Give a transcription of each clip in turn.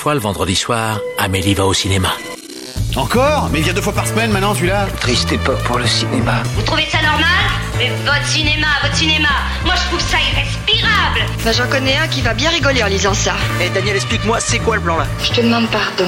fois le vendredi soir, Amélie va au cinéma. Encore ? Mais il vient 2 fois par semaine maintenant, celui-là. Triste époque pour le cinéma. Vous trouvez ça normal ? Mais votre cinéma, moi je trouve ça irrespirable. Bah j'en connais un qui va bien rigoler en lisant ça. Eh Daniel, explique-moi, c'est quoi le plan là ? Je te demande pardon.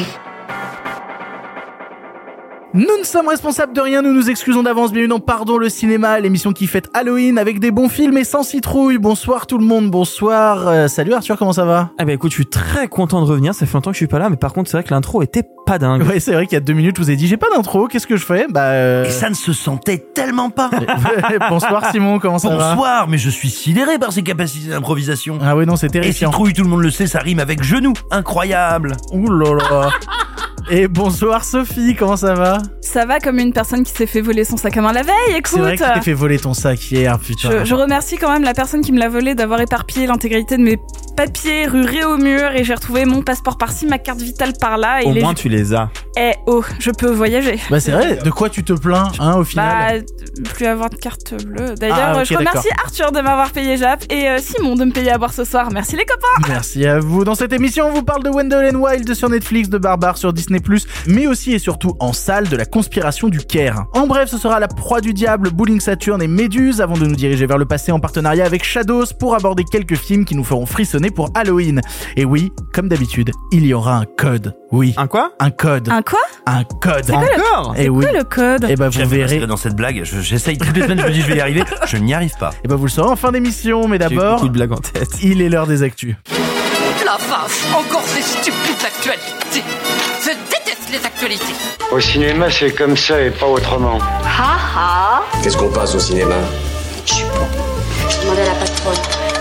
Nous ne sommes responsables de rien, nous nous excusons d'avance. Bienvenue dans Pardon le cinéma, l'émission qui fête Halloween avec des bons films et sans citrouille. Bonsoir tout le monde, bonsoir. Salut Arthur, comment ça va ? Ah bah écoute, je suis très content de revenir, ça fait longtemps que je suis pas là, mais par contre c'est vrai que l'intro était pas dingue. Ouais, c'est vrai qu'il y a 2 minutes, je vous ai dit j'ai pas d'intro, qu'est-ce que je fais ? Et ça ne se sentait tellement pas. Bonsoir Simon, comment ça va ? Bonsoir, mais je suis sidéré par ses capacités d'improvisation. Ah oui, non, c'est Et terrifiant. citrouille, tout le monde le sait, ça rime avec genou. Incroyable. Ouh là là. Et bonsoir Sophie, comment ça va ? Ça va comme une personne qui s'est fait voler son sac à main la veille, écoute. C'est vrai que tu t'es fait voler ton sac hier, putain. Je remercie quand même la personne qui me l'a volé d'avoir éparpillé l'intégralité de mes papiers rurés au mur et j'ai retrouvé mon passeport par-ci, ma carte vitale par-là. Au moins tu les as. Je peux voyager. Bah c'est vrai, de quoi tu te plains, au final ? Plus avoir de carte bleue. D'ailleurs, je remercie Arthur de m'avoir payé Jap et Simon de me payer à boire ce soir. Merci les copains. Merci à vous. Dans cette émission, on vous parle de Wendell and Wild sur Netflix, de Barbare sur Disney+, mais aussi et surtout en salle de la conspiration du Caire. En bref, ce sera La Proie du Diable, Bowling Saturn et Méduse avant de nous diriger vers le passé en partenariat avec Shadows pour aborder quelques films qui nous feront frissonner pour Halloween. Et oui, comme d'habitude, il y aura un code. Oui. Un quoi ? Un code. Un quoi ? Un code. C'est quoi Encore ? Et oui. Quoi le code ? Et bah vous verrez. Dans cette blague, j'essaye toutes les semaines, je me dis je vais y arriver, je n'y arrive pas. Et bah vous le saurez en fin d'émission, mais J'ai d'abord, beaucoup de blagues en tête. il est l'heure des actus. La vache, encore ces stupides actualités. Je déteste les actualités. Au cinéma, c'est comme ça et pas autrement. Qu'est-ce qu'on passe au cinéma ? Je sais pas. Je demandais à la patronne.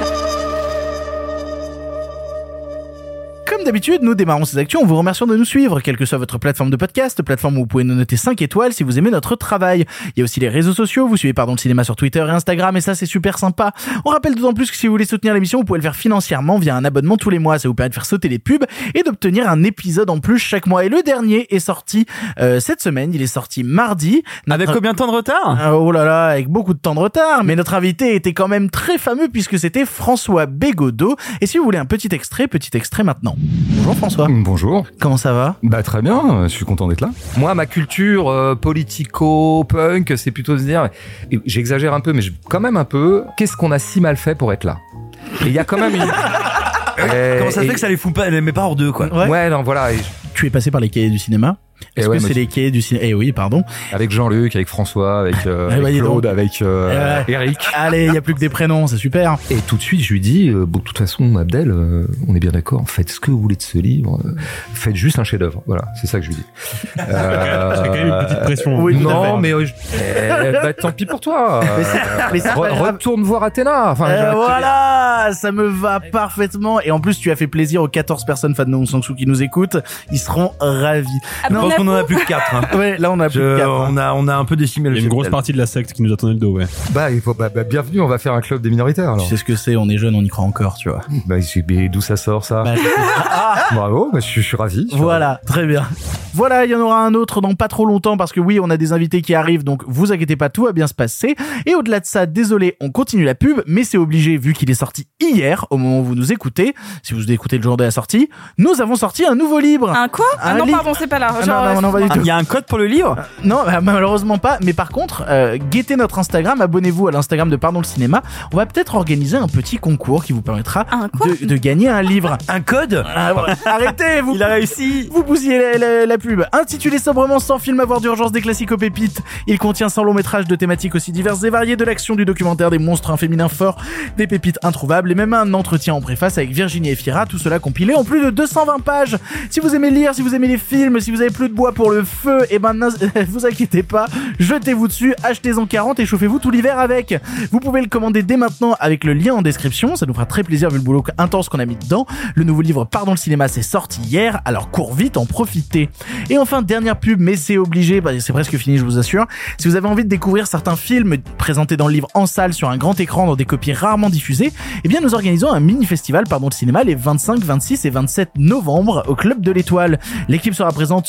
Comme d'habitude, nous démarrons ces actions en vous remerciant de nous suivre, quelle que soit votre plateforme de podcast, plateforme où vous pouvez nous noter 5 étoiles si vous aimez notre travail. Il y a aussi les réseaux sociaux, vous suivez Pardon le cinéma sur Twitter et Instagram, et ça c'est super sympa. On rappelle d'autant plus que si vous voulez soutenir l'émission, vous pouvez le faire financièrement via un abonnement tous les mois, ça vous permet de faire sauter les pubs et d'obtenir un épisode en plus chaque mois. Et le dernier est sorti cette semaine, il est sorti mardi. Avec combien de temps de retard ? Oh là là, avec beaucoup de temps de retard, mais notre invité était quand même très fameux puisque c'était François Bégodeau. Et si vous voulez un petit extrait maintenant. Bonjour François. Bonjour. Comment ça va ? Bah très bien, je suis content d'être là. Moi, ma culture politico-punk, c'est plutôt de se dire, et j'exagère un peu, mais quand même un peu, qu'est-ce qu'on a si mal fait pour être là ? Et il y a quand même une... Comment ça se fait que ça les fout pas, les met pas hors d'eux, quoi. Ouais, non, voilà. Tu es passé par les cahiers du cinéma ? Est-ce que c'est les cahiers du cinéma ? Eh oui, pardon. Avec Jean-Luc, avec François, avec Claude, avec Eric. Allez, il y a plus que des prénoms, c'est super. Et tout de suite, je lui dis, de toute façon, Abdel, on est bien d'accord, faites ce que vous voulez de ce livre, faites juste un chef-d'œuvre. Voilà, c'est ça que je lui dis. J'ai quand même une petite pression. Oui, non, mais tant pis pour toi. Mais retourne voir Athéna. Enfin, voilà, ça me va parfaitement. Et en plus, tu as fait plaisir aux 14 personnes fans de No Sang-soo qui nous écoutent. Ils seront ravis. Je pense qu'on en a plus que 4. Hein. Ouais, là on a plus que 4. On a un peu décimé le Il y a une grosse partie de la secte qui nous a tourné le dos, ouais. Bienvenue, on va faire un club des minoritaires. Alors. Tu sais ce que c'est, on est jeunes, on y croit encore, tu vois. Mais d'où ça sort ça ? Bravo, je suis ravi. Voilà, très bien. Voilà, il y en aura un autre dans pas trop longtemps parce que oui, on a des invités qui arrivent, donc vous inquiétez pas, tout va bien se passer. Et au-delà de ça, désolé, on continue la pub, mais c'est obligé vu qu'il est sorti hier, au moment où vous nous écoutez. Si vous écoutez le jour de la sortie, nous avons sorti un nouveau livre. Un quoi ? Non, pardon, c'est pas là. Non, pas du tout. Il y a un code pour le livre ? Non, malheureusement pas. Mais par contre, guettez notre Instagram, abonnez-vous à l'Instagram de Pardon le cinéma. On va peut-être organiser un petit concours qui vous permettra de gagner un livre. Un code ? Arrêtez, vous. Il a réussi. Vous bousillez la pub. Intitulé sobrement 100 films à voir d'urgence, des classiques aux pépites. Il contient 100 longs métrages de thématiques aussi diverses et variées, de l'action, du documentaire, des monstres, un féminin fort, des pépites introuvables et même un entretien en préface avec Virginie Efira. Tout cela compilé en plus de 220 pages. Si vous aimez lire, si vous aimez les films, si vous avez plus de bois pour le feu, et vous inquiétez pas, jetez-vous dessus, achetez-en 40 et chauffez-vous tout l'hiver avec. Vous pouvez le commander dès maintenant avec le lien en description, ça nous fera très plaisir vu le boulot intense qu'on a mis dedans. Le nouveau livre Pardon le cinéma c'est sorti hier, alors cours vite, en profitez. Et enfin, dernière pub, mais c'est obligé, c'est presque fini, je vous assure. Si vous avez envie de découvrir certains films présentés dans le livre en salle sur un grand écran dans des copies rarement diffusées, eh bien nous organisons un mini-festival Pardon le cinéma les 25, 26 et 27 novembre au Club de l'Étoile. L'équipe sera présente sur place pour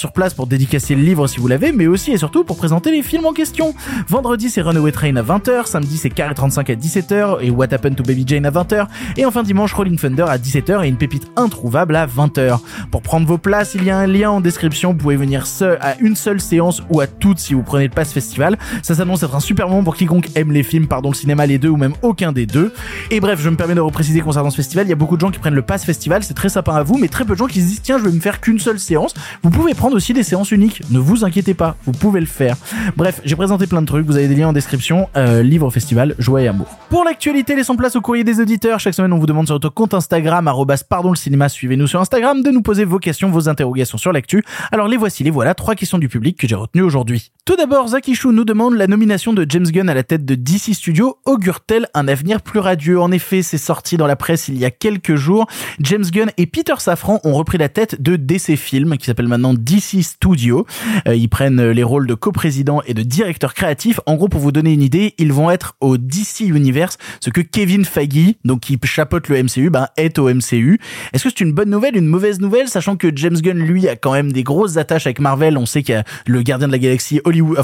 pour dédicacer le livre si vous l'avez, mais aussi et surtout pour présenter les films en question. Vendredi, c'est Runaway Train à 20h, samedi, c'est Carré 35 à 17h et What Happened to Baby Jane à 20h, et enfin dimanche, Rolling Thunder à 17h et une pépite introuvable à 20h. Pour prendre vos places, il y a un lien en description, vous pouvez venir à une seule séance ou à toutes si vous prenez le pass festival. Ça s'annonce être un super moment pour quiconque aime les films, le cinéma, les deux ou même aucun des deux. Et bref, je me permets de repréciser concernant ce festival, il y a beaucoup de gens qui prennent le pass festival, c'est très sympa à vous, mais très peu de gens qui se disent tiens, je vais me faire qu'une seule séance. Vous pouvez prendre aussi des séances uniques, ne vous inquiétez pas, vous pouvez le faire. Bref, j'ai présenté plein de trucs, vous avez des liens en description, livre festival, joie et amour. Pour l'actualité, laissons place au courrier des auditeurs. Chaque semaine, on vous demande sur notre compte Instagram @pardonlecinéma, suivez-nous sur Instagram, de nous poser vos questions, vos interrogations sur l'actu. Alors les voici, les voilà, 3 questions du public que j'ai retenues aujourd'hui. Tout d'abord, Zakishou nous demande la nomination de James Gunn à la tête de DC Studios augure-t-elle un avenir plus radieux? En effet, c'est sorti dans la presse il y a quelques jours. James Gunn et Peter Safran ont repris la tête de DC Films, qui s'appelle maintenant DC Studios. Ils prennent les rôles de coprésident et de directeur créatif. En gros, pour vous donner une idée, ils vont être au DC Universe, ce que Kevin Feige, donc qui chapeaute le MCU, est au MCU. Est-ce que c'est une bonne nouvelle, une mauvaise nouvelle, sachant que James Gunn, lui, a quand même des grosses attaches avec Marvel. On sait qu'il y a le Gardien de la Galaxie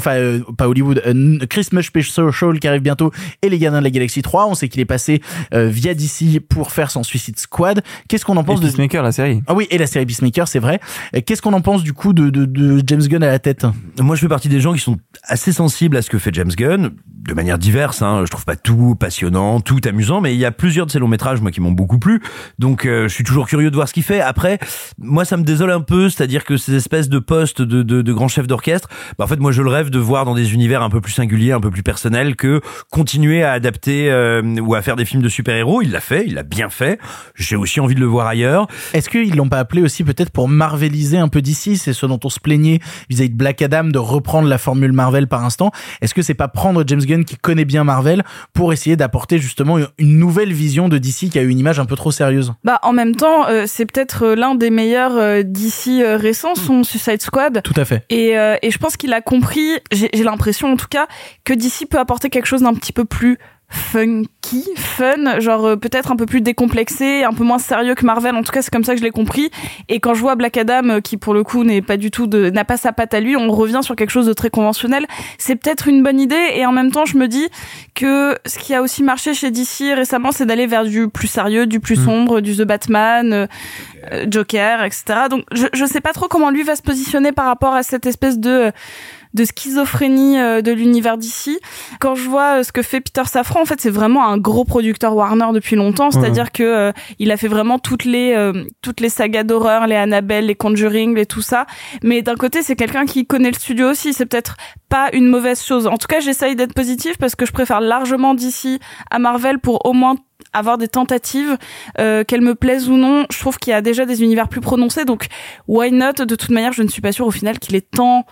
Christmas Special qui arrive bientôt et les Gardiens de la Galaxie 3. On sait qu'il est passé via DC pour faire son Suicide Squad. Qu'est-ce qu'on en pense de Peacemaker, la série? Ah oui, et la série Peacemaker, c'est vrai. Qu'est-ce qu'on en pense du coup de James Gunn à la tête? Moi, je fais partie des gens qui sont assez sensibles à ce que fait James Gunn, de manière diverse. Je trouve pas tout passionnant, tout amusant, mais il y a plusieurs de ces longs métrages, moi, qui m'ont beaucoup plu. Donc, je suis toujours curieux de voir ce qu'il fait. Après, moi, ça me désole un peu, c'est-à-dire que ces espèces de postes de grands chefs d'orchestre, en fait, moi, je le rêve de voir dans des univers un peu plus singuliers, un peu plus personnels, que continuer à adapter ou à faire des films de super-héros. Il l'a fait, il l'a bien fait. J'ai aussi envie de le voir ailleurs. Est-ce qu'ils l'ont pas appelé aussi peut-être pour marveliser un peu DC? C'est ce dont on se plaignait vis-à-vis de Black Adam, de reprendre la formule Marvel par instant. Est-ce que c'est pas prendre James Gunn qui connaît bien Marvel pour essayer d'apporter justement une nouvelle vision de DC qui a eu une image un peu trop sérieuse? En même temps, c'est peut-être l'un des meilleurs DC récents, son Suicide Squad. Tout à fait. Et je pense qu'il a compris, j'ai l'impression en tout cas, que DC peut apporter quelque chose d'un petit peu plus fun, genre peut-être un peu plus décomplexé, un peu moins sérieux que Marvel. En tout cas, c'est comme ça que je l'ai compris. Et quand je vois Black Adam, qui pour le coup n'a pas sa patte à lui, on revient sur quelque chose de très conventionnel. C'est peut-être une bonne idée. Et en même temps, je me dis que ce qui a aussi marché chez DC récemment, c'est d'aller vers du plus sérieux, du plus sombre, du The Batman, Joker, etc. Donc, je sais pas trop comment lui va se positionner par rapport à cette espèce de schizophrénie de l'univers d'ici. Quand je vois ce que fait Peter Safran, en fait, c'est vraiment un gros producteur Warner depuis longtemps. C'est-à-dire que il a fait vraiment toutes les sagas d'horreur, les Annabelle, les Conjuring, les tout ça. Mais d'un côté, c'est quelqu'un qui connaît le studio aussi. C'est peut-être pas une mauvaise chose. En tout cas, j'essaye d'être positive parce que je préfère largement DC à Marvel pour au moins avoir des tentatives, qu'elles me plaisent ou non. Je trouve qu'il y a déjà des univers plus prononcés, donc why not? De toute manière, je ne suis pas sûre au final qu'il ait tant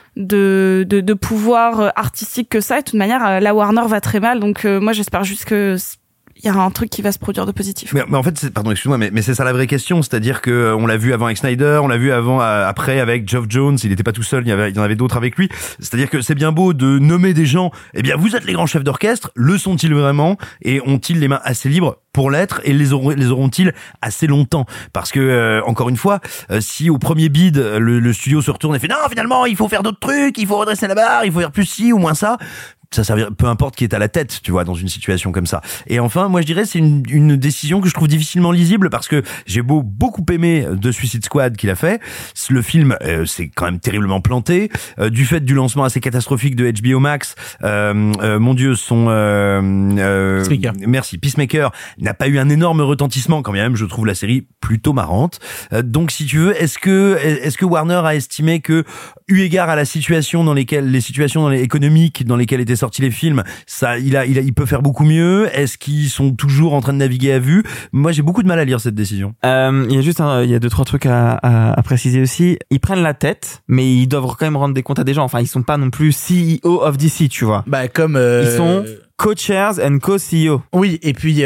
de pouvoir artistique que ça. Et de toute manière, la Warner va très mal, donc moi j'espère juste que il y a un truc qui va se produire de positif. Mais en fait, pardon, excuse-moi, mais c'est ça la vraie question, c'est-à-dire que on l'a vu avant avec Snyder, on l'a vu après avec Geoff Jones, il n'était pas tout seul, il y en avait d'autres avec lui. C'est-à-dire que c'est bien beau de nommer des gens, eh bien vous êtes les grands chefs d'orchestre, le sont-ils vraiment, et ont-ils les mains assez libres pour l'être, et les auront-ils assez longtemps? Parce que encore une fois, si au premier bid le studio se retourne et fait non, finalement il faut faire d'autres trucs, il faut redresser la barre, il faut faire plus ci ou moins ça servira, peu importe qui est à la tête, tu vois, dans une situation comme ça. Et enfin, moi je dirais c'est une décision que je trouve difficilement lisible parce que j'ai beaucoup aimé de Suicide Squad qu'il a fait. Le film c'est quand même terriblement planté du fait du lancement assez catastrophique de HBO Max. Mon Dieu, Peacemaker n'a pas eu un énorme retentissement quand même. Je trouve la série plutôt marrante. Donc si tu veux, est-ce que Warner a estimé que eu égard à la situation économiques dans lesquelles étaient sortis les films, ça, il peut faire beaucoup mieux? Est-ce qu'ils sont toujours en train de naviguer à vue? Moi, j'ai beaucoup de mal à lire cette décision. Il y a juste, il y a 2-3 trucs à préciser aussi. Ils prennent la tête, mais ils doivent quand même rendre des comptes à des gens. Enfin, ils sont pas non plus CEO of DC, tu vois. Comme ils sont co-chairs and co-CEO. Oui, et puis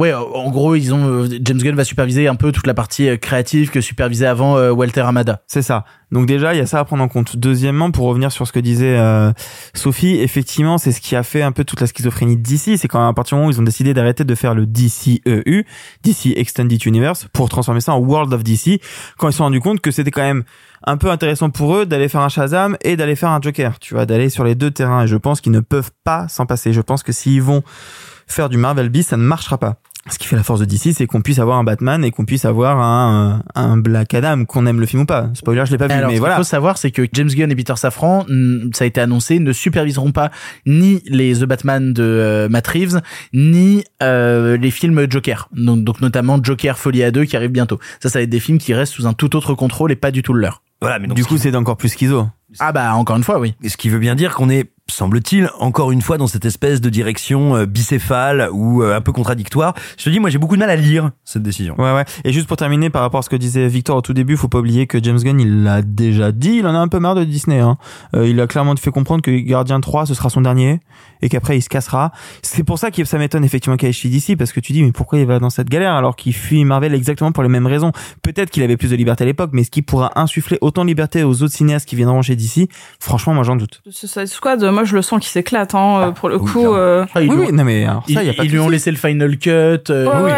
en gros, James Gunn va superviser un peu toute la partie créative que supervisait avant Walter Hamada. C'est ça. Donc déjà, il y a ça à prendre en compte. Deuxièmement, pour revenir sur ce que disait Sophie, effectivement, c'est ce qui a fait un peu toute la schizophrénie de DC, c'est quand à partir du moment où ils ont décidé d'arrêter de faire le DCEU, DC Extended Universe, pour transformer ça en World of DC, quand ils se sont rendus compte que c'était quand même un peu intéressant pour eux d'aller faire un Shazam et d'aller faire un Joker, tu vois, d'aller sur les deux terrains, et je pense qu'ils ne peuvent pas s'en passer. Je pense que s'ils vont faire du Marvel Beast, ça ne marchera pas. Ce qui fait la force de DC, c'est qu'on puisse avoir un Batman et qu'on puisse avoir un Black Adam, qu'on aime le film ou pas. Spoiler, je l'ai pas vu, mais voilà. Ce qu'il faut savoir, c'est que James Gunn et Peter Safran, ça a été annoncé, ne superviseront pas ni les The Batman de Matt Reeves, ni les films Joker. Donc notamment Joker Folie à 2 qui arrive bientôt. Ça va être des films qui restent sous un tout autre contrôle et pas du tout le leur. Voilà, mais donc, du coup, c'est encore plus schizo. Ah bah, encore une fois, oui. Et ce qui veut bien dire qu'on est, semble-t-il, encore une fois dans cette espèce de direction bicéphale ou un peu contradictoire. Je te dis, moi j'ai beaucoup de mal à lire cette décision. Ouais. Et juste pour terminer, par rapport à ce que disait Victor au tout début, faut pas oublier que James Gunn, il l'a déjà dit, il en a un peu marre de Disney. Il a clairement fait comprendre que Gardien 3, ce sera son dernier, et qu'après il se cassera. C'est pour ça que ça m'étonne effectivement qu'il aille chez DC, parce que tu dis, mais pourquoi il va dans cette galère alors qu'il fuit Marvel exactement pour les mêmes raisons? Peut-être qu'il avait plus de liberté à l'époque, mais ce qui pourra insuffler autant de liberté aux autres cinéastes qui viendront chez DC, franchement, moi j'en doute. Suicide Squad, moi je le sens qu'il s'éclate, pour le coup. Oui, non mais alors ça, y a pas de ils lui ont souci. laissé le final cut.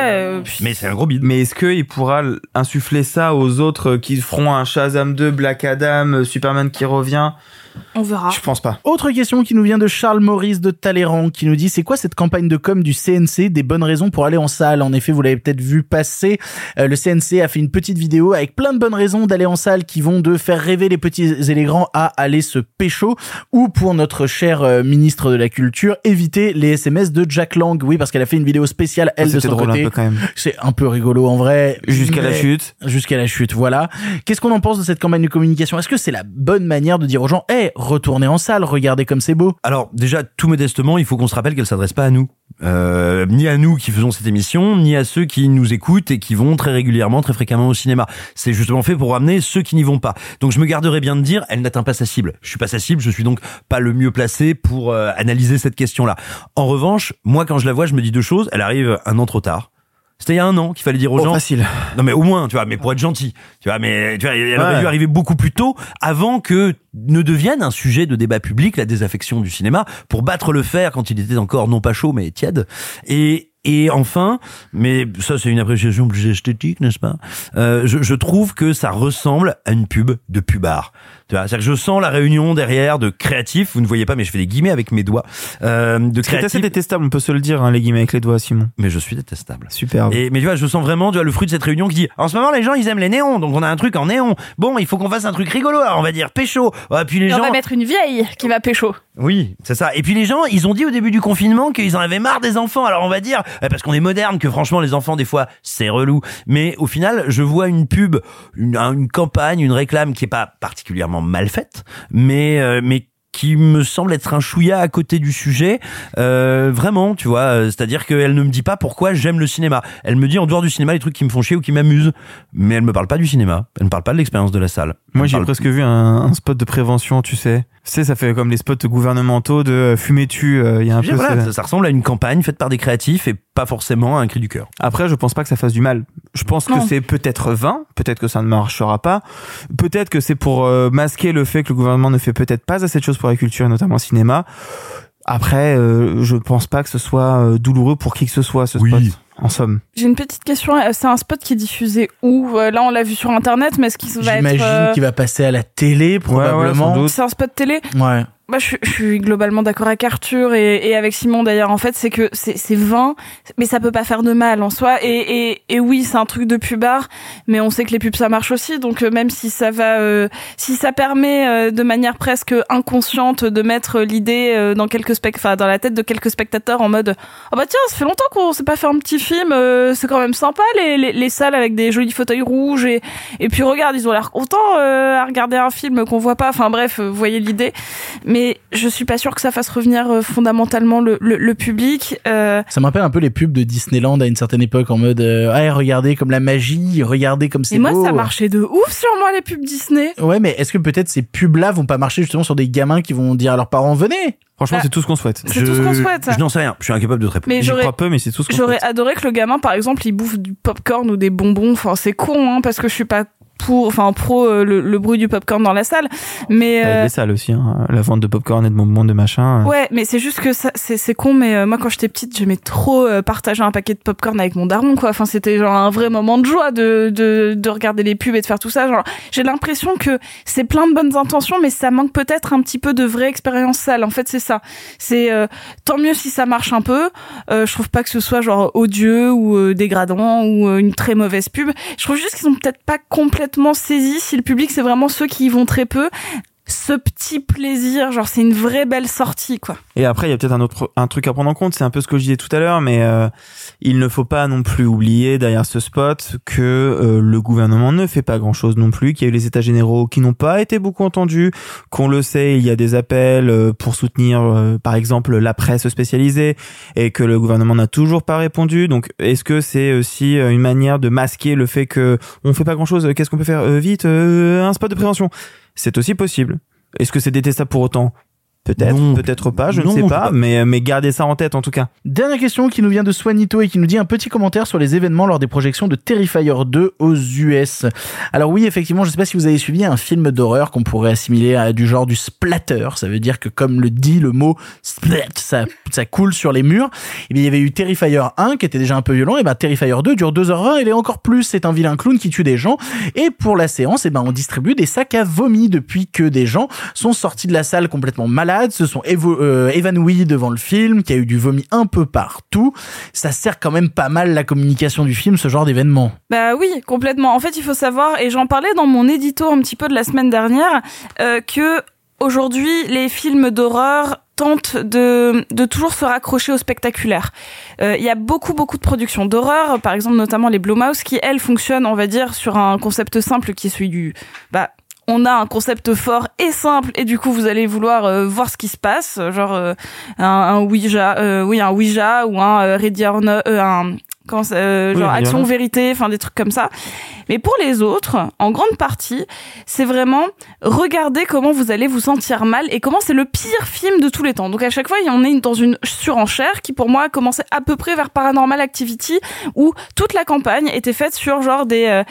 Mais c'est un gros bide. Mais est-ce qu'il pourra insuffler ça aux autres qui feront un Shazam 2, Black Adam, Superman qui revient? On verra. Je pense pas. Autre question qui nous vient de Charles Maurice de Talleyrand qui nous dit: c'est quoi cette campagne de com du CNC, des bonnes raisons pour aller en salle? En effet, vous l'avez peut-être vu passer, le CNC a fait une petite vidéo avec plein de bonnes raisons d'aller en salle qui vont de faire rêver les petits et les grands à aller se pécho, ou pour notre cher ministre de la Culture, éviter les SMS de Jack Lang. Oui, parce qu'elle a fait une vidéo spéciale, elle, de son drôle, côté. un peu quand même. C'est un peu rigolo en vrai. Jusqu'à la chute. Jusqu'à la chute, voilà. Qu'est-ce qu'on en pense de cette campagne de communication? Est-ce que c'est la bonne manière de dire aux gens: retournez en salle, regardez comme c'est beau? Alors déjà, tout modestement, il faut qu'on se rappelle qu'elle s'adresse pas à nous, ni à nous qui faisons cette émission, ni à ceux qui nous écoutent et qui vont très régulièrement, très fréquemment au cinéma. C'est justement fait pour ramener ceux qui n'y vont pas. Donc je me garderai bien de dire, elle n'atteint pas sa cible. Je suis pas sa cible, je suis donc pas le mieux placé pour analyser cette question-là. En revanche, moi quand je la vois, je me dis deux choses. Elle arrive un an trop tard. C'était il y a un an qu'il fallait dire aux gens. Facile. Non mais au moins, tu vois, mais pour être gentil, tu vois, mais tu vois, elle aurait dû arriver beaucoup plus tôt, avant que ne devienne un sujet de débat public la désaffection du cinéma, pour battre le fer quand il était encore non pas chaud mais tiède. Et enfin, mais ça c'est une appréciation plus esthétique, n'est-ce pas? Je trouve que ça ressemble à une pub de pubard. Tu vois, c'est-à-dire que je sens la réunion derrière de créatifs. Vous ne voyez pas, mais je fais des guillemets avec mes doigts. De créatifs. C'est assez détestable, on peut se le dire, les guillemets avec les doigts, Simon. Mais je suis détestable. Superbe. Mais tu vois, je sens vraiment, tu vois, le fruit de cette réunion qui dit: en ce moment, les gens, ils aiment les néons, donc on a un truc en néon. Bon, il faut qu'on fasse un truc rigolo. Alors on va dire pécho. Puis les gens. On va mettre une vieille qui va pécho. Oui, c'est ça. Et puis les gens, ils ont dit au début du confinement qu'ils en avaient marre des enfants. Alors on va dire, parce qu'on est moderne, que franchement les enfants des fois c'est relou. Mais au final, je vois une pub, une campagne, une réclame qui est pas particulièrement mal faite, mais qui me semble être un chouïa à côté du sujet, vraiment, tu vois, c'est-à-dire qu'elle ne me dit pas pourquoi j'aime le cinéma. Elle me dit en dehors du cinéma les trucs qui me font chier ou qui m'amusent, mais elle me parle pas du cinéma. Elle me parle pas de l'expérience de la salle. Moi, j'ai presque vu un spot de prévention, tu sais. Ça fait comme les spots gouvernementaux de fumer-tu, il y a un peu voilà, ça ressemble à une campagne faite par des créatifs et pas forcément à un cri du cœur. Après, je pense pas que ça fasse du mal. Je pense que c'est peut-être vain, peut-être que ça ne marchera pas, peut-être que c'est pour masquer le fait que le gouvernement ne fait peut-être pas assez de choses pour la culture, et notamment le cinéma. Après, je pense pas que ce soit douloureux pour qui que ce soit, ce spot. En somme. J'ai une petite question. C'est un spot qui est diffusé où? Là, on l'a vu sur Internet, mais est-ce qu'il va être... J'imagine qu'il va passer à la télé, probablement. Ouais, c'est un spot télé? Ouais. Bah, je suis globalement d'accord avec Arthur et avec Simon d'ailleurs. En fait, c'est que c'est vain, mais ça peut pas faire de mal en soi. Et oui, c'est un truc de pubard, mais on sait que les pubs ça marche aussi. Donc même si ça va, si ça permet de manière presque inconsciente de mettre l'idée dans dans la tête de quelques spectateurs en mode ah bah tiens, ça fait longtemps qu'on s'est pas fait un petit film, c'est quand même sympa les salles avec des jolis fauteuils rouges et puis regarde, ils ont l'air contents à regarder un film qu'on voit pas. Enfin bref, vous voyez l'idée. Mais mais je suis pas sûre que ça fasse revenir fondamentalement le public. Ça me rappelle un peu les pubs de Disneyland à une certaine époque en mode regardez comme la magie, regardez comme c'est beau. Et moi ça marchait de ouf sur moi les pubs Disney. Ouais, mais est-ce que peut-être ces pubs-là vont pas marcher justement sur des gamins qui vont dire à leurs parents venez? Franchement, c'est tout ce qu'on souhaite. C'est tout ce qu'on souhaite. Je n'en sais rien. Je suis incapable de te répondre. Mais j'y crois peu, mais c'est tout ce qu'on souhaite. J'aurais adoré que le gamin, par exemple, il bouffe du popcorn ou des bonbons. Enfin, c'est con, hein, parce que je suis pas pro le bruit du popcorn dans la salle, mais les salles aussi, hein, la vente de popcorn et de bonbons de machin. Ouais, mais c'est juste que ça, c'est con, mais moi quand j'étais petite, j'aimais trop partager un paquet de popcorn avec mon daron, quoi. Enfin, c'était genre un vrai moment de joie de regarder les pubs et de faire tout ça. Genre, j'ai l'impression que c'est plein de bonnes intentions, mais ça manque peut-être un petit peu de vraie expérience salle. En fait, c'est ça. C'est tant mieux si ça marche un peu. Je trouve pas que ce soit genre odieux ou dégradant ou une très mauvaise pub. Je trouve juste qu'ils ont peut-être pas complètement saisi si le public c'est vraiment ceux qui y vont très peu, ce petit plaisir, genre c'est une vraie belle sortie, quoi. Et après il y a peut-être un truc à prendre en compte, c'est un peu ce que je disais tout à l'heure, mais il ne faut pas non plus oublier derrière ce spot que le gouvernement ne fait pas grand-chose non plus, qu'il y a eu les états généraux qui n'ont pas été beaucoup entendus, qu'on le sait, il y a des appels pour soutenir par exemple la presse spécialisée et que le gouvernement n'a toujours pas répondu. Donc est-ce que c'est aussi une manière de masquer le fait que on fait pas grand-chose, qu'est-ce qu'on peut faire vite, un spot de prévention? C'est aussi possible. Est-ce que c'est détestable pour autant? Peut-être, peut-être pas, je ne sais pas, mais gardez ça en tête en tout cas. Dernière question qui nous vient de Swanito et qui nous dit un petit commentaire sur les événements lors des projections de Terrifier 2 aux US. Alors oui, effectivement, je sais pas si vous avez suivi un film d'horreur qu'on pourrait assimiler à du genre du splatter. Ça veut dire que comme le dit le mot splat, ça coule sur les murs. Et bien il y avait eu Terrifier 1 qui était déjà un peu violent, et ben Terrifier 2 dure 2h20, il est encore plus, c'est un vilain clown qui tue des gens. Et pour la séance, et ben on distribue des sacs à vomi depuis que des gens sont sortis de la salle complètement malades, se sont évanouis devant le film, qu'il y a eu du vomi un peu partout. Ça sert quand même pas mal la communication du film, ce genre d'événement. Bah oui, complètement. En fait, il faut savoir, et j'en parlais dans mon édito un petit peu de la semaine dernière, que aujourd'hui, les films d'horreur tentent de toujours se raccrocher au spectaculaire. Il y a beaucoup de productions d'horreur, par exemple notamment les Blumhouse, qui elles fonctionnent, on va dire, sur un concept simple qui est celui du on a un concept fort et simple et du coup vous allez vouloir voir ce qui se passe, genre un Ouija, un Ouija ou un Ready or Not, genre Action ou Vérité, enfin des trucs comme ça. Mais pour les autres, en grande partie, c'est vraiment regarder comment vous allez vous sentir mal et comment c'est le pire film de tous les temps. Donc à chaque fois, on est dans une surenchère qui pour moi a commencé à peu près vers Paranormal Activity, où toute la campagne était faite sur genre des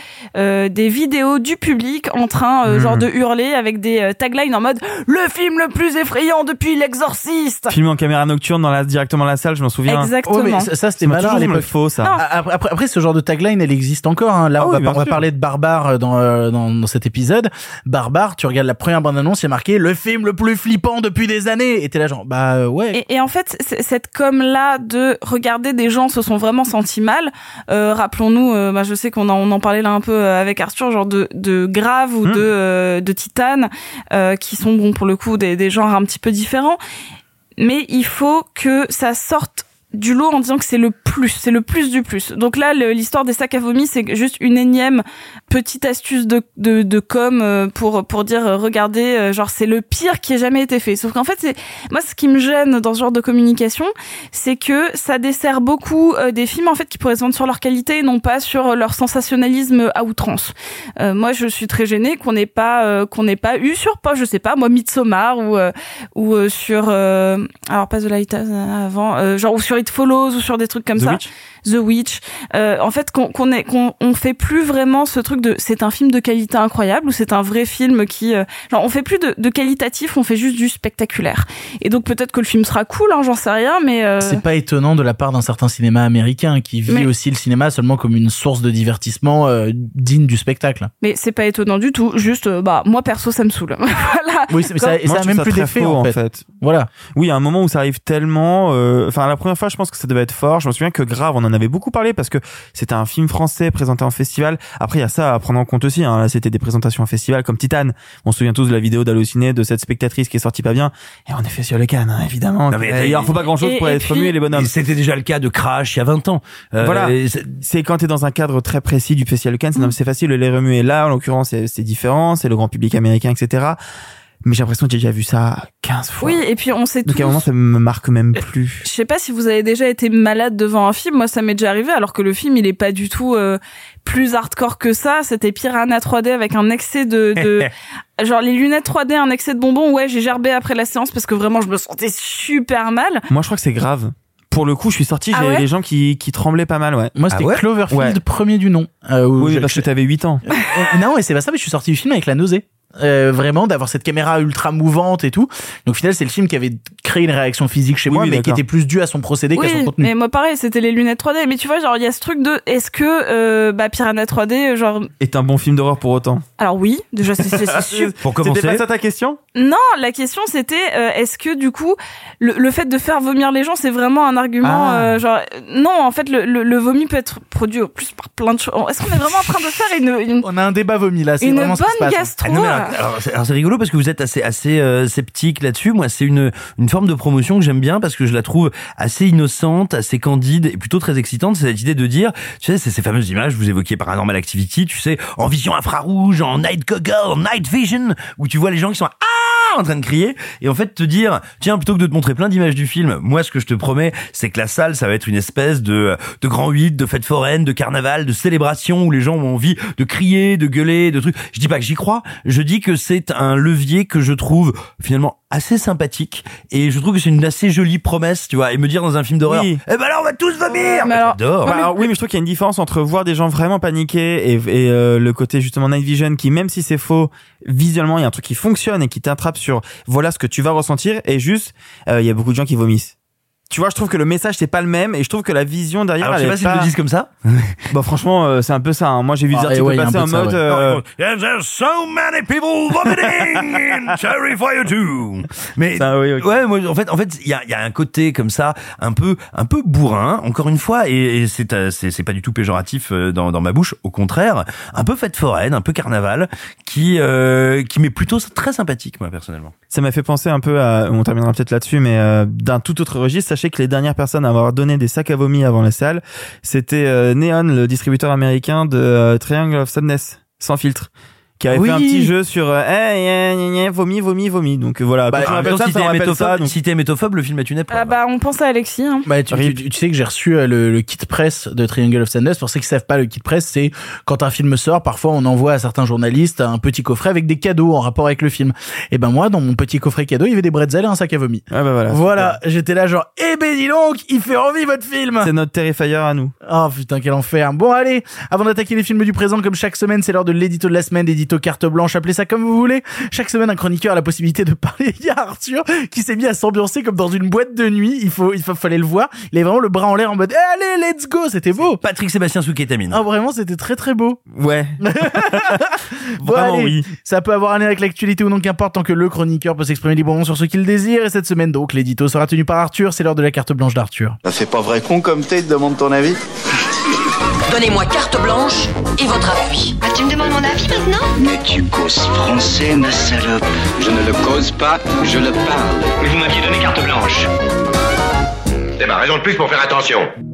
vidéos du public en train genre de hurler avec des taglines en mode le film le plus effrayant depuis l'Exorciste. Filmé en caméra nocturne directement dans la salle, je m'en souviens. Exactement. Oh, mais ça c'était malin à l'époque. Faux ça. Après ce genre de tagline elle existe encore, hein. Là on va parler de Barbare dans cet épisode. Barbare, tu regardes la première bande-annonce, il y a marqué le film le plus flippant depuis des années et t'es là genre ouais. Et en fait cette com là de regarder des gens se sont vraiment sentis mal, rappelons-nous, je sais qu'on en parlait là un peu avec Arthur, genre de Grave ou de Titane, qui sont bon pour le coup des genres un petit peu différents, mais il faut que ça sorte du lot en disant que c'est le plus du plus. Donc là, l'histoire des sacs à vomi, c'est juste une énième petite astuce de com pour dire regardez, genre c'est le pire qui ait jamais été fait. Sauf qu'en fait, moi ce qui me gêne dans ce genre de communication, c'est que ça dessert beaucoup des films en fait qui pourraient se vendre sur leur qualité et non pas sur leur sensationnalisme à outrance. Moi, je suis très gênée qu'on n'ait pas eu sur je sais pas moi Midsommar ou sur alors pas The Lighthouse avant, genre ou sur It Follows ou sur des trucs comme ça. The Witch. En fait, qu'on fait plus vraiment ce truc de c'est un film de qualité incroyable ou c'est un vrai film qui genre on fait plus de qualitatif, on fait juste du spectaculaire. Et donc peut-être que le film sera cool, hein, j'en sais rien, mais c'est pas étonnant de la part d'un certain cinéma américain qui vit aussi le cinéma seulement comme une source de divertissement digne du spectacle. Mais c'est pas étonnant du tout, juste moi perso ça me saoule. Voilà. Oui, ça a même plus d'effet en fait. Voilà. Oui, à un moment où ça arrive tellement la première fois, je pense que ça devait être fort. Je me souviens que Grave, on en avait beaucoup parlé parce que c'était un film français présenté en festival. Après, il y a ça à prendre en compte aussi, hein. Là, c'était des présentations en festival comme Titane. On se souvient tous de la vidéo d'Hallociné de cette spectatrice qui est sortie pas bien. Et on est fait sur le Cannes, hein, évidemment. Il faut pas grand chose pour être muet, les bonhommes. C'était déjà le cas de Crash il y a 20 ans. Voilà. C'est quand t'es dans un cadre très précis du festival de Cannes, c'est facile de les remuer. Là, en l'occurrence, c'est différent. C'est le grand public américain, etc. mais j'ai l'impression que j'ai déjà vu ça 15 fois. Oui, et puis on sait tous... Donc à un moment, ça me marque même plus. Je sais pas si vous avez déjà été malade devant un film. Moi, ça m'est déjà arrivé, alors que le film, il est pas du tout plus hardcore que ça. C'était Piranha 3D avec un excès de genre les lunettes 3D, un excès de bonbons. Ouais, j'ai gerbé après la séance parce que vraiment, je me sentais super mal. Moi, je crois que c'est grave. Pour le coup, je suis sorti, j'avais des gens qui tremblaient pas mal, ouais. Moi, c'était Cloverfield, premier du nom. Oui, parce que t'avais 8 ans. Non, et c'est pas ça, mais je suis sorti du film avec la nausée. Vraiment d'avoir cette caméra ultra mouvante et tout. Donc au final c'est le film qui avait créé une réaction physique chez moi, mais qui était plus due à son procédé qu'à son contenu. Mais moi pareil, c'était les lunettes 3D. Mais tu vois, genre il y a ce truc de est-ce que Piranha 3D genre est un bon film d'horreur pour autant? Alors oui, déjà c'est sûr. Pour commencer. C'était pas ça ta question? Non, la question c'était est-ce que du coup le fait de faire vomir les gens c'est vraiment un argument genre non, en fait le vomi peut être produit plus par plein de choses. Est-ce qu'on est vraiment en train de faire une on a un débat vomi là, c'est une vraiment bonne ce qui se passe. gastro. Alors c'est rigolo parce que vous êtes assez sceptique là-dessus. Moi, c'est une forme de promotion que j'aime bien parce que je la trouve assez innocente, assez candide et plutôt très excitante. C'est cette idée de dire, tu sais, c'est ces fameuses images, vous évoquiez Paranormal Activity, tu sais, en vision infrarouge, en night goggle, en night vision, où tu vois les gens qui sont en train de crier, et en fait te dire, tiens, plutôt que de te montrer plein d'images du film, moi ce que je te promets, c'est que la salle, ça va être une espèce de grand 8, de fête foraine, de carnaval, de célébration où les gens ont envie de crier, de gueuler, de trucs. Je dis pas que j'y crois, je dis que c'est un levier que je trouve finalement assez sympathique, et je trouve que c'est une assez jolie promesse, tu vois, et me dire dans un film d'horreur, eh ben là on va tous vomir. J'adore. Oui, mais je trouve qu'il y a une différence entre voir des gens vraiment paniquer et le côté justement night vision qui, même si c'est faux, visuellement il y a un truc qui fonctionne et qui t'attrape sur voilà ce que tu vas ressentir, et juste il y a beaucoup de gens qui vomissent. Tu vois, je trouve que le message c'est pas le même, et je trouve que la vision derrière. Alors je sais pas s'ils le disent comme ça. Bah franchement c'est un peu ça. Hein. Moi j'ai vu des articles passer en mode. There's so many people vomiting in Terrifier 2. Mais ça, oui, okay. Ouais, moi en fait il y a un côté comme ça un peu bourrin, encore une fois, et c'est pas du tout péjoratif dans ma bouche, au contraire, un peu fête foraine, un peu carnaval, qui m'est plutôt très sympathique, moi personnellement. Ça m'a fait penser un peu à, on terminera peut-être là-dessus, mais d'un tout autre registre. Sachez que les dernières personnes à avoir donné des sacs à vomi avant la salle, c'était Neon, le distributeur américain de Triangle of Sadness, sans filtre, qui avait fait un petit jeu sur vomi. Donc voilà, bah, si t'es métophobe, le film est une épreuve. Ah bah on pense à Alexis. Hein. Bah, tu sais que j'ai reçu le kit presse de Triangle of Sadness. Pour ceux qui savent pas, le kit presse, c'est quand un film sort, parfois on envoie à certains journalistes un petit coffret avec des cadeaux en rapport avec le film. Et ben moi, dans mon petit coffret cadeau, il y avait des bretzels et un sac à vomi. Ah bah voilà, j'étais là genre, dis donc, il fait envie votre film. C'est notre Terrifier à nous. Oh putain, quel enfer. Bon allez, avant d'attaquer les films du présent, comme chaque semaine, c'est l'heure de l'édito de la semaine, l'édito carte blanche, appelez ça comme vous voulez. Chaque semaine, un chroniqueur a la possibilité de parler. Il y a Arthur qui s'est mis à s'ambiancer comme dans une boîte de nuit. Fallait le voir. Il avait vraiment le bras en l'air en mode, allez, let's go, c'était beau. Patrick Sébastien sous kétamine. Ah, vraiment, c'était très très beau. Ouais. Bon, vraiment, allez, oui. Ça peut avoir un lien avec l'actualité ou non, qu'importe, tant que le chroniqueur peut s'exprimer librement sur ce qu'il désire. Et cette semaine, donc, l'édito sera tenu par Arthur. C'est l'heure de la carte blanche d'Arthur. Ça fait pas vrai con comme t'es, demande ton avis. Donnez-moi carte blanche et votre appui. Ah, tu me demandes mon avis maintenant? Mais tu causes français, ma salope. Je ne le cause pas, je le parle. Mais vous m'aviez donné carte blanche. C'est ma raison de plus pour faire attention.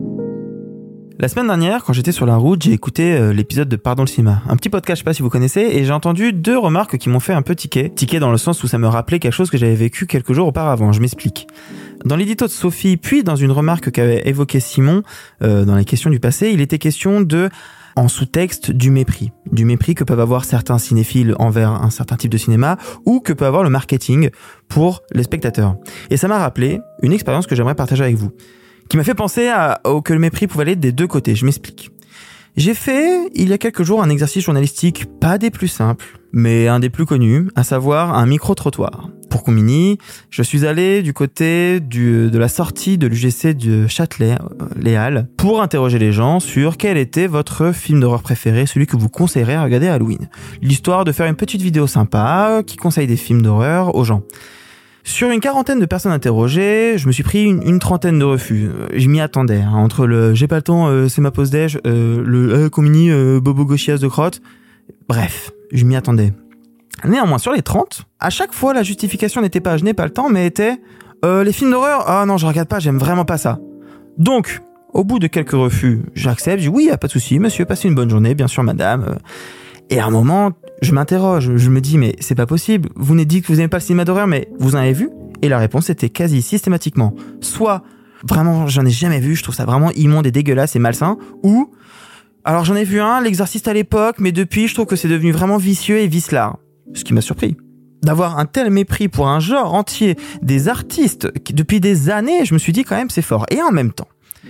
La semaine dernière, quand j'étais sur la route, j'ai écouté l'épisode de Pardon le cinéma, un petit podcast, je sais pas si vous connaissez, et j'ai entendu 2 remarques qui m'ont fait un peu tiquer. Tiquer dans le sens où ça me rappelait quelque chose que j'avais vécu quelques jours auparavant. Je m'explique. Dans l'édito de Sophie, puis dans une remarque qu'avait évoquée Simon dans les questions du passé, il était question de, en sous-texte, du mépris que peuvent avoir certains cinéphiles envers un certain type de cinéma, ou que peut avoir le marketing pour les spectateurs. Et ça m'a rappelé une expérience que j'aimerais partager avec vous, qui m'a fait penser que le mépris pouvait aller des 2 côtés. Je m'explique. J'ai fait, il y a quelques jours, un exercice journalistique pas des plus simples, mais un des plus connus, à savoir un micro-trottoir. Pour Combini, je suis allé du côté de la sortie de l'UGC de Châtelet, les Halles, pour interroger les gens sur quel était votre film d'horreur préféré, celui que vous conseillerez à regarder à Halloween. L'histoire de faire une petite vidéo sympa qui conseille des films d'horreur aux gens. Sur une 40aine de personnes interrogées, je me suis pris une 30aine de refus. Je m'y attendais, hein, entre le j'ai pas le temps, c'est ma pause déj, le Combini, bobo gauchias de crotte. Bref, je m'y attendais. Néanmoins, sur les 30, à chaque fois, la justification n'était pas je n'ai pas le temps, mais était les films d'horreur, ah non, je regarde pas, j'aime vraiment pas ça. Donc, au bout de quelques refus, j'accepte, je dis oui, y a pas de souci, monsieur, passez une bonne journée, bien sûr, madame. Et à un moment, je m'interroge, je me dis mais c'est pas possible, vous n'avez dit que vous n'aimez pas le cinéma d'horreur, mais vous en avez vu? Et la réponse était quasi systématiquement soit vraiment j'en ai jamais vu, je trouve ça vraiment immonde et dégueulasse et malsain, ou alors j'en ai vu un, L'Exorciste à l'époque, mais depuis je trouve que c'est devenu vraiment vicieux et vicelard. Ce qui m'a surpris. D'avoir un tel mépris pour un genre entier, des artistes qui depuis des années, je me suis dit quand même c'est fort. Et en même temps,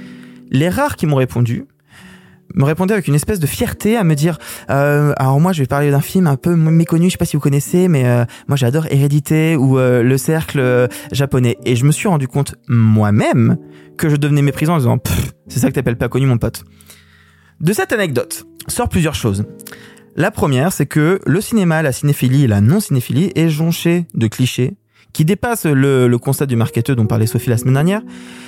les rares qui m'ont répondu me répondaient avec une espèce de fierté à me dire alors moi je vais parler d'un film un peu méconnu, je sais pas si vous connaissez, mais moi j'adore Hérédité ou Le Cercle japonais. Et je me suis rendu compte moi-même que je devenais méprisant en disant c'est ça que t'appelles pas connu mon pote. De cette anecdote sort plusieurs choses. La première, c'est que le cinéma, la cinéphilie et la non-cinéphilie est jonché de clichés qui dépassent le constat du marketeur dont parlait Sophie la semaine dernière,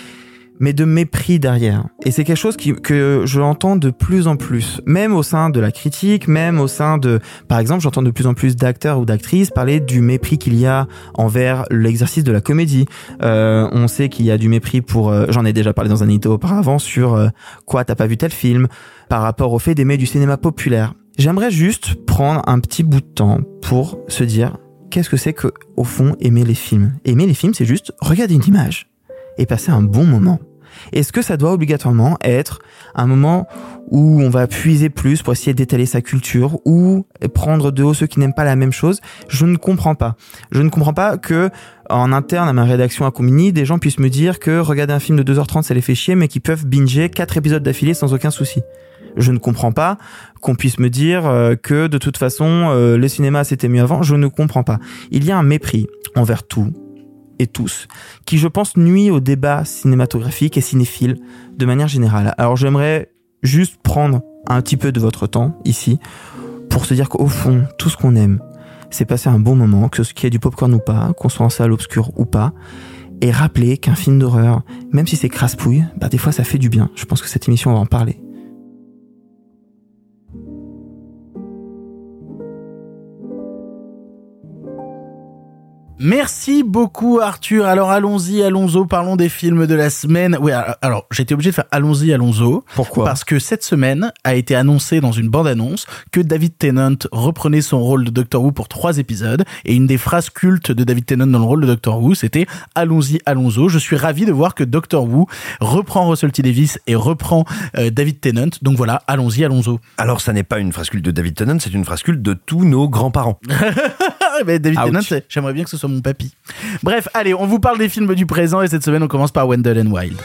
mais de mépris derrière. Et c'est quelque chose que je entends de plus en plus, même au sein de la critique, même au sein de... Par exemple, j'entends de plus en plus d'acteurs ou d'actrices parler du mépris qu'il y a envers l'exercice de la comédie. On sait qu'il y a du mépris pour... j'en ai déjà parlé dans un édito auparavant sur quoi, t'as pas vu tel film, par rapport au fait d'aimer du cinéma populaire. J'aimerais juste prendre un petit bout de temps pour se dire qu'est-ce que c'est que, au fond, aimer les films. Aimer les films, c'est juste regarder une image et passer un bon moment. Est-ce que ça doit obligatoirement être un moment où on va puiser plus pour essayer d'étaler sa culture ou prendre de haut ceux qui n'aiment pas la même chose? Je ne comprends pas. Je ne comprends pas que, en interne à ma rédaction à Combini, des gens puissent me dire que regarder un film de 2h30 ça les fait chier, mais qu'ils peuvent binger 4 épisodes d'affilée sans aucun souci. Je ne comprends pas qu'on puisse me dire que de toute façon le cinéma c'était mieux avant. Je ne comprends pas. Il y a un mépris envers tout et tous qui, je pense, nuit au débat cinématographique et cinéphile de manière générale. Alors j'aimerais juste prendre un petit peu de votre temps ici pour se dire qu'au fond, tout ce qu'on aime, c'est passer un bon moment, que ce qu'il y ait du popcorn ou pas, qu'on soit en salle obscure ou pas, et rappeler qu'un film d'horreur, même si c'est crasse-pouille, des fois ça fait du bien. Je pense que cette émission va en parler. Merci beaucoup Arthur. Alors allons-y, allons-y, parlons des films de la semaine. Oui, alors j'étais obligé de faire allons-y, allons-y. Pourquoi ? Parce que cette semaine a été annoncé dans une bande-annonce que David Tennant reprenait son rôle de Doctor Who pour 3 épisodes. Et une des phrases cultes de David Tennant dans le rôle de Doctor Who, c'était allons-y, allons-y. Je suis ravi de voir que Doctor Who reprend Russell T. Davies et reprend David Tennant. Donc voilà, allons-y, allons-y. Alors ça n'est pas une phrase culte de David Tennant, c'est une phrase culte de tous nos grands-parents. Mais David Tennant, j'aimerais bien que ce soit mon papy. Bref, allez, on vous parle des films du présent et cette semaine on commence par Wendell and Wild.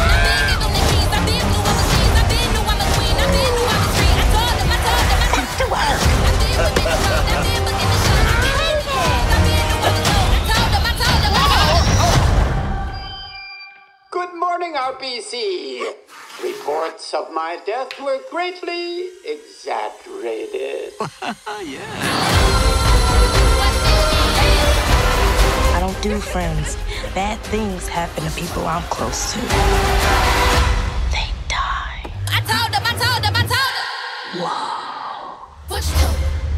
Good morning, RBC. Reports of my death were greatly exaggerated. I don't do friends. Bad things happen to people I'm close to. They die. I told them. Whoa. Push them.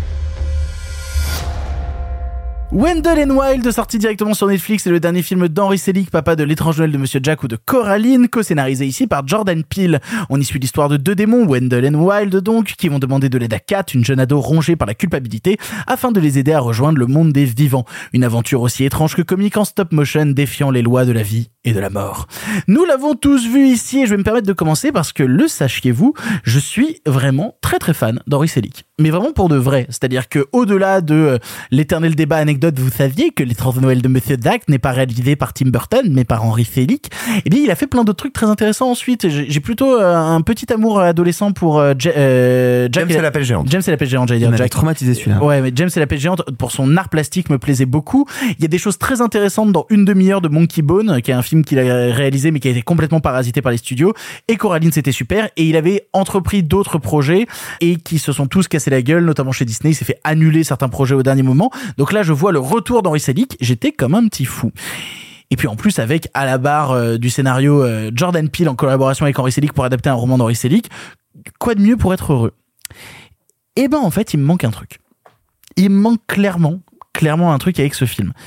Wendell and Wild, sorti directement sur Netflix, est le dernier film d'Henry Selick, papa de L'étrange Noël de Monsieur Jack ou de Coraline, co-scénarisé ici par Jordan Peele. On y suit l'histoire de 2 démons, Wendell and Wild donc, qui vont demander de l'aide à Kat, une jeune ado rongée par la culpabilité, afin de les aider à rejoindre le monde des vivants. Une aventure aussi étrange que comique en stop motion, défiant les lois de la vie et de la mort. Nous l'avons tous vu ici et je vais me permettre de commencer parce que, le sachiez-vous, je suis vraiment très très fan d'Henry Selick. Mais vraiment pour de vrai. C'est-à-dire que, au-delà de l'éternel débat anecdote, vous saviez que L'étrange Noël de Monsieur Jack n'est pas réalisé par Tim Burton, mais par Henry Selick. Eh bien, il a fait plein d'autres trucs très intéressants ensuite. J'ai plutôt un petit amour adolescent pour Jack. James et la pêche géante. James et la pêche géante, j'allais dire. Jack. Jack. Traumatisé celui-là. Ouais, mais James et la pêche géante, pour son art plastique, me plaisait beaucoup. Il y a des choses très intéressantes dans Une demi-heure de Monkey Bone, qui est un film qu'il a réalisé, mais qui a été complètement parasité par les studios. Et Coraline, c'était super. Et il avait entrepris d'autres projets et qui se sont tous cassés la gueule, notamment chez Disney. Il s'est fait annuler certains projets au dernier moment. Donc là, je vois le retour d'Henry Selick. J'étais comme un petit fou. Et puis en plus, avec à la barre du scénario Jordan Peele en collaboration avec Henry Selick pour adapter un roman d'Henry Selick, quoi de mieux pour être heureux? Et ben en fait, il me manque un truc. Il me manque clairement un truc avec ce film.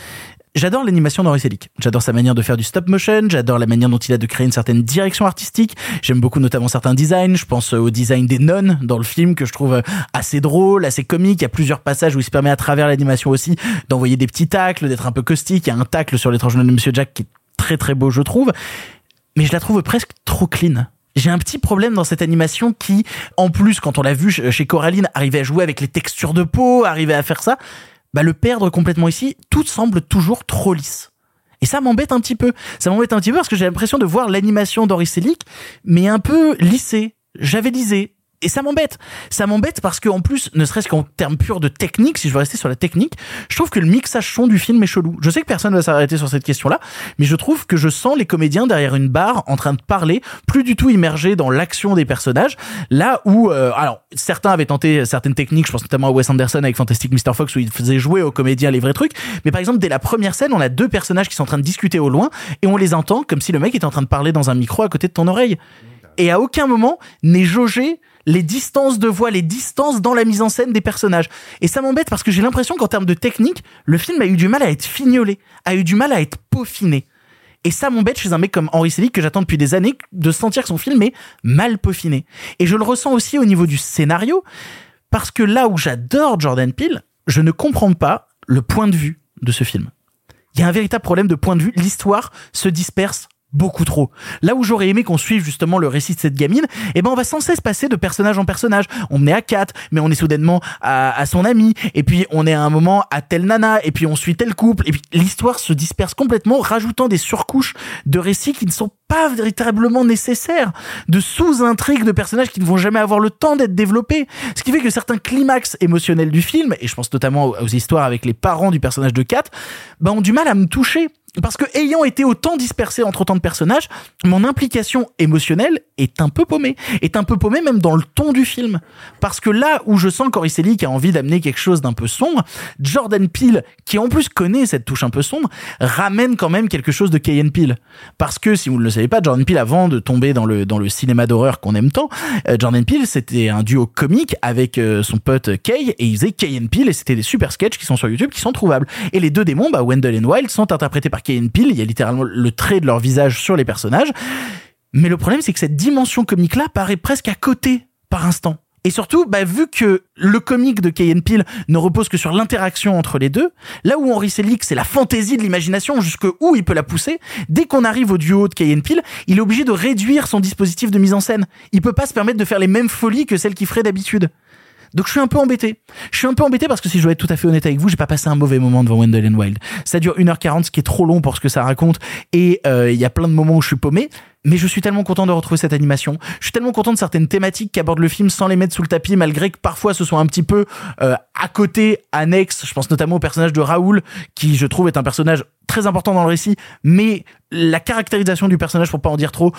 J'adore l'animation d'Henry Selick. J'adore sa manière de faire du stop motion, j'adore la manière dont il a de créer une certaine direction artistique. J'aime beaucoup notamment certains designs. Je pense au design des nonnes dans le film que je trouve assez drôle, assez comique. Il y a plusieurs passages où il se permet à travers l'animation aussi d'envoyer des petits tacles, d'être un peu caustique. Il y a un tacle sur l'étrange Noël de Monsieur Jack qui est très très beau, je trouve. Mais je la trouve presque trop clean. J'ai un petit problème dans cette animation qui, en plus, quand on l'a vu chez Coraline, arrivait à jouer avec les textures de peau, arrivait à faire ça, le perdre complètement ici, tout semble toujours trop lisse. Et ça m'embête un petit peu. Ça m'embête un petit peu parce que j'ai l'impression de voir l'animation d'Henry Selick, mais un peu lissée, javelisée. Et ça m'embête. Ça m'embête parce que, en plus, ne serait-ce qu'en termes purs de technique, si je veux rester sur la technique, je trouve que le mixage son du film est chelou. Je sais que personne va s'arrêter sur cette question-là, mais je trouve que je sens les comédiens derrière une barre en train de parler, plus du tout immergés dans l'action des personnages. Là où, alors, certains avaient tenté certaines techniques, je pense notamment à Wes Anderson avec Fantastic Mr. Fox où il faisait jouer aux comédiens les vrais trucs. Mais par exemple, dès la première scène, on a deux personnages qui sont en train de discuter au loin et on les entend comme si le mec était en train de parler dans un micro à côté de ton oreille. Et à aucun moment n'est jaugé les distances de voix, les distances dans la mise en scène des personnages. Et ça m'embête parce que j'ai l'impression qu'en termes de technique, le film a eu du mal à être fignolé, a eu du mal à être peaufiné. Et ça m'embête chez un mec comme Henry Selick que j'attends depuis des années de sentir que son film est mal peaufiné. Et je le ressens aussi au niveau du scénario parce que là où j'adore Jordan Peele, je ne comprends pas le point de vue de ce film. Il y a un véritable problème de point de vue. L'histoire se disperse beaucoup trop. Là où j'aurais aimé qu'on suive justement le récit de cette gamine, on va sans cesse passer de personnage en personnage. On est à Kat, mais on est soudainement à son ami, et puis on est à un moment à telle nana, et puis on suit tel couple, et puis l'histoire se disperse complètement, rajoutant des surcouches de récits qui ne sont pas véritablement nécessaires, de sous-intrigues de personnages qui ne vont jamais avoir le temps d'être développés. Ce qui fait que certains climax émotionnels du film, et je pense notamment aux histoires avec les parents du personnage de Kat, ont du mal à me toucher. Parce que, ayant été autant dispersé entre autant de personnages, mon implication émotionnelle est un peu paumée. Est un peu paumée même dans le ton du film. Parce que là où je sens qu'Henry Selick a envie d'amener quelque chose d'un peu sombre, Jordan Peele, qui en plus connaît cette touche un peu sombre, ramène quand même quelque chose de Key & Peele. Parce que, si vous ne le savez pas, Jordan Peele, avant de tomber dans le cinéma d'horreur qu'on aime tant, Jordan Peele, c'était un duo comique avec son pote Kay, et il faisait Key & Peele, et c'était des super sketchs qui sont sur YouTube, qui sont trouvables. Et les deux démons, Wendell et Wild, sont interprétés par Key & Peele, il y a littéralement le trait de leur visage sur les personnages. Mais le problème, c'est que cette dimension comique-là paraît presque à côté par instant. Et surtout, vu que le comique de Key & Peele ne repose que sur l'interaction entre les deux, là où Henry Selick, c'est la fantaisie de l'imagination jusqu'où il peut la pousser, dès qu'on arrive au duo de Key & Peele, il est obligé de réduire son dispositif de mise en scène. Il peut pas se permettre de faire les mêmes folies que celles qu'il ferait d'habitude. Donc je suis un peu embêté. Je suis un peu embêté parce que si je dois être tout à fait honnête avec vous, j'ai pas passé un mauvais moment devant Wendell and Wild. Ça dure 1h40, ce qui est trop long pour ce que ça raconte, et il y a plein de moments où je suis paumé. Mais je suis tellement content de retrouver cette animation. Je suis tellement content de certaines thématiques qu'aborde le film sans les mettre sous le tapis, malgré que parfois ce soit un petit peu à côté, annexe. Je pense notamment au personnage de Raoul, qui je trouve est un personnage très important dans le récit, mais la caractérisation du personnage, pour pas en dire trop,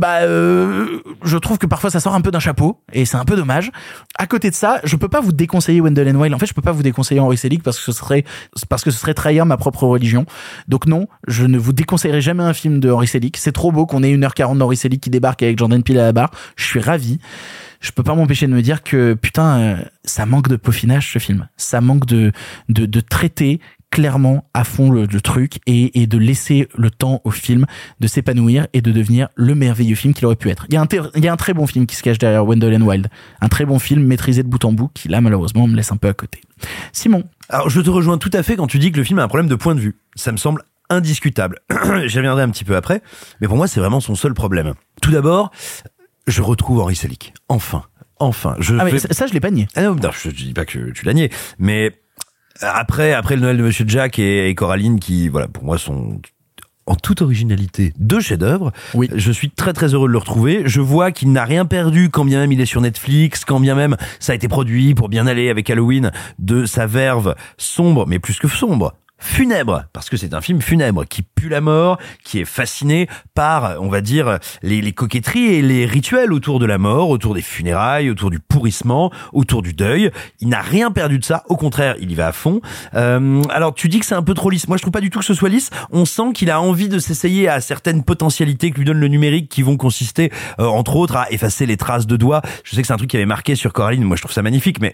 je trouve que parfois ça sort un peu d'un chapeau, et c'est un peu dommage. À côté de ça, je peux pas vous déconseiller Wendell and Wild. En fait, je peux pas vous déconseiller Henry Selick parce que ce serait trahir ma propre religion. Donc non, je ne vous déconseillerai jamais un film de Henry Selick. C'est trop beau qu'on ait 1h40 d'Henry Selick qui débarque avec Jordan Peele à la barre. Je suis ravi. Je peux pas m'empêcher de me dire que, ça manque de peaufinage, ce film. Ça manque de traiter clairement à fond le truc et de laisser le temps au film de s'épanouir et de devenir le merveilleux film qu'il aurait pu être. Il y a un très bon film qui se cache derrière Wendell and Wild. Un très bon film maîtrisé de bout en bout qui, là, malheureusement, me laisse un peu à côté. Simon. Alors, je te rejoins tout à fait quand tu dis que le film a un problème de point de vue. Ça me semble indiscutable. J'y reviendrai un petit peu après, mais pour moi, c'est vraiment son seul problème. Tout d'abord, je retrouve Henry Selick. Enfin. Mais ça, je l'ai pas nié. Ah non, je dis pas que tu l'as nié, mais après le Noël de Monsieur Jack et Coraline, qui, voilà, pour moi sont en toute originalité deux chefs-d'œuvre. Oui. Je suis très très heureux de le retrouver. Je vois qu'il n'a rien perdu, quand bien même il est sur Netflix, quand bien même ça a été produit pour bien aller avec Halloween, de sa verve sombre, mais plus que sombre, funèbre, parce que c'est un film funèbre qui pue la mort, qui est fasciné par, on va dire, les coquetteries et les rituels autour de la mort, autour des funérailles, autour du pourrissement, autour du deuil. Il n'a rien perdu de ça, au contraire, il y va à fond. Alors tu dis que c'est un peu trop lisse. Moi je trouve pas du tout que ce soit lisse. On sent qu'il a envie de s'essayer à certaines potentialités que lui donne le numérique, qui vont consister entre autres à effacer les traces de doigts. Je sais que c'est un truc qui avait marqué sur Coraline, moi je trouve ça magnifique, mais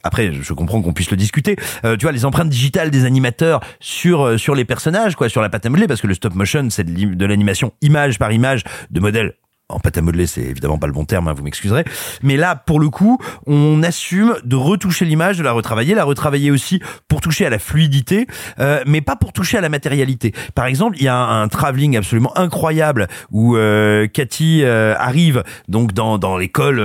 après, je comprends qu'on puisse le discuter. Tu vois, les empreintes digitales des animateurs sur les personnages, quoi, sur la pâte à modeler, parce que le stop motion, c'est de l'animation image par image de modèles. En pâte à modeler, c'est évidemment pas le bon terme, hein, vous m'excuserez. Mais là, pour le coup, on assume de retoucher l'image, de la retravailler aussi pour toucher à la fluidité, mais pas pour toucher à la matérialité. Par exemple, il y a un travelling absolument incroyable où Cathy arrive donc dans l'école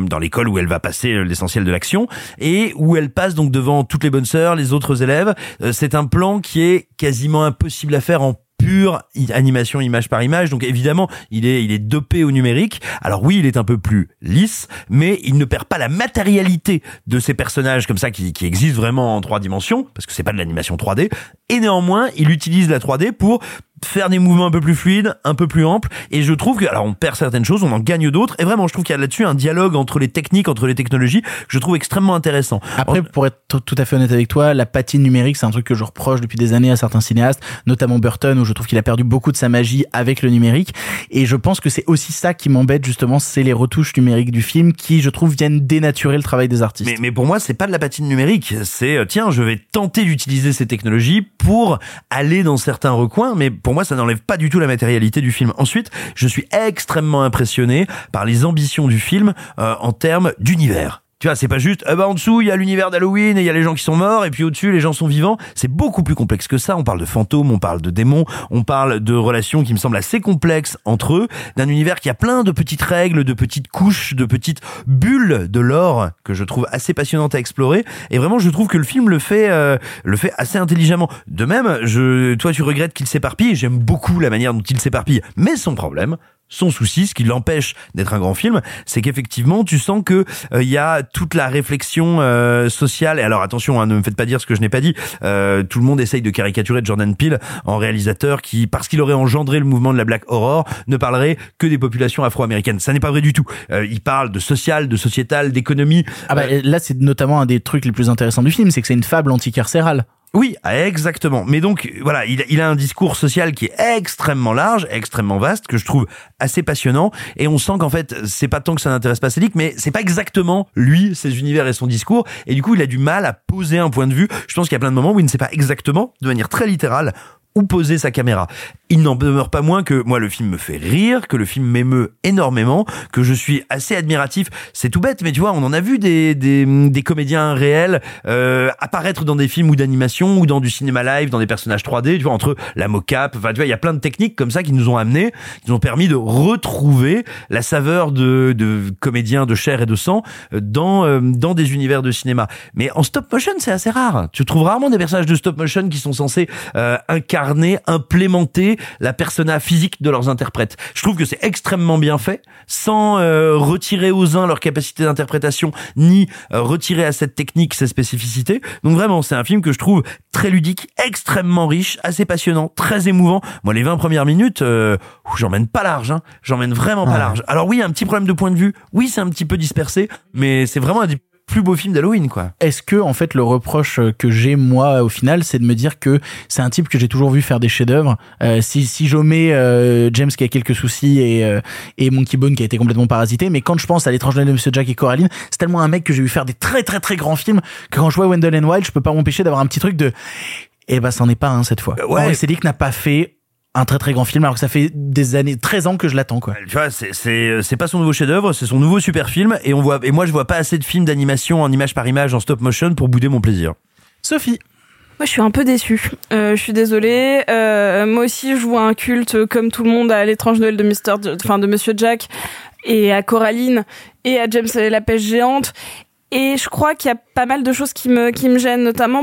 où elle va passer l'essentiel de l'action et où elle passe donc devant toutes les bonnes sœurs, les autres élèves. C'est un plan qui est quasiment impossible à faire en pure animation image par image, donc évidemment il est dopé au numérique. Alors oui, il est un peu plus lisse, mais il ne perd pas la matérialité de ces personnages comme ça qui existent vraiment en 3 dimensions, parce que c'est pas de l'animation 3D, et néanmoins il utilise la 3D pour faire des mouvements un peu plus fluides, un peu plus amples, et je trouve que, alors on perd certaines choses, on en gagne d'autres, et vraiment je trouve qu'il y a là-dessus un dialogue entre les techniques, entre les technologies, que je trouve extrêmement intéressant. Après, pour être tout à fait honnête avec toi, la patine numérique, c'est un truc que je reproche depuis des années à certains cinéastes, notamment Burton, où je trouve qu'il a perdu beaucoup de sa magie avec le numérique, et je pense que c'est aussi ça qui m'embête justement, c'est les retouches numériques du film qui, je trouve, viennent dénaturer le travail des artistes. Mais pour moi, c'est pas de la patine numérique, c'est tiens, je vais tenter d'utiliser ces technologies pour aller dans certains recoins, mais pour moi, ça n'enlève pas du tout la matérialité du film. Ensuite, je suis extrêmement impressionné par les ambitions du film en termes d'univers. Tu vois, c'est pas juste, en dessous, il y a l'univers d'Halloween et il y a les gens qui sont morts, et puis au-dessus, les gens sont vivants. C'est beaucoup plus complexe que ça. On parle de fantômes, on parle de démons, on parle de relations qui me semblent assez complexes entre eux, d'un univers qui a plein de petites règles, de petites couches, de petites bulles de lore que je trouve assez passionnantes à explorer. Et vraiment, je trouve que le film le fait assez intelligemment. De même, toi, tu regrettes qu'il s'éparpille. J'aime beaucoup la manière dont il s'éparpille. Mais son problème, son souci, ce qui l'empêche d'être un grand film, c'est qu'effectivement, tu sens que il y a toute la réflexion sociale. Et alors attention, hein, ne me faites pas dire ce que je n'ai pas dit. Tout le monde essaye de caricaturer Jordan Peele en réalisateur qui, parce qu'il aurait engendré le mouvement de la Black Horror, ne parlerait que des populations afro-américaines. Ça n'est pas vrai du tout. Il parle de social, de sociétal, d'économie. Là, c'est notamment un des trucs les plus intéressants du film, c'est que c'est une fable anticarcérale. Oui, exactement. Mais donc, voilà, il a un discours social qui est extrêmement large, extrêmement vaste, que je trouve assez passionnant. Et on sent qu'en fait, c'est pas tant que ça n'intéresse pas Selig, mais c'est pas exactement lui, ses univers et son discours. Et du coup, il a du mal à poser un point de vue. Je pense qu'il y a plein de moments où il ne sait pas exactement, de manière très littérale, où poser sa caméra. Il n'en demeure pas moins que moi, le film me fait rire, que le film m'émeut énormément, que je suis assez admiratif. C'est tout bête, mais tu vois, on en a vu des comédiens réels apparaître dans des films ou d'animation ou dans du cinéma live, dans des personnages 3D, tu vois, entre la mocap, enfin tu vois, il y a plein de techniques comme ça qui nous ont amenés, qui nous ont permis de retrouver la saveur de comédiens de chair et de sang dans des univers de cinéma. Mais en stop motion, c'est assez rare. Tu trouves rarement des personnages de stop motion qui sont censés incarner, implémenter la persona physique de leurs interprètes. Je trouve que c'est extrêmement bien fait, sans retirer aux uns leur capacité d'interprétation, ni retirer à cette technique ses spécificités. Donc vraiment, c'est un film que je trouve très ludique, extrêmement riche, assez passionnant, très émouvant. Moi, les 20 premières minutes, j'emmène pas large, hein. J'emmène vraiment pas large. Alors oui, un petit problème de point de vue. Oui, c'est un petit peu dispersé, mais c'est vraiment un des plus beau film d'Halloween, quoi. Est-ce que, en fait, le reproche que j'ai, moi, au final, c'est de me dire que c'est un type que j'ai toujours vu faire des chefs-d'œuvre. Si j'omets James qui a quelques soucis et Monkey Bone qui a été complètement parasité, mais quand je pense à L'étrange Noël de Monsieur Jack et Coraline, c'est tellement un mec que j'ai vu faire des très très très grands films que quand je vois Wendell and Wild, je peux pas m'empêcher d'avoir un petit truc de c'en est pas un cette fois. Henry Selick n'a pas fait un très très grand film alors que ça fait des années, 13 ans que je l'attends, quoi. Tu vois, c'est pas son nouveau chef-d'œuvre, c'est son nouveau super film, et moi je vois pas assez de films d'animation en image par image en stop motion pour bouder mon plaisir. Sophie. Moi, je suis un peu déçue. Je suis désolée. Moi aussi, je vois un culte comme tout le monde à L'étrange Noël de Monsieur Jack et à Coraline et à James et la pêche géante. Et je crois qu'il y a pas mal de choses qui me gênent, notamment,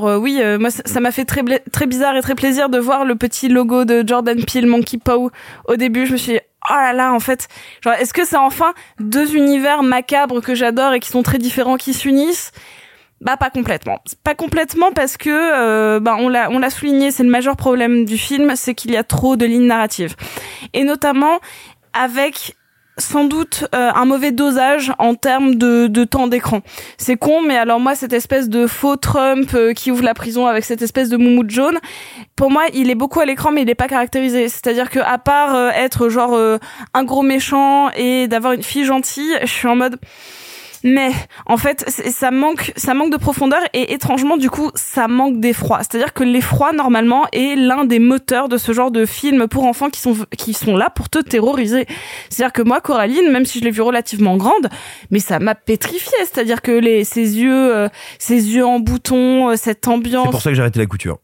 moi ça m'a fait très très bizarre et très plaisir de voir le petit logo de Jordan Peele, Monkey Paw. Au début, je me suis dit, oh là là, en fait, genre, est-ce que c'est enfin deux univers macabres que j'adore et qui sont très différents qui s'unissent? Pas complètement. Pas complètement parce que, on l'a souligné, c'est le majeur problème du film, c'est qu'il y a trop de lignes narratives. Et notamment avec sans doute un mauvais dosage en termes de temps d'écran. C'est con, mais alors moi, cette espèce de faux Trump qui ouvre la prison avec cette espèce de moumoute jaune, pour moi, il est beaucoup à l'écran, mais il est pas caractérisé. C'est-à-dire que à part être genre un gros méchant et d'avoir une fille gentille, je suis en mode Mais en fait, ça manque de profondeur et étrangement du coup, ça manque d'effroi. C'est-à-dire que l'effroi normalement est l'un des moteurs de ce genre de films pour enfants qui sont là pour te terroriser. C'est-à-dire que moi, Coraline, même si je l'ai vue relativement grande, mais ça m'a pétrifiée. C'est-à-dire que ses yeux en bouton, cette ambiance. C'est pour ça que j'ai arrêté la couture.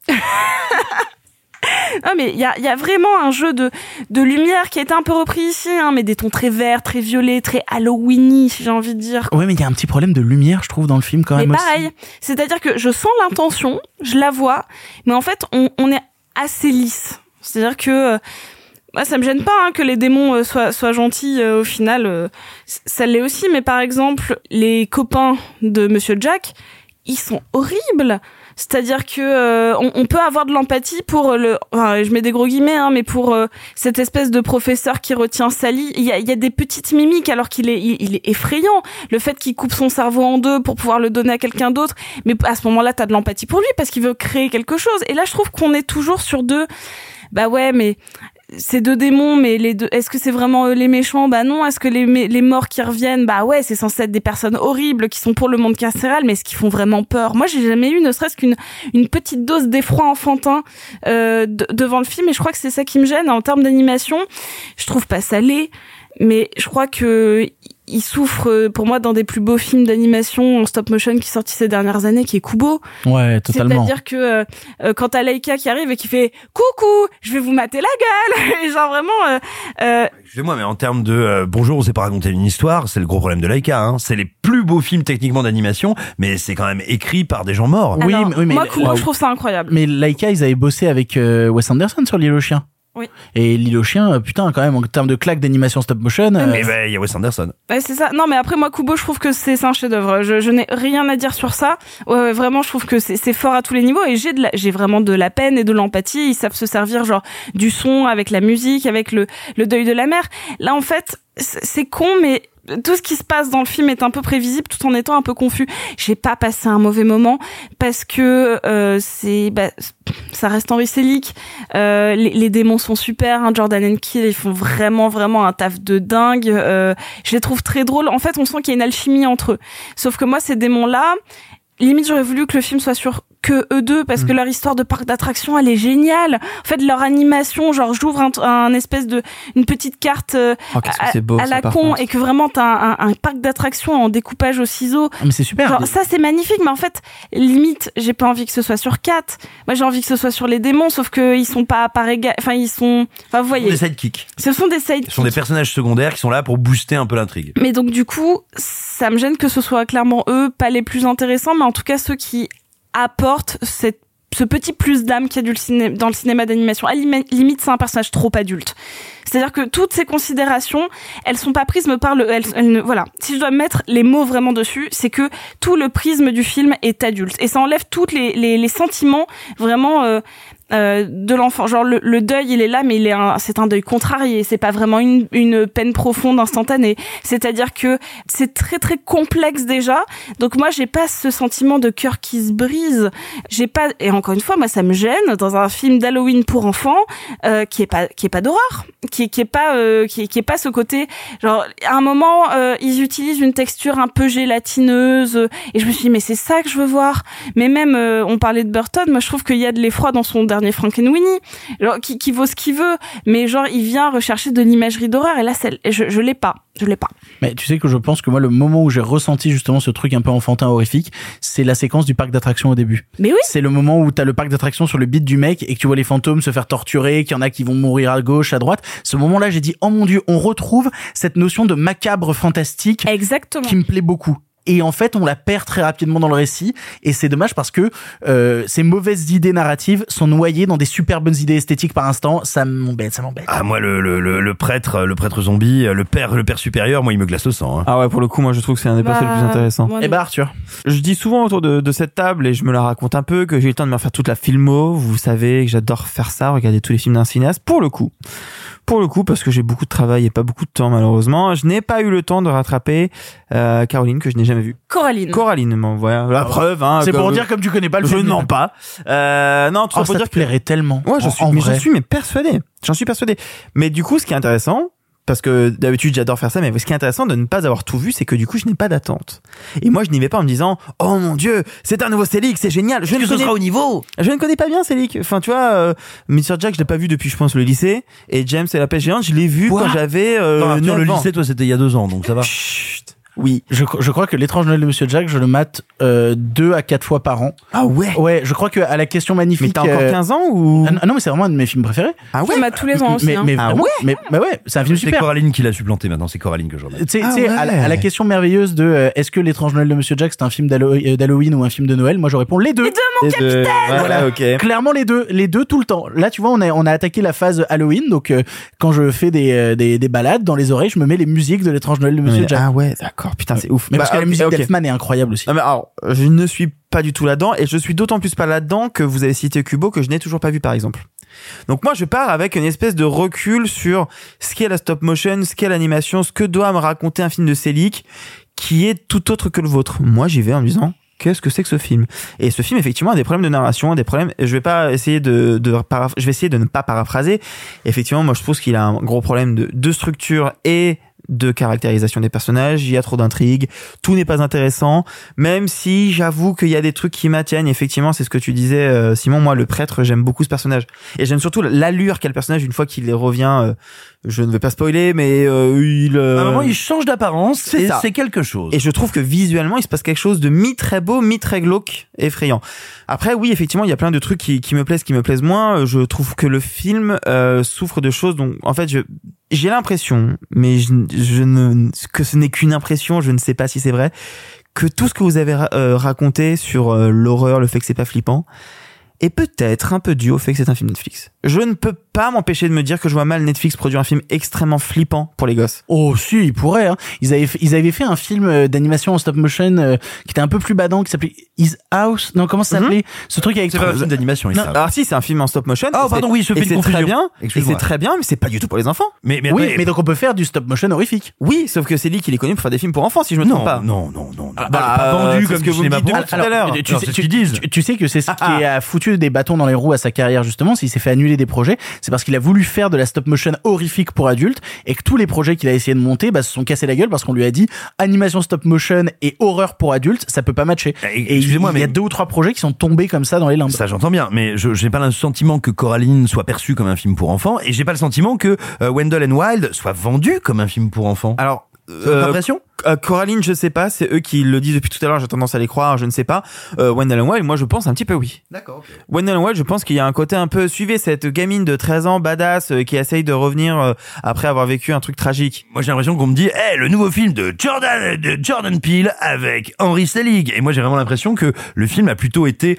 Non mais il y a vraiment un jeu de lumière qui a été un peu repris ici, hein, mais des tons très verts, très violets, très Halloweeny, j'ai envie de dire. Ouais, mais il y a un petit problème de lumière, je trouve, dans le film quand même. Mais pareil, c'est-à-dire que je sens l'intention, je la vois, mais en fait on est assez lisse. C'est-à-dire que moi, ça me gêne pas que les démons soient gentils au final, ça l'est aussi. Mais par exemple, les copains de Monsieur Jack, ils sont horribles. C'est-à-dire que on peut avoir de l'empathie pour je mets des gros guillemets, mais pour cette espèce de professeur qui retient Sally. Il y a des petites mimiques alors qu'il est effrayant. Le fait qu'il coupe son cerveau en deux pour pouvoir le donner à quelqu'un d'autre, mais à ce moment-là, t'as de l'empathie pour lui parce qu'il veut créer quelque chose. Et là, je trouve qu'on est toujours sur bah ouais, mais ces deux démons, mais les deux, est-ce que c'est vraiment eux les méchants? Bah non. Est-ce que les morts qui reviennent? Bah ouais, c'est censé être des personnes horribles qui sont pour le monde carcéral, mais est-ce qu'ils font vraiment peur? Moi, j'ai jamais eu ne serait-ce qu'une petite dose d'effroi enfantin devant le film, et je crois que c'est ça qui me gêne en termes d'animation. Je trouve pas ça laid, mais je crois que il souffre pour moi dans des plus beaux films d'animation en stop motion qui sortis ces dernières années, qui est Kubo. Ouais, totalement. C'est-à-dire que quand t'as Laika qui arrive et qui fait coucou, je vais vous mater la gueule, et genre vraiment Excusez-moi, mais en termes de bonjour, on sait pas raconter une histoire, c'est le gros problème de Laika, hein. C'est les plus beaux films techniquement d'animation, mais c'est quand même écrit par des gens morts. Oui, alors, mais moi Kubo, je trouve ça incroyable. Mais Laika, ils avaient bossé avec Wes Anderson sur L'île aux chiens. Oui. Et L'île aux chiens, putain, quand même, en termes de claque d'animation stop motion. Mais il y a Wes Anderson. Ouais, c'est ça. Non, mais après, moi, Kubo, je trouve que c'est un chef-d'œuvre. Je n'ai rien à dire sur ça. Ouais, vraiment, je trouve que c'est fort à tous les niveaux, et j'ai vraiment de la peine et de l'empathie. Ils savent se servir, genre, du son, avec la musique, avec le deuil de la mère. Là, en fait, c'est con, mais tout ce qui se passe dans le film est un peu prévisible tout en étant un peu confus. J'ai pas passé un mauvais moment parce que ça reste Henry Selick. Les démons sont super, Jordan and Peele, ils font vraiment un taf de dingue. Je les trouve très drôles. En fait, on sent qu'il y a une alchimie entre eux. Sauf que moi, ces démons-là, limite, j'aurais voulu que le film soit sur que eux deux, parce que leur histoire de parc d'attractions, elle est géniale. En fait, leur animation, genre, j'ouvre un espèce une petite carte à la con, et que vraiment t'as un parc d'attractions en découpage au ciseau. Mais c'est super. Genre, ça, c'est magnifique, mais en fait, limite, j'ai pas envie que ce soit sur 4. Moi, j'ai envie que ce soit sur les démons, sauf que ils sont pas par égal. Enfin, vous voyez. Des sidekicks. Ce sont des sidekicks. Ce sont des personnages secondaires qui sont là pour booster un peu l'intrigue. Mais donc, du coup, ça me gêne que ce soit clairement eux, pas les plus intéressants, mais en tout cas, ceux qui apporte ce petit plus d'âme qu'il y a dans le cinéma d'animation. À limite, c'est un personnage trop adulte. C'est-à-dire que toutes ces considérations, elles sont pas prises par voilà. Si je dois mettre les mots vraiment dessus, c'est que tout le prisme du film est adulte. Et ça enlève toutes les sentiments vraiment de l'enfant. Genre le deuil, il est là, mais c'est un deuil contrarié. C'est pas vraiment une peine profonde instantanée. C'est-à-dire que c'est très très complexe déjà. Donc moi, j'ai pas ce sentiment de cœur qui se brise. Et encore une fois, moi, ça me gêne dans un film d'Halloween pour enfants qui est pas d'horreur, qui est pas ce côté. Genre à un moment, ils utilisent une texture un peu gélatineuse, et je me suis dit mais c'est ça que je veux voir. Mais même on parlait de Burton, moi je trouve qu'il y a de l'effroi dans son dernier Frankenweenie, genre qui vaut ce qu'il veut, mais genre il vient rechercher de l'imagerie d'horreur, et là je l'ai pas. Mais tu sais que je pense que moi, le moment où j'ai ressenti justement ce truc un peu enfantin horrifique, c'est la séquence du parc d'attractions au début. Mais oui. C'est le moment où t'as le parc d'attractions sur le beat du mec et que tu vois les fantômes se faire torturer, qu'il y en a qui vont mourir à gauche, à droite. Ce moment-là, j'ai dit, oh mon Dieu, on retrouve cette notion de macabre fantastique. Exactement. Qui me plaît beaucoup. Et en fait, on la perd très rapidement dans le récit, et c'est dommage parce que ces mauvaises idées narratives sont noyées dans des super bonnes idées esthétiques par instant. Ça m'embête. Ah, moi, le prêtre zombie, le père supérieur, moi, il me glace le sang. Hein. Ah ouais, pour le coup, moi, je trouve que c'est un des persos les plus intéressants. Et bah, Arthur. Je dis souvent autour de cette table, et je me la raconte un peu, que j'ai eu le temps de me refaire toute la filmo. Vous savez que j'adore faire ça, regarder tous les films d'un cinéaste. Pour le coup, parce que j'ai beaucoup de travail et pas beaucoup de temps, malheureusement, je n'ai pas eu le temps de rattraper Caroline, que je n'ai jamais vue. Coraline, voilà, la preuve. Hein, c'est pour dire, comme tu connais pas le film. Je mens pas. Non, tout ça pour ça dire te plairait tellement. Ouais, j'en suis persuadé. Mais du coup, ce qui est intéressant, parce que d'habitude j'adore faire ça, mais ce qui est intéressant de ne pas avoir tout vu, c'est que du coup je n'ai pas d'attente. Et moi je n'y vais pas en me disant oh mon dieu, c'est un nouveau Selig, c'est génial. Je sera au niveau. Je ne connais pas bien Selig. Enfin tu vois, Mr. Jack je l'ai pas vu depuis je pense le lycée, et James et la pêche géante je l'ai vu quand j'avais 9 ans. Le lycée toi c'était il y a 2 ans donc ça va. Chut. Oui. Je crois que l'étrange Noël de Monsieur Jack, je le mate 2 à 4 fois par an. Ah ouais. Ouais, je crois que à la question magnifique. Mais t'as encore 15 ans ou non, mais c'est vraiment un de mes films préférés. Ah ouais. Je mate tous les ans aussi. Mais hein. vraiment, mais ouais, c'est un film super. C'est Coraline qui l'a supplanté maintenant, c'est Coraline que je remets. Tu sais, à la question merveilleuse de est-ce que l'étrange Noël de Monsieur Jack c'est un film d'Halloween ou un film de Noël, moi je réponds les deux. Les deux, mon capitaine. Voilà, ok. Clairement les deux tout le temps. Là, tu vois, on a attaqué la phase Halloween, donc quand je fais des balades dans les oreilles, je me mets les musiques de l'étrange Noël de Monsieur Jack. Ah ouais, d'accord. Putain, c'est ouf. Mais parce que la musique d'Elfman est incroyable aussi. Non mais alors, je ne suis pas du tout là-dedans, et je suis d'autant plus pas là-dedans que vous avez cité Kubo que je n'ai toujours pas vu par exemple. Donc moi je pars avec une espèce de recul sur ce qu'est la stop motion, ce qu'est l'animation, ce que doit me raconter un film de Selig qui est tout autre que le vôtre. Moi j'y vais en me disant qu'est-ce que c'est que ce film? Et ce film effectivement a des problèmes de narration, des problèmes. Je vais pas essayer je vais essayer de ne pas paraphraser. Effectivement, moi je pense qu'il a un gros problème de structure et de caractérisation des personnages, il y a trop d'intrigues, tout n'est pas intéressant, même si j'avoue qu'il y a des trucs qui m'atteignent. Effectivement, c'est ce que tu disais, Simon, moi le prêtre, j'aime beaucoup ce personnage, et j'aime surtout l'allure qu'a le personnage une fois qu'il revient. Je ne vais pas spoiler, mais à un moment il change d'apparence, c'est quelque chose. Et je trouve que visuellement il se passe quelque chose de mi-très beau, mi-très glauque, effrayant. Après oui, effectivement il y a plein de trucs qui me plaisent moins. Je trouve que le film souffre de choses dont en fait j'ai l'impression, mais que ce n'est qu'une impression, je ne sais pas si c'est vrai, que tout ce que vous avez raconté sur l'horreur, le fait que c'est pas flippant, est peut-être un peu dû au fait que c'est un film Netflix. Je ne peux pas m'empêcher de me dire que je vois mal Netflix produire un film extrêmement flippant pour les gosses. Oh si, ils pourraient. Hein. Ils avaient fait un film d'animation en stop motion qui était un peu plus badant, qui s'appelait His House. Non, comment ça s'appelait ce truc avec. C'est pas un film d'animation. Ah si, c'est un film en stop motion. Oh pardon, oui, je fais une confusion. Très bien. Et c'est très bien, mais c'est pas du tout pour les enfants. Mais donc on peut faire du stop motion horrifique. Oui, sauf que c'est lui qui est connu pour faire des films pour enfants, si je me trompe pas. Non. Pas vendu comme ce que vous me dites tout à l'heure. Tu sais que c'est ce qui a foutu des bâtons dans les roues à sa carrière justement. S'il s'est fait annuler des projets, c'est parce qu'il a voulu faire de la stop motion horrifique pour adultes, et que tous les projets qu'il a essayé de monter se sont cassés la gueule parce qu'on lui a dit animation stop motion et horreur pour adultes, ça peut pas matcher. Et excusez-moi, mais il y a 2 ou 3 projets qui sont tombés comme ça dans les limbes. Ça j'entends bien, mais j'ai pas le sentiment que Coraline soit perçue comme un film pour enfants, et j'ai pas le sentiment que Wendell and Wild soit vendu comme un film pour enfants. Alors l'impression Coraline, je sais pas, c'est eux qui le disent depuis tout à l'heure, j'ai tendance à les croire, je ne sais pas. Wendell and Wild, moi je pense un petit peu oui. D'accord. Okay. Wendell and Wild, je pense qu'il y a un côté un peu, suivez cette gamine de 13 ans badass qui essaye de revenir après avoir vécu un truc tragique. Moi j'ai l'impression qu'on me dit le nouveau film de Jordan Peele avec Henry Selig, et moi j'ai vraiment l'impression que le film a plutôt été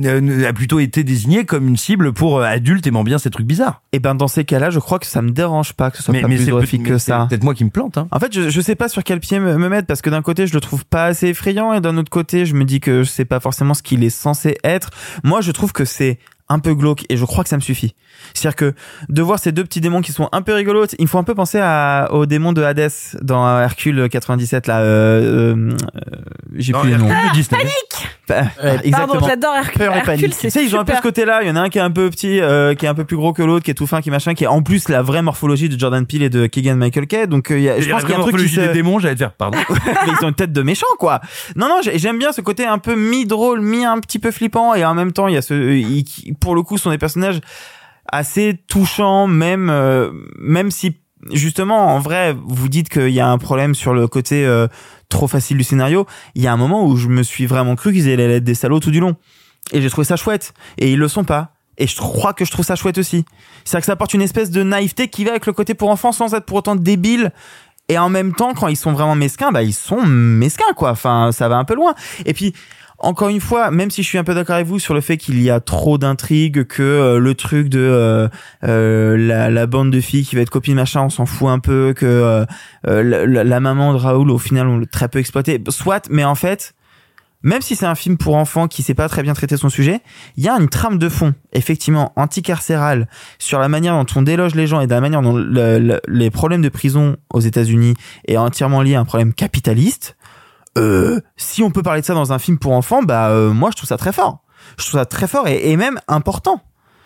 désigné comme une cible pour adultes aimant bien ces trucs bizarres. Et ben dans ces cas-là, je crois que ça me dérange pas que ce soit pas plus horrifique que ça. C'est peut-être moi qui me plante. Hein. En fait, je sais pas sur quel pied me mettre, parce que d'un côté je le trouve pas assez effrayant, et d'un autre côté je me dis que c'est pas forcément ce qu'il est censé être. Moi je trouve que c'est un peu glauque, et je crois que ça me suffit. C'est-à-dire que de voir ces 2 petits démons qui sont un peu rigolos, il faut un peu penser aux démons de Hadès dans Hercule 97 là. J'ai plus les noms. Panique. Pardon, j'adore Hercule, c'est super. Ils ont un peu ce côté-là. Il y en a un qui est un peu petit, qui est un peu plus gros que l'autre, qui est tout fin, qui machin, qui est en plus la vraie morphologie de Jordan Peele et de Keegan Michael Kay. Donc je pense qu'il y a un truc qui des démons, j'allais te faire pardon. Mais ils ont une tête de méchant quoi. Non, j'aime bien ce côté un peu mi-drôle, mi-un petit peu flippant, et en même temps il y a pour le coup, sont des personnages assez touchants, même si justement en vrai vous dites qu'il y a un problème sur le côté trop facile du scénario. Il y a un moment où je me suis vraiment cru qu'ils allaient être des salauds tout du long, et j'ai trouvé ça chouette, et ils le sont pas. Et je crois que je trouve ça chouette aussi. C'est-à-dire que ça apporte une espèce de naïveté qui va avec le côté pour enfants sans être pour autant débile. Et en même temps, quand ils sont vraiment mesquins, ils sont mesquins, quoi. Enfin, ça va un peu loin. Et puis, encore une fois, même si je suis un peu d'accord avec vous sur le fait qu'il y a trop d'intrigues, que le truc de la bande de filles qui va être copine machin, on s'en fout un peu, que la maman de Raoul, au final, on l'a très peu exploité. Soit, mais en fait, même si c'est un film pour enfants qui sait pas très bien traiter son sujet, il y a une trame de fond, effectivement, anticarcérale, sur la manière dont on déloge les gens et de la manière dont les problèmes de prison aux États-Unis est entièrement lié à un problème capitaliste. Si on peut parler de ça dans un film pour enfants, moi je trouve ça très fort. Je trouve ça très fort et même important.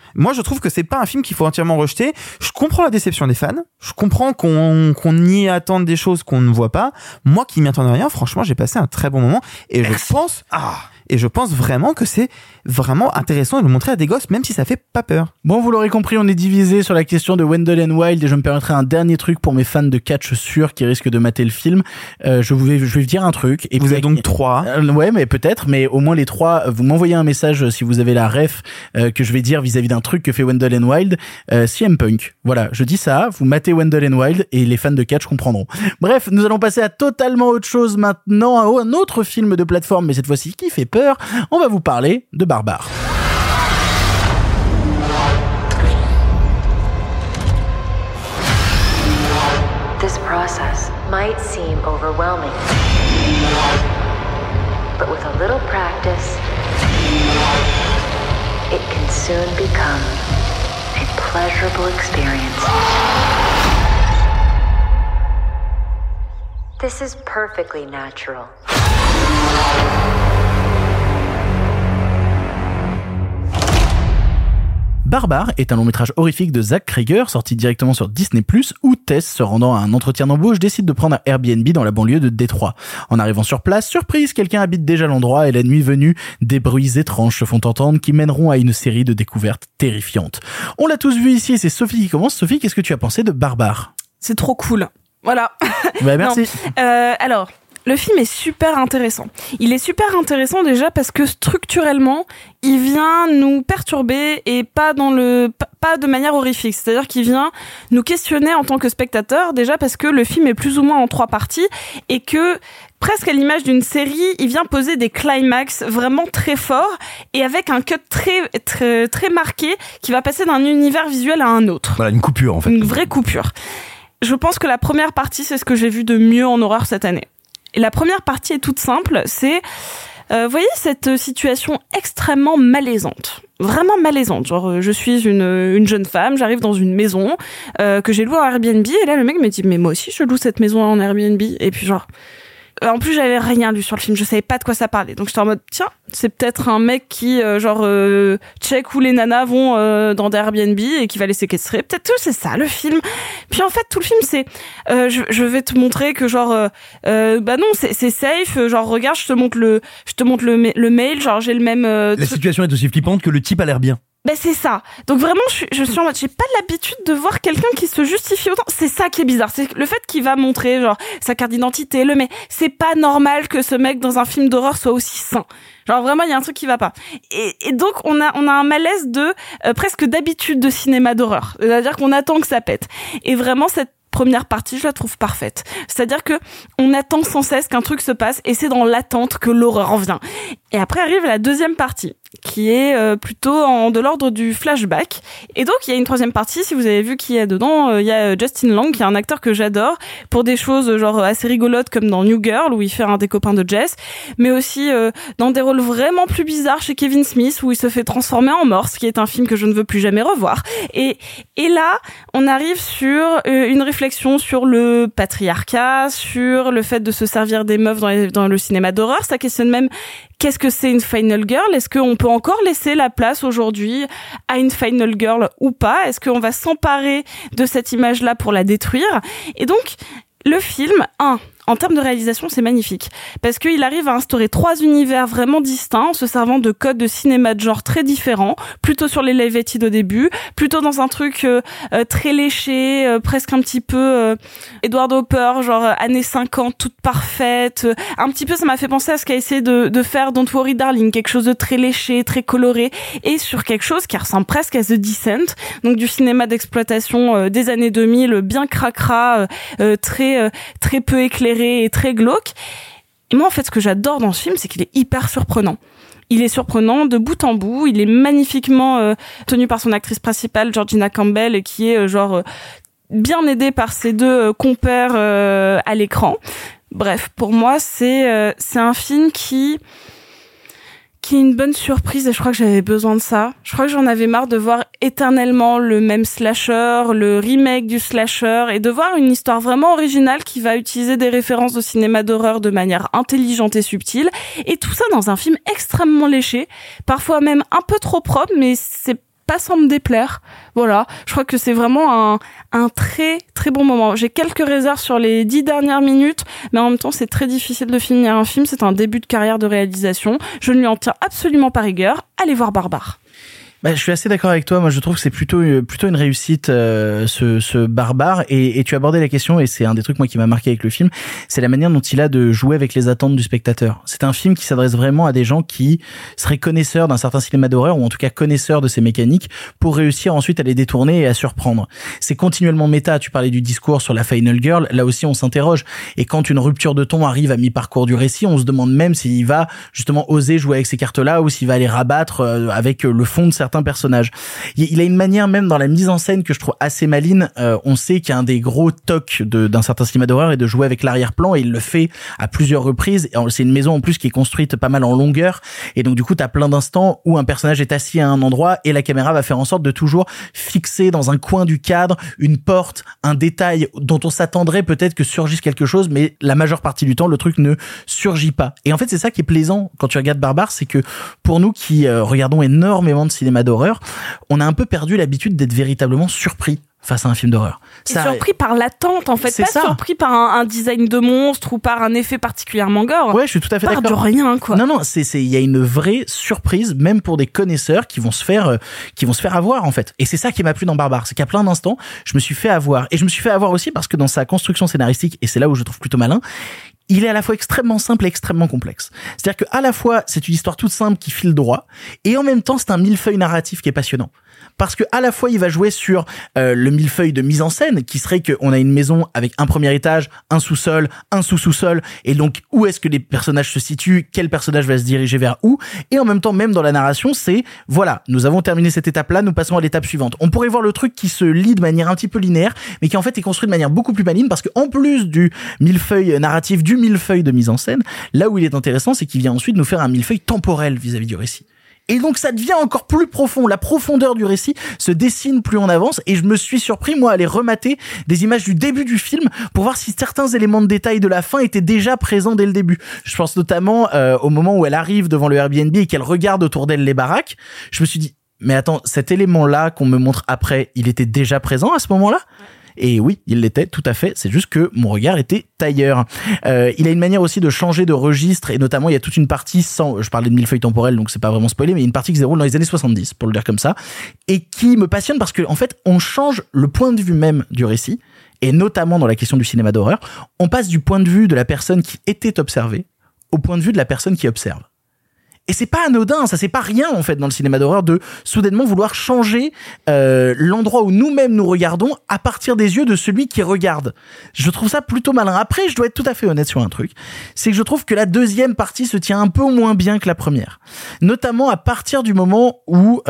Moi, je trouve que c'est pas un film qu'il faut entièrement rejeter. Je comprends la déception des fans. Je comprends qu'on y attende des choses qu'on ne voit pas. Moi qui m'y attendais rien, franchement, j'ai passé un très bon moment. Et je pense vraiment que c'est vraiment intéressant de le montrer à des gosses, même si ça fait pas peur. Bon, vous l'aurez compris, on est divisé sur la question de Wendell and Wild et je me permettrai un dernier truc pour mes fans de catch sûrs qui risquent de mater le film. Je vais vous dire un truc. Et vous êtes donc 3. Ouais, mais peut-être, mais au moins les 3, vous m'envoyez un message si vous avez la ref que je vais dire vis-à-vis d'un truc que fait Wendell and Wild. CM Punk. Voilà, je dis ça, vous matez Wendell and Wild et les fans de catch comprendront. Bref, nous allons passer à totalement autre chose maintenant, à un autre film de plateforme, mais cette fois-ci qui fait peur. On va vous parler de Barbare. This process might seem overwhelming, but with a little practice, it can soon become a pleasurable experience. This is perfectly natural. Barbare est un long métrage horrifique de Zach Cregger sorti directement sur Disney+, où Tess, se rendant à un entretien d'embauche, décide de prendre un Airbnb dans la banlieue de Détroit. En arrivant sur place, surprise, quelqu'un habite déjà l'endroit et la nuit venue, des bruits étranges se font entendre qui mèneront à une série de découvertes terrifiantes. On l'a tous vu ici et c'est Sophie qui commence. Sophie, qu'est-ce que tu as pensé de Barbare ? C'est trop cool. Voilà. Bah, merci. Alors, le film est super intéressant. Il est super intéressant déjà parce que structurellement, il vient nous perturber et pas de manière horrifique. C'est-à-dire qu'il vient nous questionner en tant que spectateur déjà parce que le film est plus ou moins en 3 parties et que presque à l'image d'une série, il vient poser des climax vraiment très forts et avec un cut très marqué qui va passer d'un univers visuel à un autre. Voilà, une coupure en fait. Une vraie coupure. Je pense que la première partie, c'est ce que j'ai vu de mieux en horreur cette année. Et la première partie est toute simple, c'est, voyez cette situation extrêmement malaisante, vraiment malaisante. Genre, je suis une jeune femme, j'arrive dans une maison que j'ai louée en Airbnb, et là le mec me dit mais moi aussi je loue cette maison en Airbnb, et puis genre. En plus, j'avais rien lu sur le film, je savais pas de quoi ça parlait. Donc j'étais en mode, tiens, c'est peut-être un mec qui, check où les nanas vont dans des Airbnb et qui va les séquestrer. Peut-être que c'est ça, le film. Puis en fait, tout le film, c'est, je vais te montrer que bah non, c'est safe. Genre, regarde, je te montre le mail. Genre, j'ai le même. La situation est aussi flippante que le type a l'air bien. Ben c'est ça. Donc vraiment, je suis en mode, j'ai pas l'habitude de voir quelqu'un qui se justifie autant. C'est ça qui est bizarre. C'est le fait qu'il va montrer genre sa carte d'identité, mais c'est pas normal que ce mec dans un film d'horreur soit aussi sain. Genre vraiment, il y a un truc qui va pas. Et donc on a un malaise de presque d'habitude de cinéma d'horreur. C'est-à-dire qu'on attend que ça pète. Et vraiment cette première partie, je la trouve parfaite. C'est-à-dire que on attend sans cesse qu'un truc se passe et c'est dans l'attente que l'horreur en vient. Et après arrive la deuxième partie qui est plutôt de l'ordre du flashback. Et donc il y a une troisième partie, si vous avez vu qui est dedans, il y a Justin Long qui est un acteur que j'adore pour des choses genre assez rigolotes comme dans New Girl où il fait un des copains de Jess, mais aussi dans des rôles vraiment plus bizarres chez Kevin Smith où il se fait transformer en morse, qui est un film que je ne veux plus jamais revoir. Et là, on arrive sur une réflexion sur le patriarcat, sur le fait de se servir des meufs dans le cinéma d'horreur. Ça questionne même qu'est-ce que c'est une final girl? Est-ce qu'on peut encore laisser la place aujourd'hui à une final girl ou pas? Est-ce qu'on va s'emparer de cette image-là pour la détruire? Et donc, le film, en termes de réalisation, c'est magnifique. Parce qu'il arrive à instaurer 3 univers vraiment distincts en se servant de codes de cinéma de genre très différents, plutôt sur les Elevated au début, plutôt dans un truc très léché, presque un petit peu Edward Hopper, genre années 50, toute parfaite. Un petit peu, ça m'a fait penser à ce qu'a essayé de faire Don't Worry Darling, quelque chose de très léché, très coloré, et sur quelque chose qui ressemble presque à The Descent, donc du cinéma d'exploitation des années 2000, bien cracra, très peu éclairé et très glauque. Et moi, en fait, ce que j'adore dans ce film, c'est qu'il est hyper surprenant. Il est surprenant de bout en bout. Il est magnifiquement tenu par son actrice principale, Georgina Campbell, qui est bien aidée par ses 2 compères à l'écran. Bref, pour moi, c'est un film qui est une bonne surprise et je crois que j'avais besoin de ça. Je crois que j'en avais marre de voir éternellement le même slasher, le remake du slasher et de voir une histoire vraiment originale qui va utiliser des références de cinéma d'horreur de manière intelligente et subtile et tout ça dans un film extrêmement léché, parfois même un peu trop propre, mais c'est pas sans me déplaire. Voilà, je crois que c'est vraiment un très très bon moment. J'ai quelques réserves sur les 10 dernières minutes, mais en même temps c'est très difficile de finir un film, c'est un début de carrière de réalisation. Je ne lui en tiens absolument pas rigueur. Allez voir Barbare. Bah, je suis assez d'accord avec toi. Moi, je trouve que c'est plutôt une réussite, ce Barbare. Et tu as abordé la question, et c'est un des trucs, moi, qui m'a marqué avec le film. C'est la manière dont il a de jouer avec les attentes du spectateur. C'est un film qui s'adresse vraiment à des gens qui seraient connaisseurs d'un certain cinéma d'horreur, ou en tout cas connaisseurs de ses mécaniques, pour réussir ensuite à les détourner et à surprendre. C'est continuellement méta. Tu parlais du discours sur la Final Girl. Là aussi, on s'interroge. Et quand une rupture de ton arrive à mi-parcours du récit, on se demande même s'il va justement oser jouer avec ces cartes-là, ou s'il va les rabattre avec le fond de certains personnages. Il a une manière même dans la mise en scène que je trouve assez maligne. On sait qu'un des gros tocs d'un certain cinéma d'horreur est de jouer avec l'arrière-plan, et il le fait à plusieurs reprises. C'est une maison en plus qui est construite pas mal en longueur, et donc du coup t'as plein d'instants où un personnage est assis à un endroit et la caméra va faire en sorte de toujours fixer dans un coin du cadre une porte, un détail dont on s'attendrait peut-être que surgisse quelque chose, mais la majeure partie du temps le truc ne surgit pas. Et en fait c'est ça qui est plaisant quand tu regardes Barbare, c'est que pour nous qui regardons énormément de cinéma d'horreur, on a un peu perdu l'habitude d'être véritablement surpris face à un film d'horreur. Surpris par l'attente, en fait, pas surpris par un design de monstre ou par un effet particulièrement gore. Ouais, je suis tout à fait d'accord. Par du rien, quoi. Non, il y a une vraie surprise, même pour des connaisseurs qui vont se faire avoir, en fait. Et c'est ça qui m'a plu dans Barbare, c'est qu'à plein d'instants, je me suis fait avoir. Et je me suis fait avoir aussi parce que dans sa construction scénaristique, et c'est là où je le trouve plutôt malin, il est à la fois extrêmement simple et extrêmement complexe. C'est-à-dire que à la fois, c'est une histoire toute simple qui file droit, et en même temps, c'est un millefeuille narratif qui est passionnant. Parce que à la fois il va jouer sur le millefeuille de mise en scène, qui serait qu'on a une maison avec un premier étage, un sous-sol, un sous-sous-sol, et donc où est-ce que les personnages se situent, quel personnage va se diriger vers où, et en même temps même dans la narration c'est voilà, nous avons terminé cette étape-là, nous passons à l'étape suivante. On pourrait voir le truc qui se lit de manière un petit peu linéaire, mais qui en fait est construit de manière beaucoup plus maligne, parce que en plus du millefeuille narratif, du millefeuille de mise en scène, là où il est intéressant, c'est qu'il vient ensuite nous faire un millefeuille temporel vis-à-vis du récit. Et donc ça devient encore plus profond, la profondeur du récit se dessine plus on avance, et je me suis surpris moi à aller remater des images du début du film pour voir si certains éléments de détail de la fin étaient déjà présents dès le début. Je pense notamment au moment où elle arrive devant le Airbnb et qu'elle regarde autour d'elle les baraques. Je me suis dit, mais attends, cet élément-là qu'on me montre après, il était déjà présent à ce moment-là ? Et oui, il l'était, tout à fait. C'est juste que mon regard était ailleurs. Il a une manière aussi de changer de registre, et notamment il y a toute une partie je parlais de millefeuille temporel, donc c'est pas vraiment spoilé, mais il y a une partie qui se déroule dans les années 70, pour le dire comme ça, et qui me passionne parce que en fait, on change le point de vue même du récit, et notamment dans la question du cinéma d'horreur, on passe du point de vue de la personne qui était observée au point de vue de la personne qui observe. Et c'est pas anodin, ça c'est pas rien en fait dans le cinéma d'horreur de soudainement vouloir changer l'endroit où nous-mêmes nous regardons à partir des yeux de celui qui regarde. Je trouve ça plutôt malin. Après, je dois être tout à fait honnête sur un truc, c'est que je trouve que la deuxième partie se tient un peu moins bien que la première. Notamment à partir du moment où,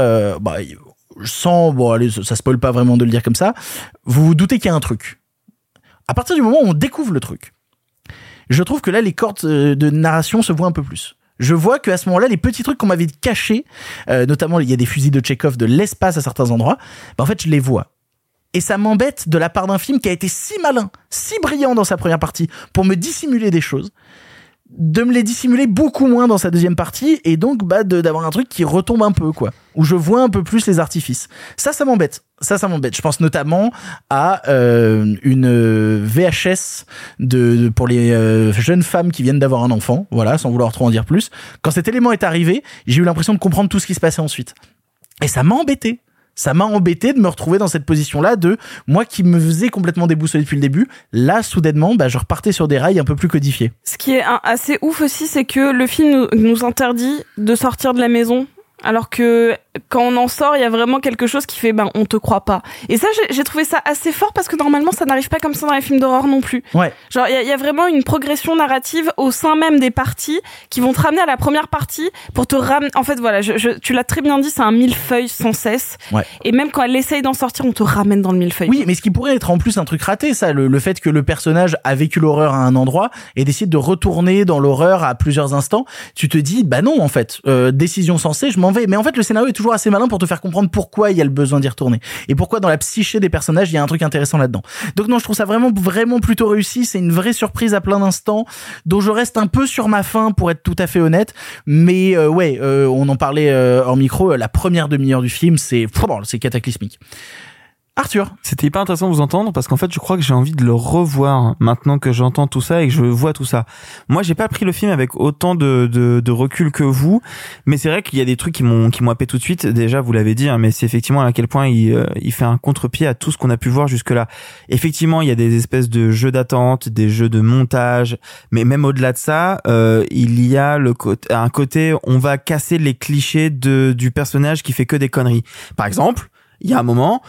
ça spoil pas vraiment de le dire comme ça, vous vous doutez qu'il y a un truc. À partir du moment où on découvre le truc, je trouve que là les cordes de narration se voient un peu plus. Je vois qu'à ce moment-là, les petits trucs qu'on m'avait cachés, notamment il y a des fusils de Tchekhov de l'espace à certains endroits, en fait je les vois. Et ça m'embête de la part d'un film qui a été si malin, si brillant dans sa première partie pour me dissimuler des choses, de me les dissimuler beaucoup moins dans sa deuxième partie, et donc d'avoir un truc qui retombe un peu, quoi, où je vois un peu plus les artifices. Ça m'embête. Ça m'embête. Je pense notamment à une VHS pour les jeunes femmes qui viennent d'avoir un enfant, voilà, sans vouloir trop en dire plus. Quand cet élément est arrivé, j'ai eu l'impression de comprendre tout ce qui se passait ensuite. Et ça m'a embêté. Ça m'a embêté de me retrouver dans cette position-là de moi qui me faisais complètement déboussoler depuis le début. Là, soudainement, je repartais sur des rails un peu plus codifiés. Ce qui est assez ouf aussi, c'est que le film nous interdit de sortir de la maison. Alors que quand on en sort, il y a vraiment quelque chose qui fait on te croit pas. Et ça, j'ai trouvé ça assez fort parce que normalement ça n'arrive pas comme ça dans les films d'horreur non plus. Ouais. Genre il y a vraiment une progression narrative au sein même des parties qui vont te ramener à la première partie pour te ramener. En fait voilà, tu l'as très bien dit, c'est un millefeuille sans cesse. Ouais. Et même quand elle essaye d'en sortir, on te ramène dans le millefeuille. Oui, mais ce qui pourrait être en plus un truc raté, ça, le fait que le personnage a vécu l'horreur à un endroit et décide de retourner dans l'horreur à plusieurs instants, tu te dis non en fait, décision sensée, je m'en vais. Mais en fait le scénario est toujours assez malin pour te faire comprendre pourquoi il y a le besoin d'y retourner et pourquoi dans la psyché des personnages il y a un truc intéressant là-dedans. Donc non, je trouve ça vraiment plutôt réussi. C'est une vraie surprise à plein d'instants dont je reste un peu sur ma faim pour être tout à fait honnête. Mais on en parlait hors micro. La première demi-heure du film, c'est cataclysmique. Arthur. C'était hyper intéressant de vous entendre parce qu'en fait, je crois que j'ai envie de le revoir maintenant que j'entends tout ça et que je vois tout ça. Moi, j'ai pas pris le film avec autant de recul que vous, mais c'est vrai qu'il y a des trucs qui m'ont happé tout de suite. Déjà, vous l'avez dit, hein, mais c'est effectivement à quel point il fait un contre-pied à tout ce qu'on a pu voir jusque-là. Effectivement, il y a des espèces de jeux d'attente, des jeux de montage, mais même au-delà de ça, il y a un côté, on va casser les clichés du personnage qui fait que des conneries. Par exemple, il y a un moment,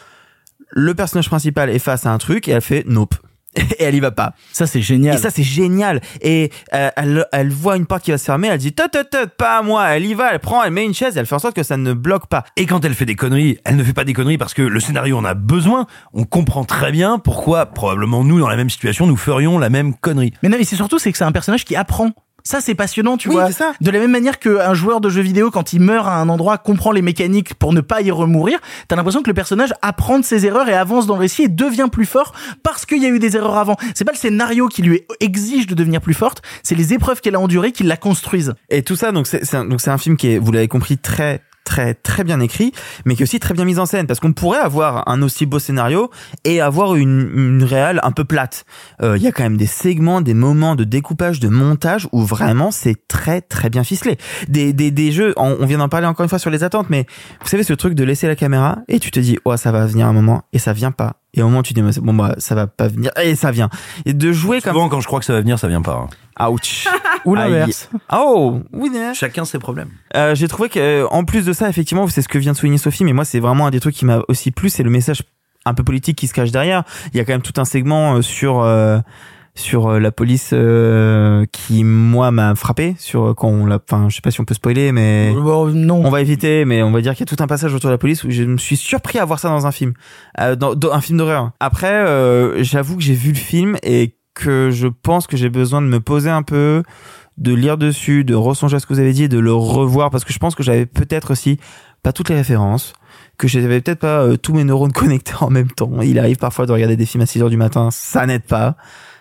le personnage principal est face à un truc et elle fait nope. Et elle y va pas. Ça, c'est génial. Et ça, c'est génial. Et elle voit une porte qui va se fermer, elle dit pas à moi. Elle y va, elle prend, elle met une chaise, elle fait en sorte que ça ne bloque pas. Et quand elle fait des conneries, elle ne fait pas des conneries parce que le scénario en a besoin. On comprend très bien pourquoi, probablement nous, dans la même situation, nous ferions la même connerie. Mais non, mais c'est surtout, c'est que c'est un personnage qui apprend. Ça, c'est passionnant, tu vois. C'est ça. De la même manière qu'un joueur de jeu vidéo, quand il meurt à un endroit, comprend les mécaniques pour ne pas y remourir, t'as l'impression que le personnage apprend de ses erreurs et avance dans le récit et devient plus fort parce qu'il y a eu des erreurs avant. C'est pas le scénario qui lui exige de devenir plus forte, c'est les épreuves qu'elle a endurées qui la construisent. Et tout ça, donc c'est un film qui est, vous l'avez compris, très bien écrit, mais qui est aussi très bien mise en scène, parce qu'on pourrait avoir un aussi beau scénario et avoir une réale un peu plate. Il y a quand même des segments, des moments de découpage, de montage où vraiment c'est très bien ficelé. Des jeux, on vient d'en parler encore une fois sur les attentes, mais vous savez ce truc de laisser la caméra et tu te dis oh ça va venir un moment et ça vient pas. Et au moment où tu dis bon bah ça va pas venir et ça vient. Et de jouer comme souvent quand je crois que ça va venir, ça vient pas. Ouch. Ou l'inverse. Oh, oui. Chacun ses problèmes. J'ai trouvé que en plus de ça, effectivement, c'est ce que vient de souligner Sophie, mais moi c'est vraiment un des trucs qui m'a aussi plu, c'est le message un peu politique qui se cache derrière. Il y a quand même tout un segment sur la police qui moi m'a frappé sur quand on l'a, enfin je sais pas si on peut spoiler, mais non, on va éviter, mais on va dire qu'il y a tout un passage autour de la police où je me suis surpris à voir ça dans un film, dans un film d'horreur. Après j'avoue que j'ai vu le film et que je pense que j'ai besoin de me poser un peu, de lire dessus, de ressonger à ce que vous avez dit et de le revoir, parce que je pense que j'avais peut-être aussi pas toutes les références, que j'avais peut-être pas tous mes neurones connectés en même temps. Il arrive parfois de regarder des films à 6h du matin, ça n'aide pas.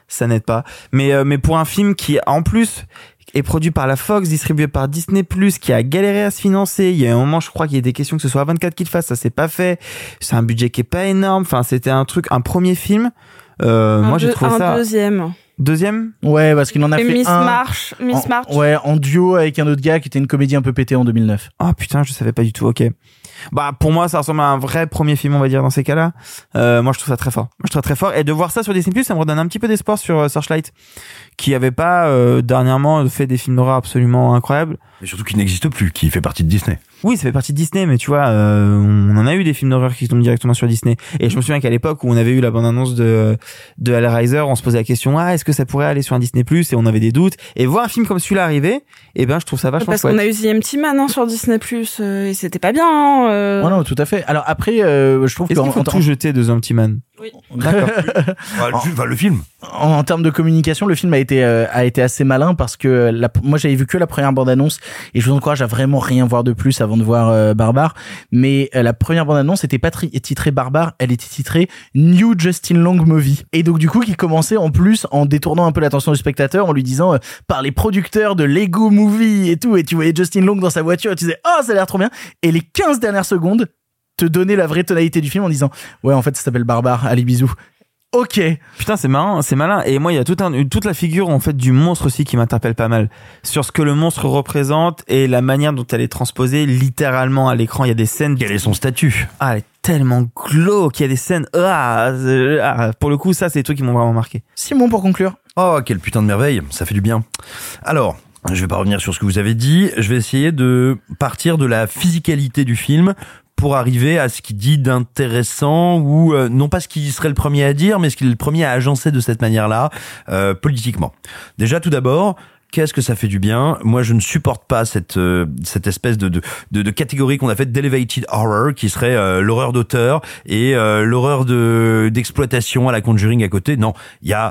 Mais pour un film qui en plus est produit par la Fox, distribué par Disney+, qui a galéré à se financer. Il y a un moment, je crois qu'il y a des questions que ce soit A24 qui le fasse, ça s'est pas fait. C'est un budget qui est pas énorme. Enfin, c'était un premier film. Moi, j'ai trouvé ça. Deuxième? Ouais, parce qu'il en a fait Miss un. March. Ouais, en duo avec un autre gars qui était une comédie un peu pétée en 2009. Ah putain, je savais pas du tout. Ok. Bah pour moi, ça ressemble à un vrai premier film, on va dire dans ces cas-là. Moi, je trouve ça très fort. Et de voir ça sur Disney+, ça me redonne un petit peu d'espoir sur Searchlight, qui avait pas dernièrement fait des films d'horreur absolument incroyables. Et surtout qui n'existe plus, qui fait partie de Disney. Oui, ça fait partie de Disney, mais tu vois, on en a eu des films d'horreur qui tombent directement sur Disney. Et je me souviens qu'à l'époque où on avait eu la bande-annonce de Hellraiser, on se posait la question, est-ce que ça pourrait aller sur un Disney+, et on avait des doutes. Et voir un film comme celui-là arriver, je trouve ça vachement chouette. Parce qu'on a eu The Empty Man sur Disney+, et c'était pas bien. Ouais, non, tout à fait. Alors après, je trouve qu'il faut tout jeter de The Empty Man. Oui. D'accord. Le film. En termes de communication, le film a été assez malin parce que moi j'avais vu que la première bande-annonce et je vous encourage à vraiment rien voir de plus avant de voir Barbare. Mais la première bande-annonce était pas titrée Barbare, elle était titrée New Justin Long Movie. Et donc du coup, qui commençait en plus en détournant un peu l'attention du spectateur en lui disant par les producteurs de Lego Movie et tout. Et tu voyais Justin Long dans sa voiture et tu disais ça a l'air trop bien. Et les 15 dernières secondes te donner la vraie tonalité du film en disant ouais en fait ça s'appelle Barbare, allez bisous. Ok. Putain, c'est marrant, c'est malin. Et moi, il y a toute la figure, en fait, du monstre aussi qui m'interpelle pas mal. Sur ce que le monstre représente et la manière dont elle est transposée littéralement à l'écran. Il y a des scènes. Quel est son statut? Elle est tellement glauque. Il y a des scènes, pour le coup, ça, c'est des trucs qui m'ont vraiment marqué. Simon, pour conclure. Oh, quelle putain de merveille. Ça fait du bien. Alors, je vais pas revenir sur ce que vous avez dit. Je vais essayer de partir de la physicalité du film pour arriver à ce qu'il dit d'intéressant ou non pas ce qu'il serait le premier à dire, mais ce qu'il est le premier à agencer de cette manière-là, politiquement. Déjà, tout d'abord, qu'est-ce que ça fait du bien? Moi, je ne supporte pas cette espèce de catégorie qu'on a faite d'elevated horror, qui serait l'horreur d'auteur et l'horreur d'exploitation à la Conjuring à côté. Non, il y a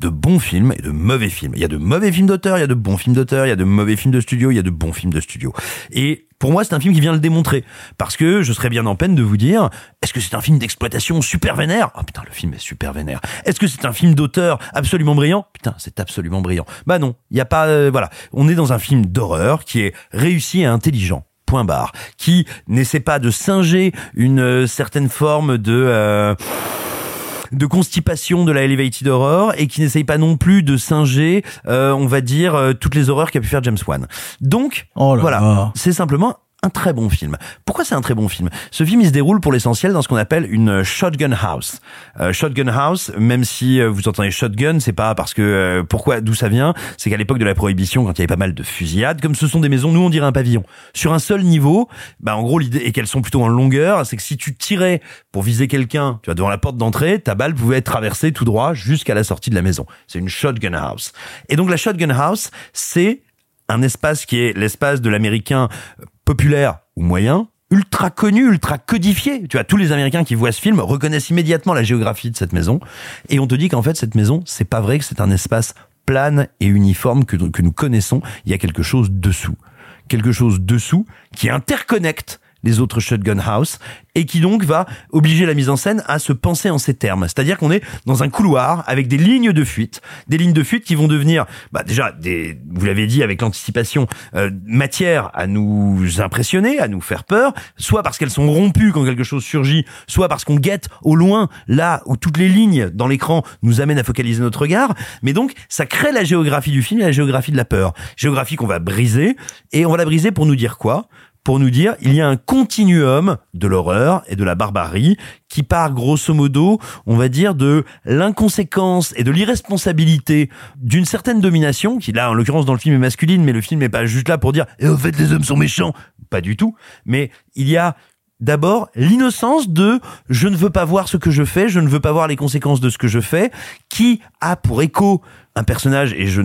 de bons films et de mauvais films. Il y a de mauvais films d'auteur, il y a de bons films d'auteur, il y a de mauvais films de studio, il y a de bons films de studio. Et pour moi, c'est un film qui vient le démontrer. Parce que je serais bien en peine de vous dire, est-ce que c'est un film d'exploitation super vénère? Oh putain, le film est super vénère. Est-ce que c'est un film d'auteur absolument brillant? Putain, c'est absolument brillant. Bah non, il y a pas, voilà. On est dans un film d'horreur qui est réussi et intelligent. Point barre. Qui n'essaie pas de singer une certaine forme de constipation de la elevated horror et qui n'essaye pas non plus de singer, on va dire, toutes les horreurs qu'a pu faire James Wan. Donc, voilà, c'est simplement un très bon film. Pourquoi c'est un très bon film? Ce film, il se déroule pour l'essentiel dans ce qu'on appelle une shotgun house. Shotgun house, même si vous entendez shotgun, c'est pas parce que d'où ça vient? C'est qu'à l'époque de la Prohibition, quand il y avait pas mal de fusillades, comme ce sont des maisons, nous on dirait un pavillon. Sur un seul niveau, bah en gros l'idée est qu'elles sont plutôt en longueur, c'est que si tu tirais pour viser quelqu'un, tu vas devant la porte d'entrée, ta balle pouvait être traversée tout droit jusqu'à la sortie de la maison. C'est une shotgun house. Et donc la shotgun house, c'est un espace qui est l'espace de l'américain populaire ou moyen, ultra connu, ultra codifié. Tu vois, tous les Américains qui voient ce film reconnaissent immédiatement la géographie de cette maison. Et on te dit qu'en fait, cette maison, c'est pas vrai que c'est un espace plane et uniforme que nous connaissons. Il y a quelque chose dessous. Quelque chose dessous qui interconnecte les autres shotgun house et qui donc va obliger la mise en scène à se penser en ces termes. C'est-à-dire qu'on est dans un couloir avec des lignes de fuite qui vont devenir, déjà vous l'avez dit avec l'anticipation, matière à nous impressionner, à nous faire peur, soit parce qu'elles sont rompues quand quelque chose surgit, soit parce qu'on guette au loin là où toutes les lignes dans l'écran nous amènent à focaliser notre regard. Mais donc ça crée la géographie du film et la géographie de la peur. Géographie qu'on va briser, et on va la briser pour nous dire quoi? Pour nous dire, il y a un continuum de l'horreur et de la barbarie qui part grosso modo, on va dire, de l'inconséquence et de l'irresponsabilité d'une certaine domination, qui là, en l'occurrence, dans le film est masculine, mais le film n'est pas juste là pour dire « Et au fait, les hommes sont méchants !» Pas du tout. Mais il y a d'abord l'innocence de « Je ne veux pas voir ce que je fais, je ne veux pas voir les conséquences de ce que je fais », qui a pour écho un personnage, et je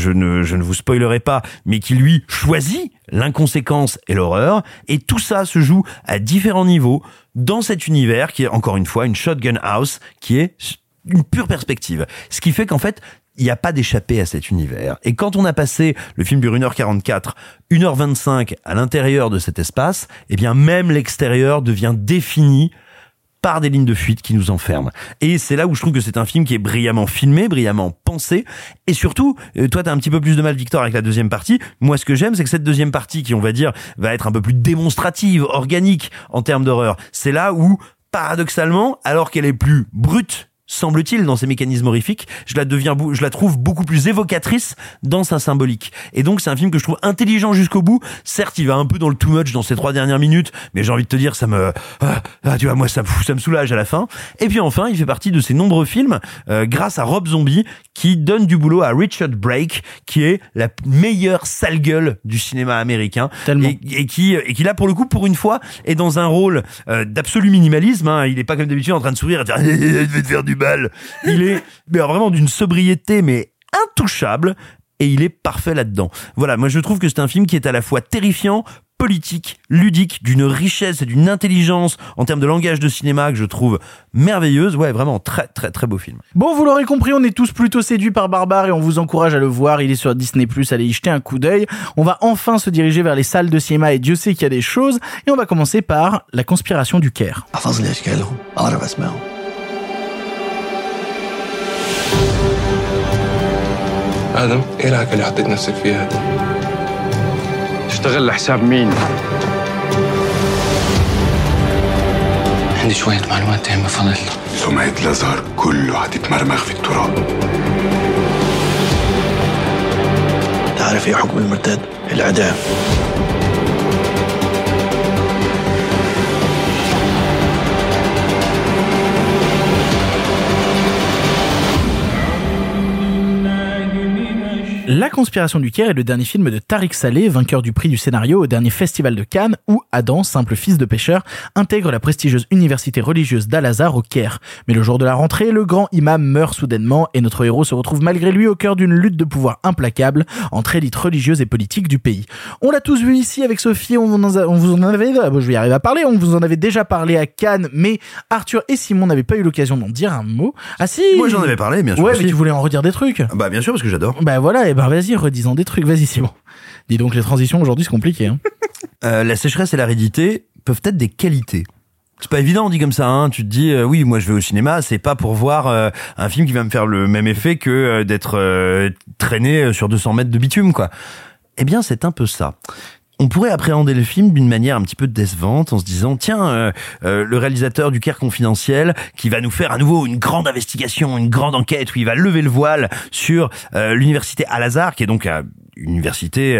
ne vous spoilerai pas, mais qui lui choisit l'inconséquence et l'horreur, et tout ça se joue à différents niveaux dans cet univers qui est encore une fois une shotgun house, qui est une pure perspective. Ce qui fait qu'en fait, il n'y a pas d'échappée à cet univers. Et quand on a passé, le film dure 1h44, 1h25 à l'intérieur de cet espace, eh bien même l'extérieur devient défini par des lignes de fuite qui nous enferment. Et c'est là où je trouve que c'est un film qui est brillamment filmé, brillamment pensé, et surtout, toi t'as un petit peu plus de mal, Victor, avec la deuxième partie. Moi, ce que j'aime, c'est que cette deuxième partie, qui on va dire va être un peu plus démonstrative, organique en termes d'horreur, c'est là où, paradoxalement, alors qu'elle est plus brute, semble-t-il, dans ses mécanismes horrifiques, je la trouve beaucoup plus évocatrice dans sa symbolique. Et donc, c'est un film que je trouve intelligent jusqu'au bout. Certes, il va un peu dans le too much dans ces 3 dernières minutes, mais j'ai envie de te dire, ça me soulage à la fin. Et puis enfin, il fait partie de ces nombreux films, grâce à Rob Zombie, qui donne du boulot à Richard Brake, qui est la meilleure sale gueule du cinéma américain. Et qui là, pour le coup, pour une fois, est dans un rôle d'absolu minimalisme, hein. Il est pas comme d'habitude en train de sourire et de dire je vais te faire du mal. Il est vraiment d'une sobriété mais intouchable, et il est parfait là-dedans. Voilà, moi je trouve que c'est un film qui est à la fois terrifiant, politique, ludique, d'une richesse et d'une intelligence en termes de langage de cinéma que je trouve merveilleuse. Ouais, vraiment très très très beau film. Bon, vous l'aurez compris, on est tous plutôt séduits par Barbare et on vous encourage à le voir. Il est sur Disney+, allez y jeter un coup d'œil. On va enfin se diriger vers les salles de cinéma et Dieu sait qu'il y a des choses. Et on va commencer par La conspiration du Caire. آدم إيه العكة اللي حطيت نفسك فيها دي؟ تشتغل لحساب مين؟ عندي شوية معلومات تهم فضل. سمعة الأزهر كله هتتمرمغ في التراب. تعرف إيه حكم المرتد؟ الإعدام. La Conspiration du Caire est le dernier film de Tariq Saleh, vainqueur du prix du scénario au dernier festival de Cannes, où Adam, simple fils de pêcheur, intègre la prestigieuse université religieuse d'Al-Azhar au Caire. Mais le jour de la rentrée, le grand imam meurt soudainement et notre héros se retrouve malgré lui au cœur d'une lutte de pouvoir implacable entre élites religieuses et politiques du pays. On l'a tous vu ici avec Sophie, on vous en avait, je vais y arriver à parler, on vous en avait déjà parlé à Cannes, mais Arthur et Simon n'avaient pas eu l'occasion d'en dire un mot. Ah si! Moi j'en avais parlé, bien sûr. Ouais, aussi. mais tu voulais en redire des trucs. Bah bien sûr, parce que j'adore. Bah voilà, et ben vas-y, redisons des trucs, vas-y Simon. Dis donc, les transitions aujourd'hui c'est compliqué. Hein. La sécheresse et l'aridité peuvent être des qualités. C'est pas évident, on dit comme ça, hein. Tu te dis, oui, moi je vais au cinéma, c'est pas pour voir un film qui va me faire le même effet que d'être traîné sur 200 mètres de bitume, quoi. Eh bien, c'est un peu ça. On pourrait appréhender le film d'une manière un petit peu décevante en se disant, tiens, le réalisateur du Caire confidentiel qui va nous faire à nouveau une grande investigation, une grande enquête où il va lever le voile sur l'université Al-Azhar, qui est donc une université,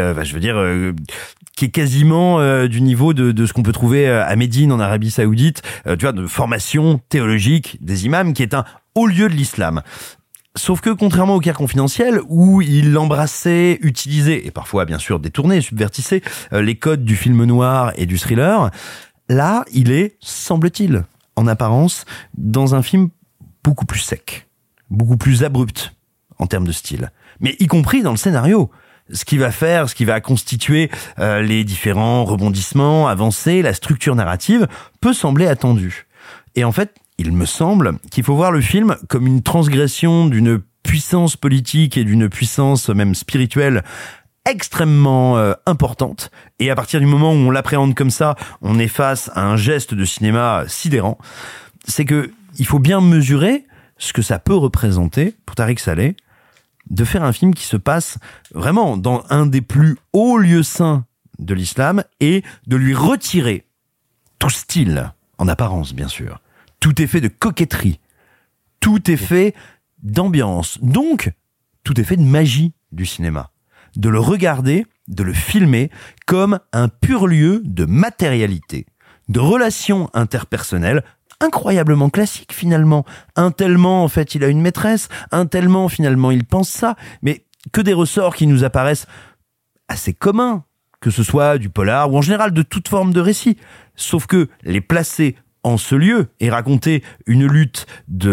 qui est quasiment du niveau de ce qu'on peut trouver à Médine en Arabie Saoudite, tu vois, de formation théologique des imams, qui est un haut lieu de l'islam. Sauf que, contrairement au Caire confidentiel, où il embrassait, utilisait, et parfois, bien sûr, détournait, subvertissait les codes du film noir et du thriller, là, il est, semble-t-il, en apparence, dans un film beaucoup plus sec, beaucoup plus abrupt, en termes de style. Mais y compris dans le scénario. Ce qui va constituer les différents rebondissements, avancées, la structure narrative, peut sembler attendu. Et en fait, il me semble qu'il faut voir le film comme une transgression d'une puissance politique et d'une puissance même spirituelle extrêmement importante. Et à partir du moment où on l'appréhende comme ça, on est face à un geste de cinéma sidérant. C'est que il faut bien mesurer ce que ça peut représenter pour Tariq Saleh de faire un film qui se passe vraiment dans un des plus hauts lieux saints de l'islam et de lui retirer tout style, en apparence bien sûr. Tout est fait de coquetterie. Tout est fait d'ambiance. Donc, tout est fait de magie du cinéma. De le regarder, de le filmer comme un pur lieu de matérialité, de relations interpersonnelles incroyablement classiques finalement. Un tellement, en fait, il a une maîtresse. Un tellement, finalement, il pense ça. Mais que des ressorts qui nous apparaissent assez communs, que ce soit du polar ou en général de toute forme de récit. Sauf que les placer en ce lieu et raconter une lutte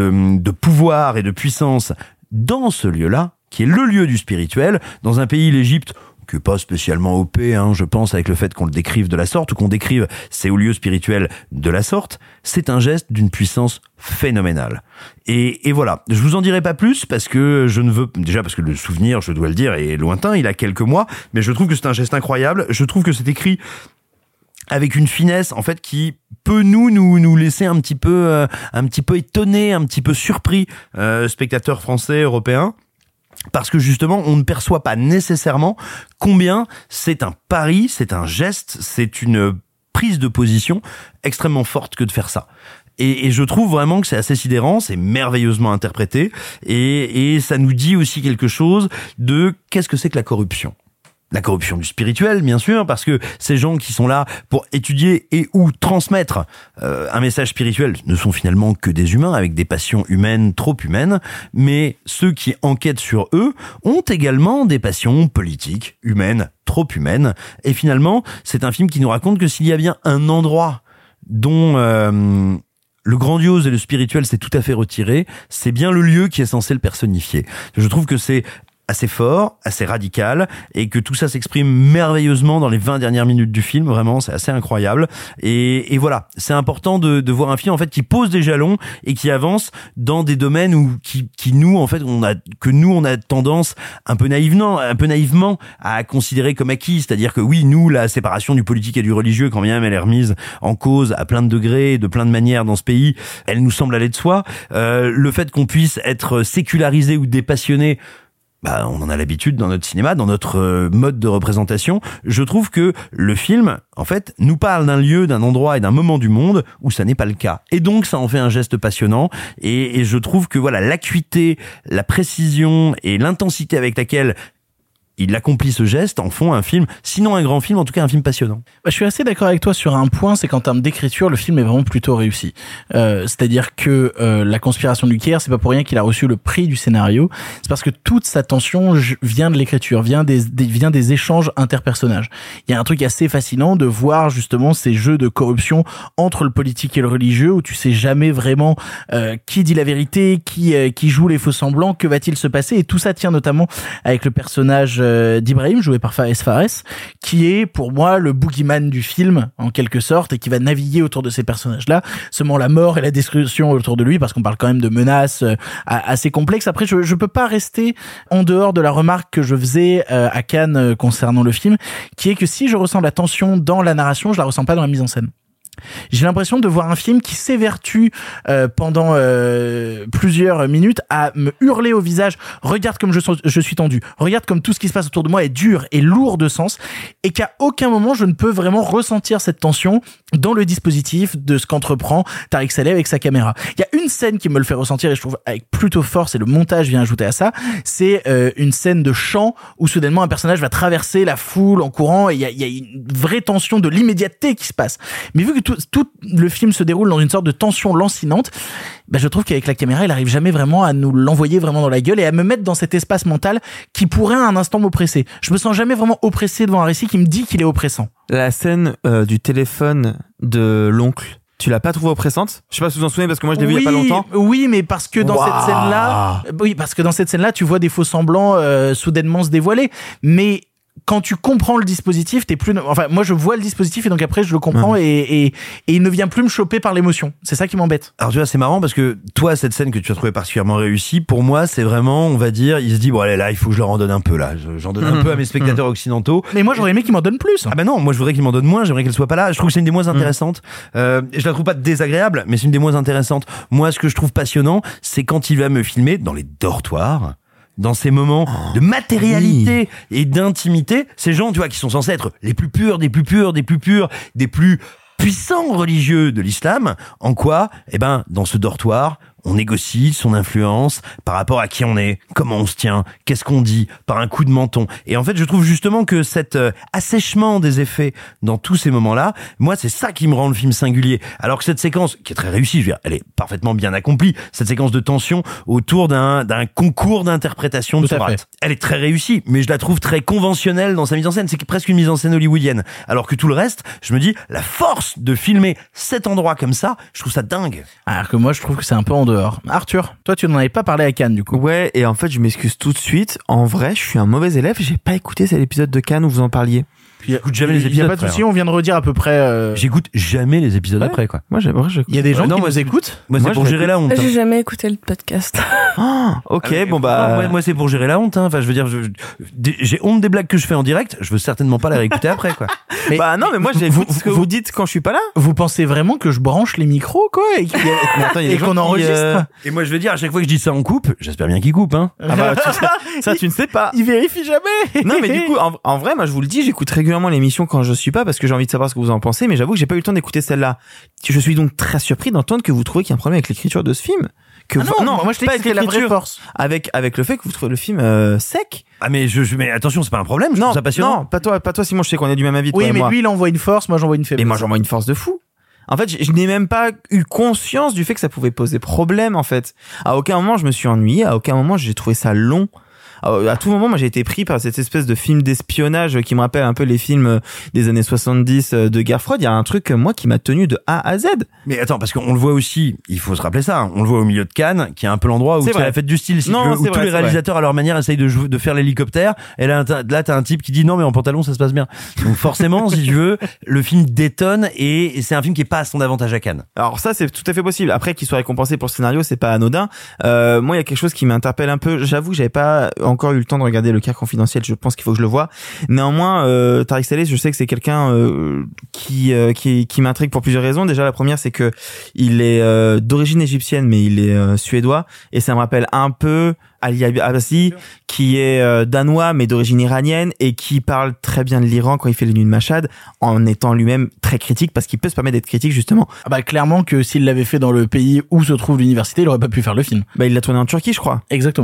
de pouvoir et de puissance dans ce lieu-là, qui est le lieu du spirituel, dans un pays, l'Égypte, qui est pas spécialement OP, hein, je pense, avec le fait qu'on le décrive de la sorte, ou qu'on décrive ces hauts lieux spirituels de la sorte, c'est un geste d'une puissance phénoménale. Et voilà, je vous en dirai pas plus, parce que je ne veux, déjà parce que le souvenir, je dois le dire, est lointain, il a quelques mois, mais je trouve que c'est un geste incroyable, je trouve que c'est écrit avec une finesse en fait qui peut nous laisser un petit peu étonné, un petit peu surpris, spectateurs français, européens, parce que justement on ne perçoit pas nécessairement combien c'est un pari, c'est un geste, c'est une prise de position extrêmement forte que de faire ça. Et je trouve vraiment que c'est assez sidérant, c'est merveilleusement interprété, et ça nous dit aussi quelque chose de qu'est-ce que c'est que la corruption. La corruption du spirituel, bien sûr, parce que ces gens qui sont là pour étudier et ou transmettre un message spirituel ne sont finalement que des humains avec des passions humaines trop humaines, mais ceux qui enquêtent sur eux ont également des passions politiques, humaines, trop humaines. Et finalement, c'est un film qui nous raconte que s'il y a bien un endroit dont le grandiose et le spirituel s'est tout à fait retiré, c'est bien le lieu qui est censé le personnifier. Je trouve que c'est assez fort, assez radical, et que tout ça s'exprime merveilleusement dans les 20 dernières minutes du film. Vraiment, c'est assez incroyable. Et voilà, c'est important de voir un film en fait qui pose des jalons et qui avance dans des domaines où qui nous en fait on a tendance un peu naïvement à considérer comme acquis. C'est-à-dire que oui, nous la séparation du politique et du religieux, quand bien même elle est remise en cause à plein de degrés, de plein de manières dans ce pays, elle nous semble aller de soi. Le fait qu'on puisse être sécularisé ou dépassionné, on en a l'habitude dans notre cinéma, dans notre mode de représentation. Je trouve que le film, en fait, nous parle d'un lieu, d'un endroit et d'un moment du monde où ça n'est pas le cas. Et donc, ça en fait un geste passionnant. Et je trouve que voilà, l'acuité, la précision et l'intensité avec laquelle il accomplit ce geste, en font un film, sinon un grand film, en tout cas un film passionnant. Je suis assez d'accord avec toi sur un point, c'est qu'en termes d'écriture, le film est vraiment plutôt réussi. C'est-à-dire que La conspiration du Caire, c'est pas pour rien qu'il a reçu le prix du scénario, c'est parce que toute sa tension vient de l'écriture, vient des échanges interpersonnages. Il y a un truc assez fascinant de voir justement ces jeux de corruption entre le politique et le religieux, où tu sais jamais vraiment qui dit la vérité, qui joue les faux semblants, que va-t-il se passer, et tout ça tient notamment avec le personnage d'Ibrahim, joué par Fares Fares, qui est pour moi le boogeyman du film en quelque sorte, et qui va naviguer autour de ces personnages-là, semant la mort et la destruction autour de lui, parce qu'on parle quand même de menaces assez complexes. Après, je peux pas rester en dehors de la remarque que je faisais à Cannes concernant le film, qui est que si je ressens la tension dans la narration, je la ressens pas dans la mise en scène. J'ai l'impression de voir un film qui s'évertue pendant plusieurs minutes à me hurler au visage, regarde comme je suis tendu, regarde comme tout ce qui se passe autour de moi est dur et lourd de sens, et qu'à aucun moment je ne peux vraiment ressentir cette tension dans le dispositif de ce qu'entreprend Tariq Saleh avec sa caméra. Il y a une scène qui me le fait ressentir, et je trouve avec plutôt force, et le montage vient ajouter à ça, c'est une scène de chant où soudainement un personnage va traverser la foule en courant, et il y a une vraie tension de l'immédiateté qui se passe. Mais vu que tout le film se déroule dans une sorte de tension lancinante, je trouve qu'avec la caméra, il arrive jamais vraiment à nous l'envoyer vraiment dans la gueule et à me mettre dans cet espace mental qui pourrait à un instant m'oppresser. Je me sens jamais vraiment oppressé devant un récit qui me dit qu'il est oppressant. La scène du téléphone de l'oncle, tu l'as pas trouvée oppressante? Je sais pas si vous en souvenez, parce que moi je l'ai vu il y a pas longtemps. Oui, mais parce que dans cette scène-là, tu vois des faux semblants soudainement se dévoiler. Mais quand tu comprends le dispositif, moi je vois le dispositif et donc après je le comprends et il ne vient plus me choper par l'émotion. C'est ça qui m'embête. Alors tu vois, c'est marrant parce que toi, cette scène que tu as trouvée particulièrement réussie, pour moi c'est vraiment, on va dire, il se dit bon allez là, il faut que je leur en donne un peu là. J'en donne un peu à mes spectateurs occidentaux. Mais moi j'aurais aimé qu'ils m'en donnent plus. Ah non, moi je voudrais qu'ils m'en donnent moins, j'aimerais qu'elle soit pas là. Je trouve que c'est une des moins intéressantes. Je la trouve pas désagréable, mais c'est une des moins intéressantes. Moi, ce que je trouve passionnant, c'est quand il va me filmer dans les dortoirs, dans ces moments de matérialité et d'intimité, ces gens, tu vois, qui sont censés être les plus purs, des plus puissants religieux de l'islam, en quoi, dans ce dortoir, on négocie son influence par rapport à qui on est, comment on se tient, qu'est-ce qu'on dit, par un coup de menton. Et en fait, je trouve justement que cet assèchement des effets dans tous ces moments-là, moi, c'est ça qui me rend le film singulier. Alors que cette séquence, qui est très réussie, je veux dire, elle est parfaitement bien accomplie, cette séquence de tension autour d'un concours d'interprétation de Sourate. Elle est très réussie, mais je la trouve très conventionnelle dans sa mise en scène. C'est presque une mise en scène hollywoodienne. Alors que tout le reste, je me dis, la force de filmer cet endroit comme ça, je trouve ça dingue. Alors que moi, je trouve que c'est un peu en dehors. Arthur, toi tu n'en avais pas parlé à Cannes du coup. Ouais, et en fait je m'excuse tout de suite. En vrai, je suis un mauvais élève. J'ai pas écouté cet épisode de Cannes où vous en parliez. J'écoute jamais les épisodes. Il y a pas de souci, on vient de redire à peu près. J'écoute jamais les épisodes après quoi. Moi, il y a des gens qui nous écoutent. Moi, c'est pour gérer la honte. J'ai jamais écouté le podcast. Moi, c'est pour gérer la honte. Enfin, je veux dire, j'ai honte des blagues que je fais en direct. Je veux certainement pas les réécouter après quoi. Mais moi, j'écoute ce que vous dites quand je suis pas là. Vous pensez vraiment que je branche les micros quoi et qu'on enregistre? Et moi, je veux dire, à chaque fois que je dis ça en coupe, j'espère bien qu'ils coupent. Hein. Ça, tu ne sais pas. Il vérifie jamais. Non, mais du coup, en vrai, moi, je vous le dis, j'écoute régulièrement l'émission quand je suis pas, parce que j'ai envie de savoir ce que vous en pensez, mais j'avoue que j'ai pas eu le temps d'écouter celle-là. Je suis donc très surpris d'entendre que vous trouvez qu'il y a un problème avec l'écriture de ce film. Moi je dis que c'était la vraie force. Avec le fait que vous trouvez le film sec. Ah mais mais attention, c'est pas un problème, je trouve ça passionnant. Non, pas toi Simon, je sais qu'on est du même avis. Oui, mais lui il envoie une force, moi j'envoie une faiblesse. Et moi j'envoie une force de fou. En fait, je n'ai même pas eu conscience du fait que ça pouvait poser problème en fait. À aucun moment je me suis ennuyé, à aucun moment j'ai trouvé ça long. À tout moment, moi, j'ai été pris par cette espèce de film d'espionnage qui me rappelle un peu les films des années 70 de guerre froide. Il y a un truc, moi, qui m'a tenu de A à Z. Mais attends, parce qu'on le voit aussi, il faut se rappeler ça, hein, on le voit au milieu de Cannes, qui est un peu l'endroit où c'est la fête du style, si tu veux, où tous les réalisateurs à leur manière essayent de faire l'hélicoptère. Et là, t'as un type qui dit non, mais en pantalon, ça se passe bien. Donc forcément, si tu veux, le film détonne et c'est un film qui est pas à son avantage à Cannes. Alors ça, c'est tout à fait possible. Après, qu'il soit récompensé pour le scénario, c'est pas anodin. Moi, il y a quelque chose qui m'interpelle un peu. J'avoue que j'avais pas encore eu le temps de regarder Le Caire confidentiel, je pense qu'il faut que je le voie. Néanmoins, Tariq Saleh, je sais que c'est quelqu'un qui m'intrigue pour plusieurs raisons. Déjà, la première, c'est que il est d'origine égyptienne, mais il est suédois, et ça me rappelle un peu Ali Abbasi, qui est danois mais d'origine iranienne et qui parle très bien de l'Iran quand il fait les nuits de Machhad, en étant lui-même très critique, parce qu'il peut se permettre d'être critique justement. Clairement que s'il l'avait fait dans le pays où se trouve l'université, il aurait pas pu faire le film. Il l'a tourné en Turquie, je crois. Exactement.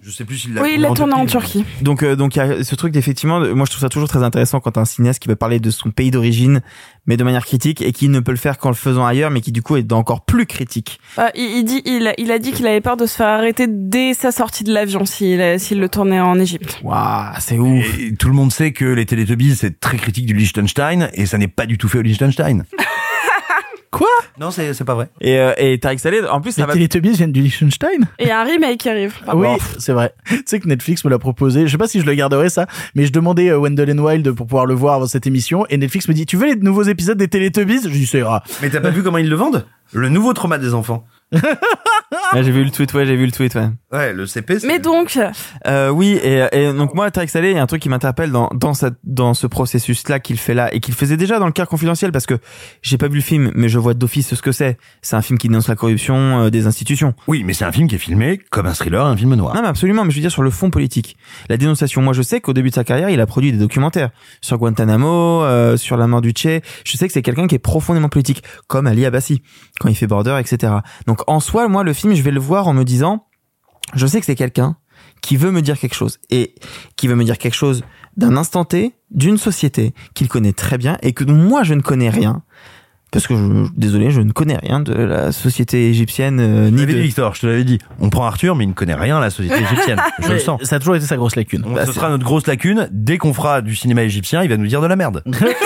Je sais plus s'il l'a Oui, il l'a tourné en Turquie. Donc il y a ce truc d'effectivement, moi je trouve ça toujours très intéressant quand un cinéaste qui veut parler de son pays d'origine, mais de manière critique, et qui ne peut le faire qu'en le faisant ailleurs, mais qui du coup est encore plus critique. Il a dit qu'il avait peur de se faire arrêter dès sa sortie de l'avion s'il le tournait en Égypte. Waouh, c'est ouf. Et tout le monde sait que les Teletubbies, c'est très critique du Liechtenstein, et ça n'est pas du tout fait au Liechtenstein. Quoi? Non, c'est pas vrai. Et Tariq Saleh, en plus, les Teletubbies viennent du Liechtenstein. Et un remake qui arrive. Oui, c'est vrai. Tu sais que Netflix me l'a proposé. Je sais pas si je le garderai ça, mais je demandais Wendell and Wild pour pouvoir le voir avant cette émission, et Netflix me dit, tu veux les nouveaux épisodes des Teletubbies? Je dis, c'est rare. Mais t'as pas vu comment ils le vendent? Le nouveau trauma des enfants. J'ai vu le tweet, ouais. Ouais, le CP. Mais donc. Oui, et donc moi, Tariq Saleh, il y a un truc qui m'interpelle dans ce processus-là qu'il fait là, et qu'il faisait déjà dans le Cœur confidentiel, parce que j'ai pas vu le film, mais je vois d'office ce que c'est. C'est un film qui dénonce la corruption des institutions. Oui, mais c'est un film qui est filmé comme un thriller, un film noir. Non, mais absolument, mais je veux dire sur le fond politique. La dénonciation. Moi, je sais qu'au début de sa carrière, il a produit des documentaires sur Guantanamo, sur la mort du Che. Je sais que c'est quelqu'un qui est profondément politique, comme Ali Abbasi, quand il fait Border, etc. Donc, en soi, moi, le film, je vais le voir en me disant, je sais que c'est quelqu'un qui veut me dire quelque chose, et qui veut me dire quelque chose d'un instant T, d'une société qu'il connaît très bien, et que moi, je ne connais rien. Parce que désolé, je ne connais rien de la société égyptienne, ni de... Victor, je te l'avais dit. On prend Arthur, mais il ne connaît rien à la société égyptienne. Je le sens. Ça a toujours été sa grosse lacune. Ce sera notre grosse lacune. Dès qu'on fera du cinéma égyptien, il va nous dire de la merde.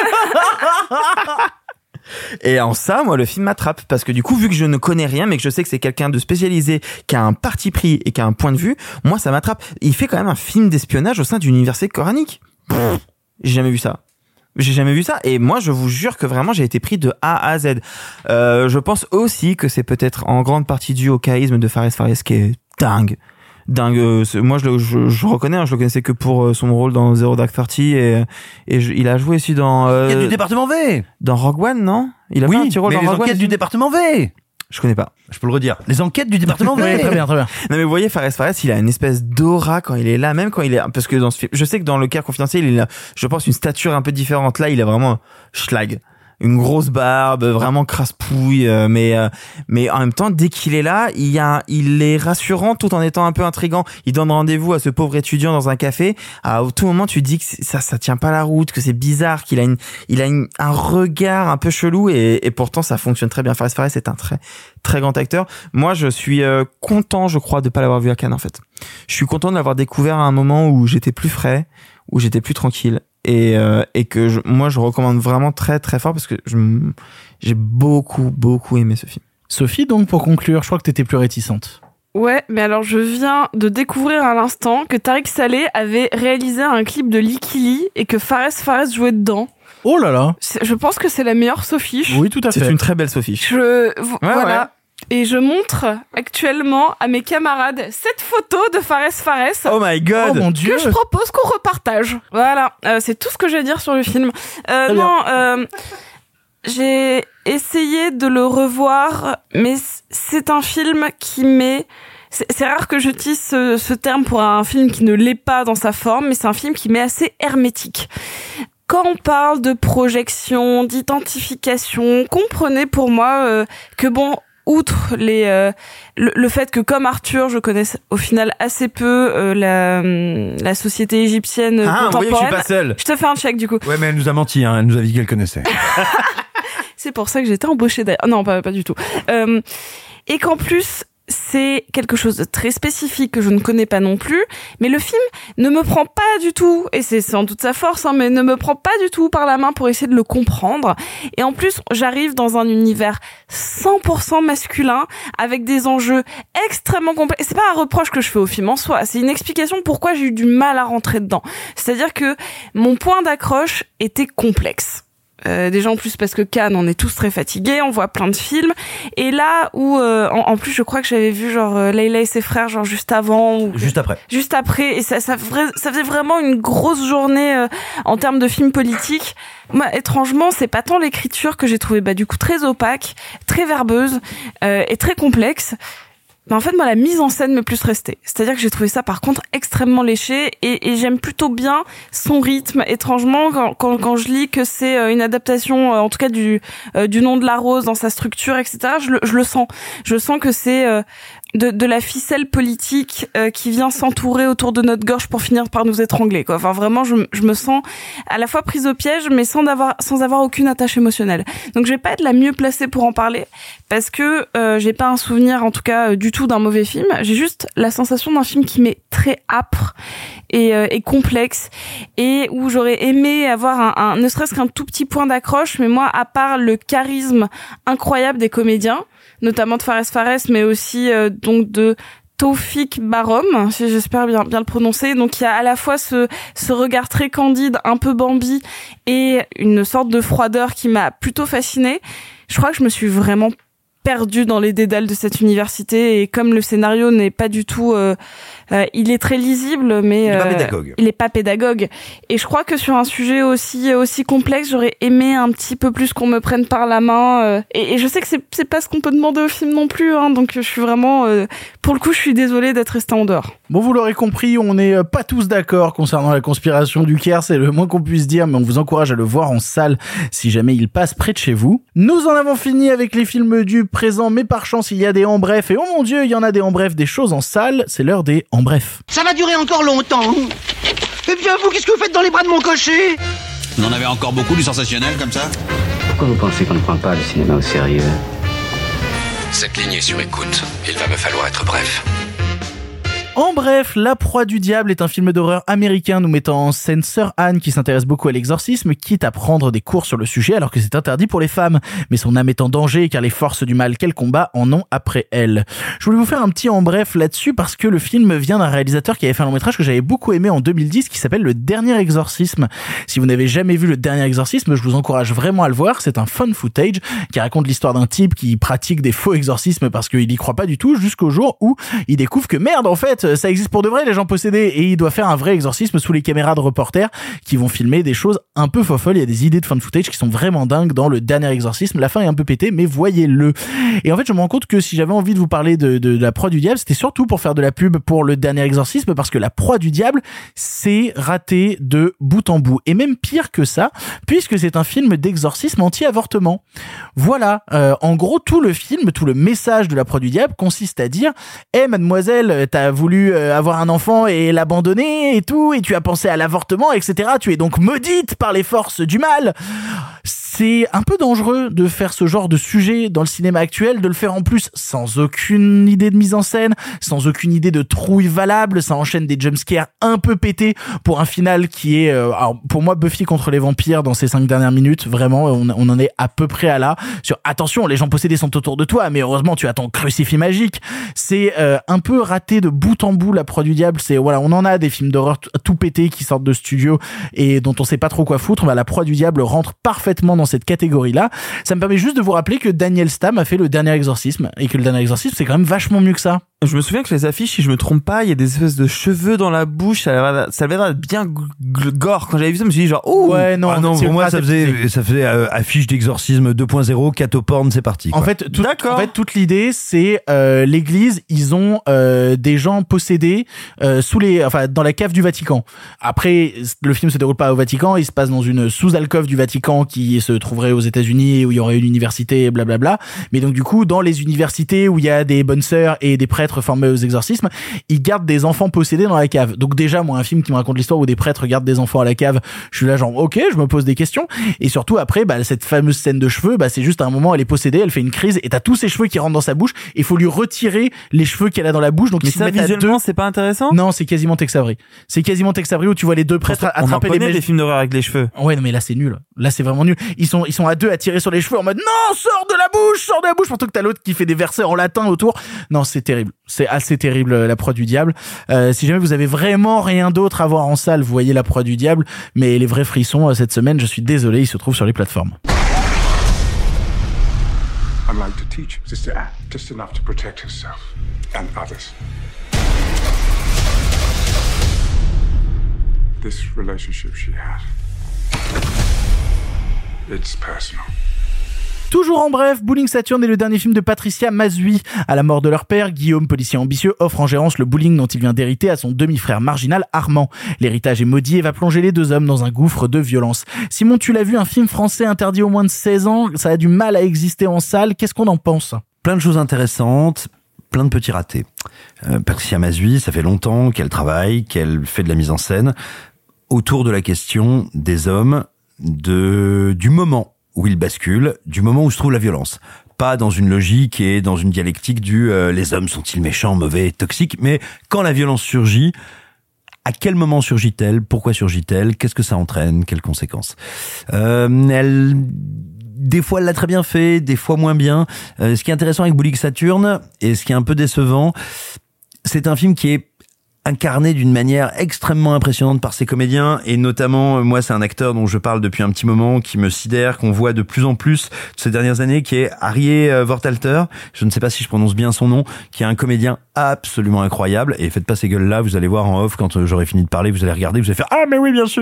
Et en ça, moi, le film m'attrape. Parce que du coup, vu que je ne connais rien, mais que je sais que c'est quelqu'un de spécialisé, qui a un parti pris et qui a un point de vue, moi, ça m'attrape. Il fait quand même un film d'espionnage au sein d'une université coranique. J'ai jamais vu ça. Et moi, je vous jure que vraiment, j'ai été pris de A à Z. Je pense aussi que c'est peut-être en grande partie dû au charisme de Fares Fares, qui est dingue. Moi, je reconnais, je le connaissais que pour son rôle dans Zero Dark Thirty, et il a joué aussi dans... Il y a du département V. Dans Rogue One, non? Il a fait un petit rôle dans Rogue One. Oui, mais les enquêtes du département V. Je connais pas. Je peux le redire. Les enquêtes du département V. Très bien. Non, mais vous voyez, Fares Fares, il a une espèce d'aura quand il est là, même quand il est, parce que dans ce film, je sais que dans le Cœur confidentiel, il a, je pense, une stature un peu différente. Là, il a vraiment schlag. Une grosse barbe, vraiment crasse-pouille, mais en même temps, dès qu'il est là, il est rassurant tout en étant un peu intriguant. Il donne rendez-vous à ce pauvre étudiant dans un café. À tout moment, tu te dis que ça tient pas la route, que c'est bizarre, qu'il a un regard un peu chelou, et pourtant ça fonctionne très bien. Fares Fares est un très très grand acteur. Moi, je suis content, je crois, de pas l'avoir vu à Cannes en fait. Je suis content de l'avoir découvert à un moment où j'étais plus frais, où j'étais plus tranquille. Et que moi je recommande vraiment très très fort, parce que j'ai beaucoup aimé ce film. Sophie, donc pour conclure, je crois que t'étais plus réticente. Ouais, mais alors je viens de découvrir à l'instant que Tariq Saleh avait réalisé un clip de Likili et que Fares Fares jouait dedans. Oh là là. Je pense que c'est la meilleure Sophiche. Oui, tout à fait. C'est une très belle Sophiche. Voilà. Ouais. Et je montre actuellement à mes camarades cette photo de Fares Fares. Oh my god! Oh mon dieu! Que je propose qu'on repartage. Voilà. C'est tout ce que j'ai à dire sur le film. J'ai essayé de le revoir, mais c'est un film qui met... C'est rare que j'utilise ce terme pour un film qui ne l'est pas dans sa forme, mais c'est un film qui m'est assez hermétique. Quand on parle de projection, d'identification, comprenez pour moi que bon... Outre le fait que comme Arthur, je connais au final assez peu la société égyptienne contemporaine. Vous voyez que je suis pas seul. Je te fais un check du coup. Ouais, mais elle nous a menti, hein. Elle nous a dit qu'elle connaissait. C'est pour ça que j'étais embauchée d'ailleurs. Non, pas du tout. Et qu'en plus, c'est quelque chose de très spécifique que je ne connais pas non plus, mais le film ne me prend pas du tout, et c'est sans doute sa force, hein, mais ne me prend pas du tout par la main pour essayer de le comprendre. Et en plus, j'arrive dans un univers 100% masculin, avec des enjeux extrêmement complexes. C'est pas un reproche que je fais au film en soi, c'est une explication pourquoi j'ai eu du mal à rentrer dedans. C'est-à-dire que mon point d'accroche était complexe. Déjà en plus parce que Cannes, on est tous très fatigués, on voit plein de films, et là où en plus je crois que j'avais vu genre Leila et ses frères genre juste avant ou juste après, et ça faisait vraiment une grosse journée en termes de films politiques. Moi, étrangement, c'est pas tant l'écriture que j'ai trouvé du coup très opaque, très verbeuse et très complexe. Mais en fait, moi, la mise en scène m'est plus restée. C'est-à-dire que j'ai trouvé ça, par contre, extrêmement léché, et j'aime plutôt bien son rythme. Étrangement, quand je lis que c'est une adaptation, en tout cas du Nom de la Rose dans sa structure, etc., je le sens. Je sens que c'est de la ficelle politique qui vient s'entourer autour de notre gorge pour finir par nous étrangler, quoi. Enfin, vraiment, je me sens à la fois prise au piège, mais sans avoir aucune attache émotionnelle. Donc, je vais pas être la mieux placée pour en parler, parce que j'ai pas un souvenir, en tout cas, du tout d'un mauvais film. J'ai juste la sensation d'un film qui m'est très âpre et complexe, et où j'aurais aimé avoir ne serait-ce qu'un tout petit point d'accroche, mais moi, à part le charisme incroyable des comédiens, notamment de Fares, mais aussi donc de Taoufik Barom, si j'espère bien le prononcer. Donc il y a à la fois ce regard très candide, un peu Bambi, et une sorte de froideur qui m'a plutôt fascinée. Je crois que je me suis vraiment perdue dans les dédales de cette université, et comme le scénario n'est pas du tout il est très lisible, mais il est pas pédagogue. Et je crois que sur un sujet aussi complexe, j'aurais aimé un petit peu plus qu'on me prenne par la main. Et je sais que c'est pas ce qu'on peut demander au film non plus, hein, donc je suis vraiment, pour le coup, je suis désolée d'être restée en dehors. Bon, vous l'aurez compris, on n'est pas tous d'accord concernant la conspiration du Caire, c'est le moins qu'on puisse dire, mais on vous encourage à le voir en salle si jamais il passe près de chez vous. Nous en avons fini avec les films du présent, mais par chance il y a des en bref, et oh mon Dieu, il y en a des en bref, des choses en salle, c'est l'heure des en bref. Ça va durer encore longtemps. Eh bien, vous, qu'est-ce que vous faites dans les bras de mon cocher? Vous en avez encore beaucoup du sensationnel comme ça? Pourquoi vous pensez qu'on ne prend pas le cinéma au sérieux? Cette ligne est sur écoute. Il va me falloir être bref. En bref, La Proie du Diable est un film d'horreur américain nous mettant en scène Sœur Anne qui s'intéresse beaucoup à l'exorcisme, quitte à prendre des cours sur le sujet alors que c'est interdit pour les femmes. Mais son âme est en danger car les forces du mal qu'elle combat en ont après elle. Je voulais vous faire un petit en bref là-dessus parce que le film vient d'un réalisateur qui avait fait un long métrage que j'avais beaucoup aimé en 2010 qui s'appelle Le Dernier Exorcisme. Si vous n'avez jamais vu Le Dernier Exorcisme, je vous encourage vraiment à le voir. C'est un fun footage qui raconte l'histoire d'un type qui pratique des faux exorcismes parce qu'il y croit pas du tout jusqu'au jour où il découvre que merde, en fait, ça existe pour de vrai, les gens possédés, et il doit faire un vrai exorcisme sous les caméras de reporters qui vont filmer des choses un peu folles. Il y a des idées de fan footage qui sont vraiment dingues dans Le Dernier Exorcisme. La fin est un peu pétée, mais voyez-le. Et en fait, je me rends compte que si j'avais envie de vous parler de La Proie du Diable, c'était surtout pour faire de la pub pour Le Dernier Exorcisme, parce que La Proie du Diable, c'est raté de bout en bout. Et même pire que ça, puisque c'est un film d'exorcisme anti-avortement. Voilà. En gros, tout le film, tout le message de La Proie du Diable consiste à dire mademoiselle, t'as voulu avoir un enfant et l'abandonner et tout, et tu as pensé à l'avortement, etc. Tu es donc maudite par les forces du mal. C'est un peu dangereux de faire ce genre de sujet dans le cinéma actuel, de le faire en plus sans aucune idée de mise en scène, sans aucune idée de trouille valable. Ça enchaîne des jumpscares un peu pétés pour un final qui est, alors pour moi, Buffy contre les vampires dans ces 5 dernières minutes. Vraiment, on en est à peu près à là. Sur attention, les gens possédés sont autour de toi, mais heureusement tu as ton crucifix magique. C'est un peu raté de bout en bout. La Proie du Diable, c'est voilà, on en a des films d'horreur tout pétés qui sortent de studio et dont on sait pas trop quoi foutre. Bah, La Proie du Diable rentre parfaitement dans cette catégorie-là. Ça me permet juste de vous rappeler que Daniel Stamm a fait Le Dernier Exorcisme et que Le Dernier Exorcisme, c'est quand même vachement mieux que ça. Je me souviens que les affiches, si je me trompe pas, il y a des espèces de cheveux dans la bouche, ça avait l'air bien gore. Quand j'avais vu ça, je me suis dit genre, oh! Ouais, non, pour moi, ça faisait affiche d'exorcisme 2.0, catoporn, c'est parti. En fait, toute l'idée, c'est, l'église, ils ont, des gens possédés, dans la cave du Vatican. Après, le film se déroule pas au Vatican, il se passe dans une sous-alcôve du Vatican qui se trouverait aux États-Unis où il y aurait une université, blablabla. Mais donc, du coup, dans les universités où il y a des bonnes sœurs et des prêtres formés aux exorcismes, ils gardent des enfants possédés dans la cave. Donc déjà, moi, un film qui me raconte l'histoire où des prêtres gardent des enfants à la cave, je suis là genre, ok, je me pose des questions. Et surtout après, cette fameuse scène de cheveux, c'est juste à un moment, elle est possédée, elle fait une crise et t'as tous ses cheveux qui rentrent dans sa bouche et il faut lui retirer les cheveux qu'elle a dans la bouche. Donc mais ça, visuellement, c'est pas intéressant? Non, c'est quasiment Tex Avery. C'est quasiment Tex Avery où tu vois les deux prêtres attraper des films d'horreur avec les cheveux. Ouais, non, mais là, c'est nul. Là, c'est vraiment nul. Ils sont à deux à tirer sur les cheveux en mode, non, sors de la bouche, surtout que t'as l'autre qui fait des versets en latin autour. Non, c'est terrible. C'est assez terrible, La Proie du Diable. Si jamais vous avez vraiment rien d'autre à voir en salle, vous voyez La Proie du Diable. Mais les vrais frissons, cette semaine, je suis désolé, ils se trouvent sur les plateformes. I'd like to teach Sister Anne just enough to protect herself and others. This relationship she had, it's personal. Toujours en bref, Bowling Saturn est le dernier film de Patricia Mazui. À la mort de leur père, Guillaume, policier ambitieux, offre en gérance le bowling dont il vient d'hériter à son demi-frère marginal Armand. L'héritage est maudit et va plonger les deux hommes dans un gouffre de violence. Simon, tu l'as vu, un film français interdit aux moins de 16 ans, ça a du mal à exister en salle. Qu'est-ce qu'on en pense? Plein de choses intéressantes. plein de petits ratés. Patricia Mazui, ça fait longtemps qu'elle travaille, qu'elle fait de la mise en scène autour de la question des hommes, du moment où ils basculent, du moment où se trouve la violence. Pas dans une logique et dans une dialectique les hommes sont-ils méchants, mauvais, toxiques, mais quand la violence surgit, à quel moment surgit-elle? Pourquoi surgit-elle? Qu'est-ce que ça entraîne? Quelles conséquences? Des fois, elle l'a très bien fait, des fois moins bien. Ce qui est intéressant avec Boulig Saturne, et ce qui est un peu décevant, c'est un film qui est incarné d'une manière extrêmement impressionnante par ses comédiens, et notamment, moi, c'est un acteur dont je parle depuis un petit moment, qui me sidère, qu'on voit de plus en plus ces dernières années, qui est Harry Vortalter. Je ne sais pas si je prononce bien son nom, qui est un comédien absolument incroyable, et faites pas ces gueules-là, vous allez voir en off, quand j'aurai fini de parler, vous allez regarder, vous allez faire « Ah, mais oui, bien sûr !»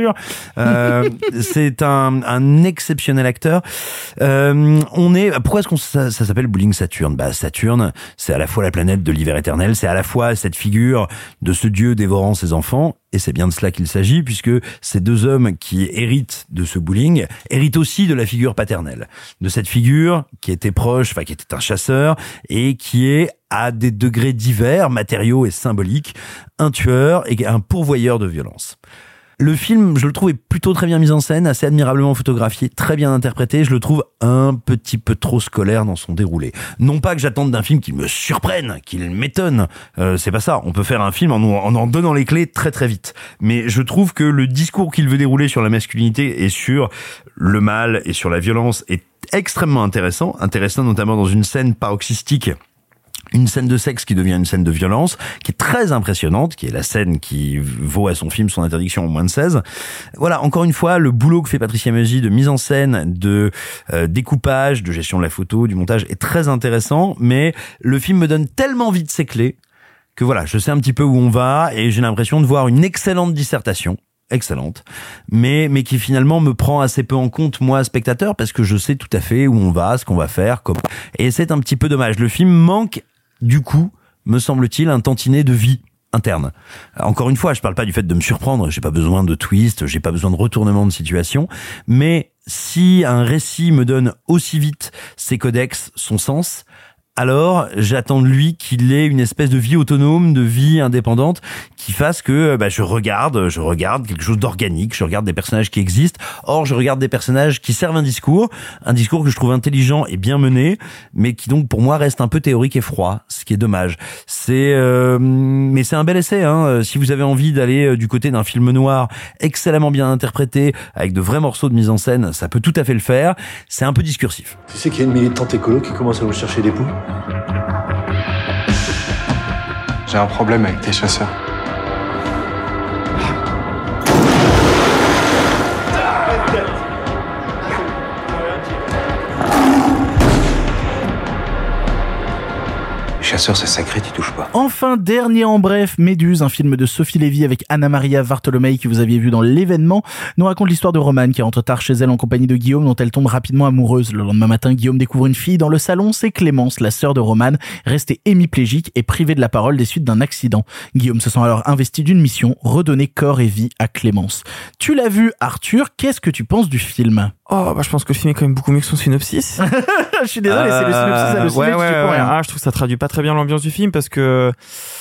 C'est un exceptionnel acteur. Pourquoi est-ce qu'on ça s'appelle Boulig Saturne? Saturne, c'est à la fois la planète de l'hiver éternel, c'est à la fois cette figure de ce dieu dévorant ses enfants, et c'est bien de cela qu'il s'agit, puisque ces deux hommes qui héritent de ce Boulig héritent aussi de la figure paternelle, de cette figure qui était proche, qui était un chasseur, et qui est, à des degrés divers, matériaux et symboliques, un tueur et un pourvoyeur de violence. Le film, je le trouve, est plutôt très bien mis en scène, assez admirablement photographié, très bien interprété. Je le trouve un petit peu trop scolaire dans son déroulé. Non pas que j'attende d'un film qu'il me surprenne, qu'il m'étonne. C'est pas ça. On peut faire un film en donnant les clés très très vite. Mais je trouve que le discours qu'il veut dérouler sur la masculinité et sur le mal et sur la violence est extrêmement intéressant. Intéressant notamment dans une scène paroxystique, une scène de sexe qui devient une scène de violence, qui est très impressionnante, qui est la scène qui vaut à son film son interdiction en moins de 16. Voilà, encore une fois, le boulot que fait Patricia Mazui de mise en scène, de découpage, de gestion de la photo, du montage est très intéressant, mais le film me donne tellement vite ses clés que voilà, je sais un petit peu où on va, et j'ai l'impression de voir une excellente dissertation, excellente, mais qui finalement me prend assez peu en compte, moi, spectateur, parce que je sais tout à fait où on va, ce qu'on va faire, comment. Et c'est un petit peu dommage. Le film manque, du coup, me semble-t-il, un tantinet de vie interne. Encore une fois, je parle pas du fait de me surprendre, j'ai pas besoin de twist, j'ai pas besoin de retournement de situation, mais si un récit me donne aussi vite ses codex, son sens, alors j'attends de lui qu'il ait une espèce de vie autonome, de vie indépendante, qui fasse que je regarde quelque chose d'organique, je regarde des personnages qui existent. Or, je regarde des personnages qui servent un discours que je trouve intelligent et bien mené, mais qui donc pour moi reste un peu théorique et froid, ce qui est dommage. Mais c'est un bel essai, hein. Si vous avez envie d'aller du côté d'un film noir excellemment bien interprété, avec de vrais morceaux de mise en scène, ça peut tout à fait le faire. C'est un peu discursif. Tu sais qu'il y a une militante écolo qui commence à nous chercher des poux? J'ai un problème avec tes chasseurs. Les chasseurs, c'est sacré, t'y touches pas. Enfin, dernier en bref, Méduse, un film de Sophie Lévy avec Anna-Maria Vartolomei que vous aviez vu dans L'événement, nous raconte l'histoire de Romane qui rentre tard chez elle en compagnie de Guillaume dont elle tombe rapidement amoureuse. Le lendemain matin, Guillaume découvre une fille dans le salon, c'est Clémence, la sœur de Romane, restée hémiplégique et privée de la parole des suites d'un accident. Guillaume se sent alors investi d'une mission, redonner corps et vie à Clémence. Tu l'as vu, Arthur, qu'est-ce que tu penses du film? Je pense que le film est quand même beaucoup mieux que son synopsis. Je suis désolé, c'est le synopsis halluciné, je trouve que ça traduit pas très bien l'ambiance du film parce que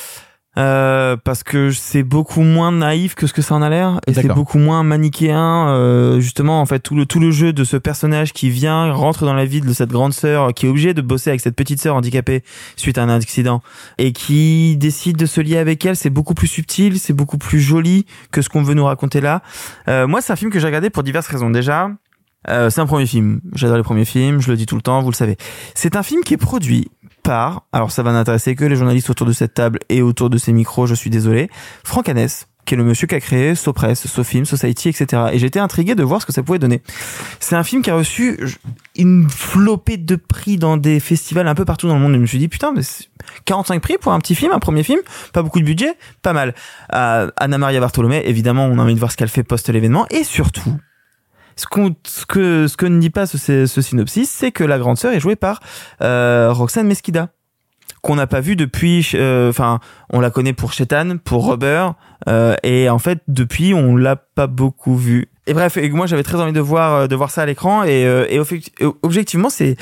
c'est beaucoup moins naïf que ce que ça en a l'air et c'est beaucoup moins manichéen. Justement, en fait, tout le jeu de ce personnage qui rentre dans la vie de cette grande sœur, qui est obligée de bosser avec cette petite sœur handicapée suite à un accident et qui décide de se lier avec elle, c'est beaucoup plus subtil, c'est beaucoup plus joli que ce qu'on veut nous raconter là. Moi, c'est un film que j'ai regardé pour diverses raisons. Déjà, c'est un premier film. J'adore les premiers films, je le dis tout le temps, vous le savez. C'est un film qui est produit par, alors ça va n'intéresser que les journalistes autour de cette table et autour de ces micros, je suis désolé, Franck Hanès, qui est le monsieur qui a créé SoPress, SoFilm, Society, etc. Et j'étais intrigué de voir ce que ça pouvait donner. C'est un film qui a reçu une flopée de prix dans des festivals un peu partout dans le monde. Et je me suis dit, putain, mais 45 prix pour un petit film, un premier film, pas beaucoup de budget, pas mal. Anna-Maria Vartolomei, évidemment, on a envie de voir ce qu'elle fait post-l'événement. Et surtout, ce que ne dit pas ce synopsis, c'est que la grande sœur est jouée par Roxane Mesquida, qu'on n'a pas vu depuis. On la connaît pour Chétan, pour Rubber, et en fait depuis on l'a pas beaucoup vue. Et bref, moi j'avais très envie de voir ça à l'écran, et objectivement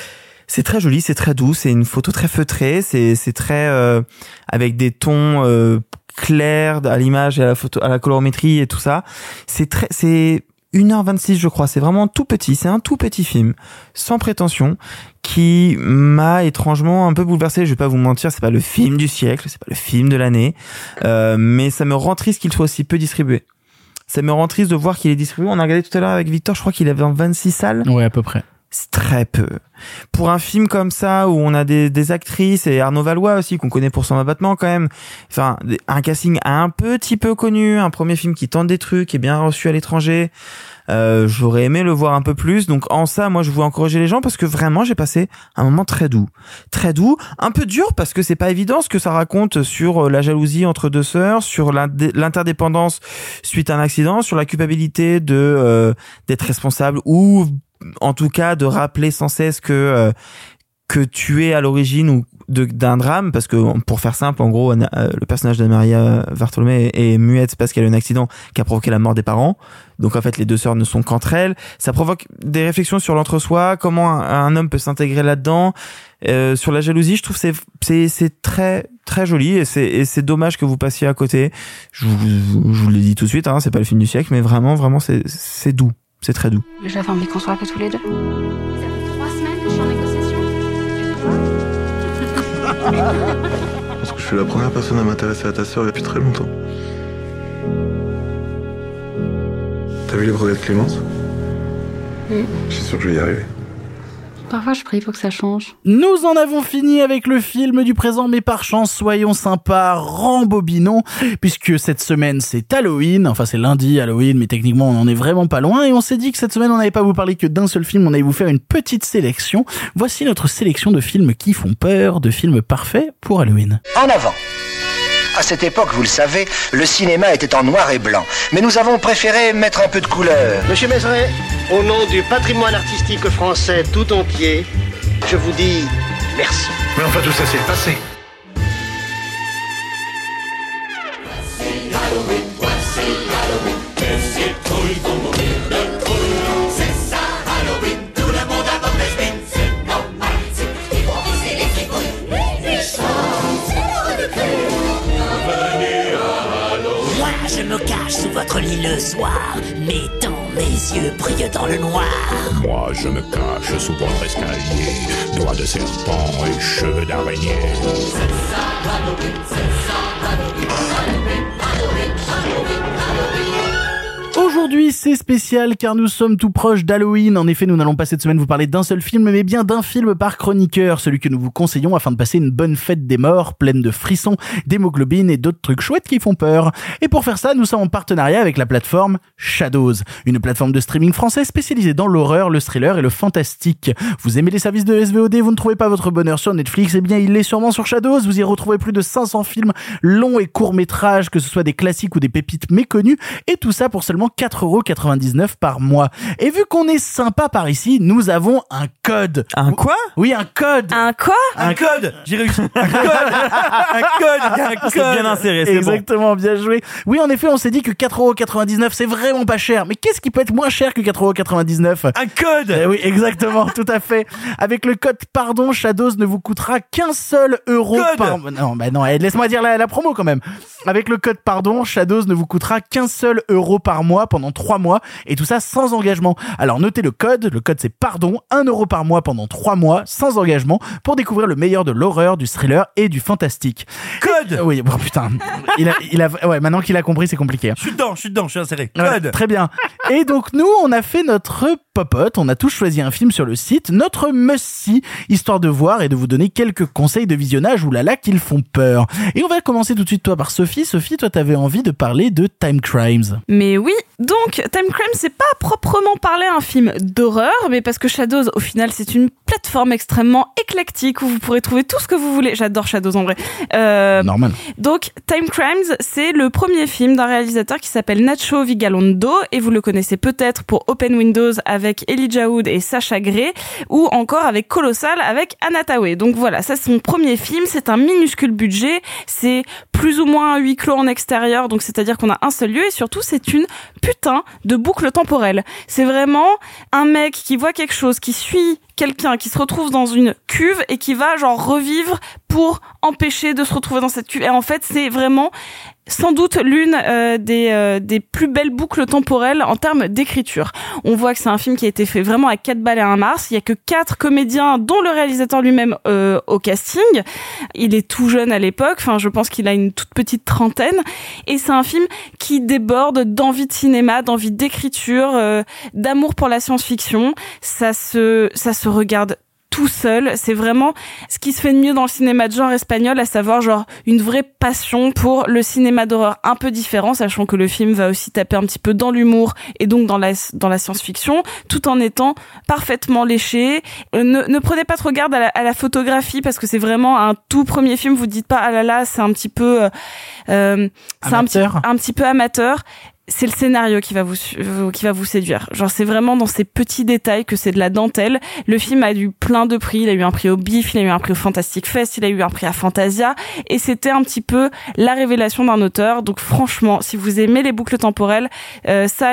C'est très joli, c'est très doux, c'est une photo très feutrée, c'est très avec des tons clairs à l'image et à la photo, à la colorimétrie et tout ça. C'est 1h26 je crois, c'est vraiment tout petit, c'est un tout petit film sans prétention qui m'a étrangement un peu bouleversé. Je vais pas vous mentir, c'est pas le film du siècle, c'est pas le film de l'année, mais ça me rend triste qu'il soit aussi peu distribué. Ça me rend triste de voir qu'il est distribué. On a regardé tout à l'heure avec Victor, je crois qu'il avait en 26 salles. Ouais, à peu près. C'est très peu. Pour un film comme ça, où on a des actrices, et Arnaud Valois aussi, qu'on connaît pour son abattement quand même, enfin, un casting un petit peu connu, un premier film qui tente des trucs, qui est bien reçu à l'étranger, j'aurais aimé le voir un peu plus. Donc en ça, moi je veux encourager les gens parce que vraiment j'ai passé un moment très doux, un peu dur parce que c'est pas évident ce que ça raconte sur la jalousie entre deux sœurs, sur l'interdépendance suite à un accident, sur la culpabilité d'être responsable ou en tout cas de rappeler sans cesse que tu es à l'origine d'un drame, parce que pour faire simple, en gros, le personnage de Maria Vartolomé est muette parce qu'elle a eu un accident qui a provoqué la mort des parents. Donc en fait, les deux sœurs ne sont qu'entre elles. Ça provoque des réflexions sur l'entre-soi, comment un homme peut s'intégrer là-dedans. Sur la jalousie, je trouve c'est très très joli et c'est dommage que vous passiez à côté. Je vous le dis tout de suite, hein, c'est pas le film du siècle, mais vraiment c'est doux, c'est très doux. J'avais envie qu'on soit un peu tous les deux. Ça fait 3 semaines que je suis en négociation. Parce que je suis la première personne à m'intéresser à ta sœur depuis très longtemps. T'as vu les brevets de Clémence ? Oui. Je suis sûr que je vais y arriver. Parfois je prie pour que ça change. Nous en avons fini avec le film du présent, mais par chance, soyons sympas, rembobinons, puisque cette semaine c'est Halloween, enfin c'est lundi Halloween, mais techniquement on en est vraiment pas loin, et on s'est dit que cette semaine on n'allait pas vous parler que d'un seul film, on allait vous faire une petite sélection. Voici notre sélection de films qui font peur, de films parfaits pour Halloween. En avant. À cette époque, vous le savez, le cinéma était en noir et blanc. Mais nous avons préféré mettre un peu de couleur. Monsieur Mézeret, au nom du patrimoine artistique français tout entier, je vous dis merci. Mais enfin, tout ça, c'est le passé. C'est ça, Halloween, tout le monde a mort les spins. C'est normal, c'est parti pour briser les fripouilles. Les méchants, c'est l'heure de créer. Moi, je me cache sous votre lit le soir, mettant mes yeux brillent dans le noir. Moi, je me cache sous votre escalier, doigts de serpent et cheveux d'araignée. C'est ça, Halloween, c'est ça, Halloween, Halloween, Halloween, Halloween, Halloween. Aujourd'hui, c'est spécial car nous sommes tout proches d'Halloween. En effet, nous n'allons pas cette semaine vous parler d'un seul film, mais bien d'un film par chroniqueur, celui que nous vous conseillons afin de passer une bonne fête des morts, pleine de frissons, d'hémoglobine et d'autres trucs chouettes qui font peur. Et pour faire ça, nous sommes en partenariat avec la plateforme Shadows, une plateforme de streaming français spécialisée dans l'horreur, le thriller et le fantastique. vous aimez les services de SVOD, vous ne trouvez pas votre bonheur sur Netflix, eh bien il est sûrement sur Shadows. Vous y retrouvez plus de 500 films longs et courts métrages, que ce soit des classiques ou des pépites méconnues, et tout ça pour seulement 4,99€ par mois. Et vu qu'on est sympa par ici, nous avons un code. Un quoi? Oui, un code. Un quoi? Un code. J'ai réussi. Un code. Un code. C'est bien inséré, c'est exactement, bon. Bien joué. Oui, en effet, on s'est dit que 4,99€ c'est vraiment pas cher. Mais qu'est-ce qui peut être moins cher que 4,99€? Un code. Oui, exactement, tout à fait. Avec le code pardon, Shadows ne vous coûtera qu'un seul euro par mois. Non, bah non, laisse-moi dire la promo quand même. Avec le code pardon, Shadows ne vous coûtera qu'un seul euro par mois pendant 3 mois, et tout ça sans engagement. Alors notez le code c'est pardon, 1 euro par mois pendant 3 mois sans engagement pour découvrir le meilleur de l'horreur, du thriller et du fantastique. Code. Oui, bon putain. Ouais, maintenant qu'il a compris, c'est compliqué. Je suis dedans, je suis inséré. Code. Très bien. Et donc nous, on a fait notre popote, on a tous choisi un film sur le site, notre must-see, histoire de voir et de vous donner quelques conseils de visionnage oulala qu'ils font peur. Et on va commencer tout de suite toi par Sophie. Sophie, toi t'avais envie de parler de Time Crimes. Mais oui, donc Time Crimes c'est pas proprement parler un film d'horreur, mais parce que Shadows au final c'est une plateforme extrêmement éclectique où vous pourrez trouver tout ce que vous voulez. J'adore Shadows en vrai. Normal. Donc Time Crimes c'est le premier film d'un réalisateur qui s'appelle Nacho Vigalondo, et vous le connaissez peut-être pour Open Windows avec Elijah Wood et Sacha Grey, ou encore avec Colossal avec Anna Thaoué. Donc voilà, ça c'est son premier film, c'est un minuscule budget, c'est plus ou moins un huis clos en extérieur, donc c'est-à-dire qu'on a un seul lieu, et surtout c'est une putain de boucle temporelle. C'est vraiment un mec qui voit quelque chose, qui suit quelqu'un qui se retrouve dans une cuve et qui va genre revivre pour empêcher de se retrouver dans cette cuve. Et en fait, c'est vraiment sans doute l'une des plus belles boucles temporelles en termes d'écriture. On voit que c'est un film qui a été fait vraiment à 4 balles et 1 Mars. Il y a que 4 comédiens, dont le réalisateur lui-même au casting. Il est tout jeune à l'époque. Enfin, je pense qu'il a une toute petite trentaine. Et c'est un film qui déborde d'envie de cinéma, d'envie d'écriture, d'amour pour la science-fiction. Ça se regarde tout seul. C'est vraiment ce qui se fait de mieux dans le cinéma de genre espagnol, à savoir genre une vraie passion pour le cinéma d'horreur un peu différent, sachant que le film va aussi taper un petit peu dans l'humour et donc dans la science-fiction, tout en étant parfaitement léché. Ne prenez pas trop garde à la photographie, parce que c'est vraiment un tout premier film. Vous dites pas ah là là, c'est un petit peu c'est un petit peu amateur. C'est le scénario qui va vous séduire. Genre, c'est vraiment dans ces petits détails que c'est de la dentelle. Le film a eu plein de prix. Il a eu un prix au BIFF, il a eu un prix au Fantastic Fest, il a eu un prix à Fantasia. Et c'était un petit peu la révélation d'un auteur. Donc, franchement, si vous aimez les boucles temporelles, ça,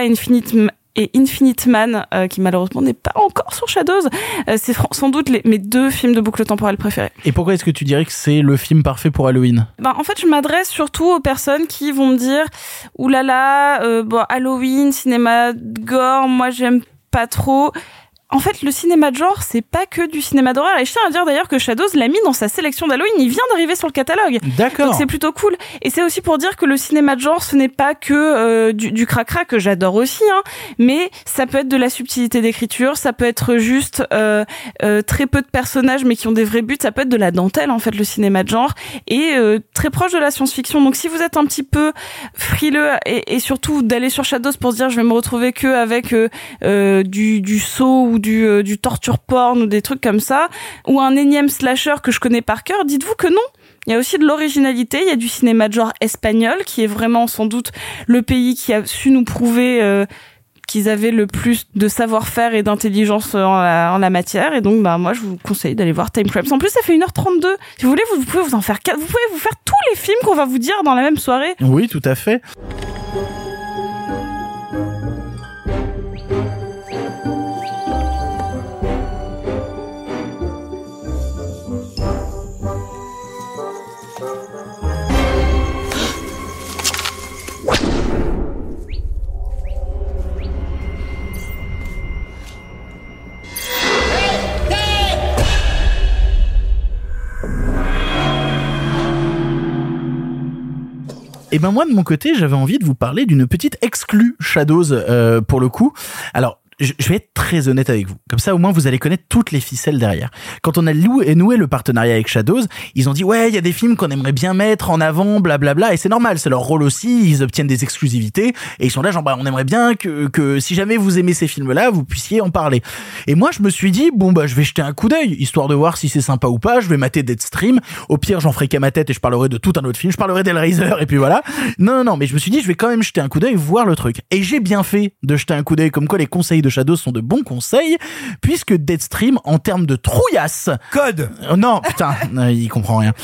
Infinite Man, qui malheureusement n'est pas encore sur Shadows, c'est sans doute mes 2 films de boucles temporelles préférés. Et pourquoi est-ce que tu dirais que c'est le film parfait pour Halloween ? En fait, je m'adresse surtout aux personnes qui vont me dire « Oulala, Halloween, cinéma gore, moi j'aime pas trop ». En fait, le cinéma de genre, c'est pas que du cinéma d'horreur. Et je tiens à dire d'ailleurs que Shadows l'a mis dans sa sélection d'Halloween. Il vient d'arriver sur le catalogue. D'accord. Donc c'est plutôt cool. Et c'est aussi pour dire que le cinéma de genre, ce n'est pas que du crac-crac, que j'adore aussi, hein. Mais ça peut être de la subtilité d'écriture, ça peut être juste très peu de personnages, mais qui ont des vrais buts. Ça peut être de la dentelle, en fait, le cinéma de genre. Et très proche de la science-fiction. Donc si vous êtes un petit peu frileux et surtout d'aller sur Shadows pour se dire je vais me retrouver que avec du saut ou du torture porn ou des trucs comme ça, ou un énième slasher que je connais par cœur, dites-vous que non. Il y a aussi de l'originalité, il y a du cinéma de genre espagnol, qui est vraiment sans doute le pays qui a su nous prouver qu'ils avaient le plus de savoir-faire et d'intelligence en la matière. Et donc, moi, je vous conseille d'aller voir Time Crimes. En plus, ça fait 1h32. Si vous voulez, vous pouvez vous en faire 4. Vous pouvez vous faire tous les films qu'on va vous dire dans la même soirée. Oui, tout à fait. Et ben moi de mon côté, j'avais envie de vous parler d'une petite exclue Shadows pour le coup. Alors je vais être très honnête avec vous. Comme ça, au moins, vous allez connaître toutes les ficelles derrière. Quand on a noué le partenariat avec Shadows, ils ont dit, ouais, il y a des films qu'on aimerait bien mettre en avant, blablabla, et c'est normal, c'est leur rôle aussi, ils obtiennent des exclusivités, et ils sont là, genre, on aimerait bien que si jamais vous aimez ces films-là, vous puissiez en parler. Et moi, je me suis dit, je vais jeter un coup d'œil, histoire de voir si c'est sympa ou pas, je vais mater Deadstream, au pire, j'en ferai qu'à ma tête et je parlerai de tout un autre film, je parlerai d'Hellraiser, et puis voilà. Non, mais je me suis dit, je vais quand même jeter un coup d'œil, voir le truc. Et j'ai bien fait de jeter un coup d'œil, comme quoi les conseils de Shadows sont de bons conseils, puisque Deadstream, en termes de trouillasse... Code non, putain, il comprend rien.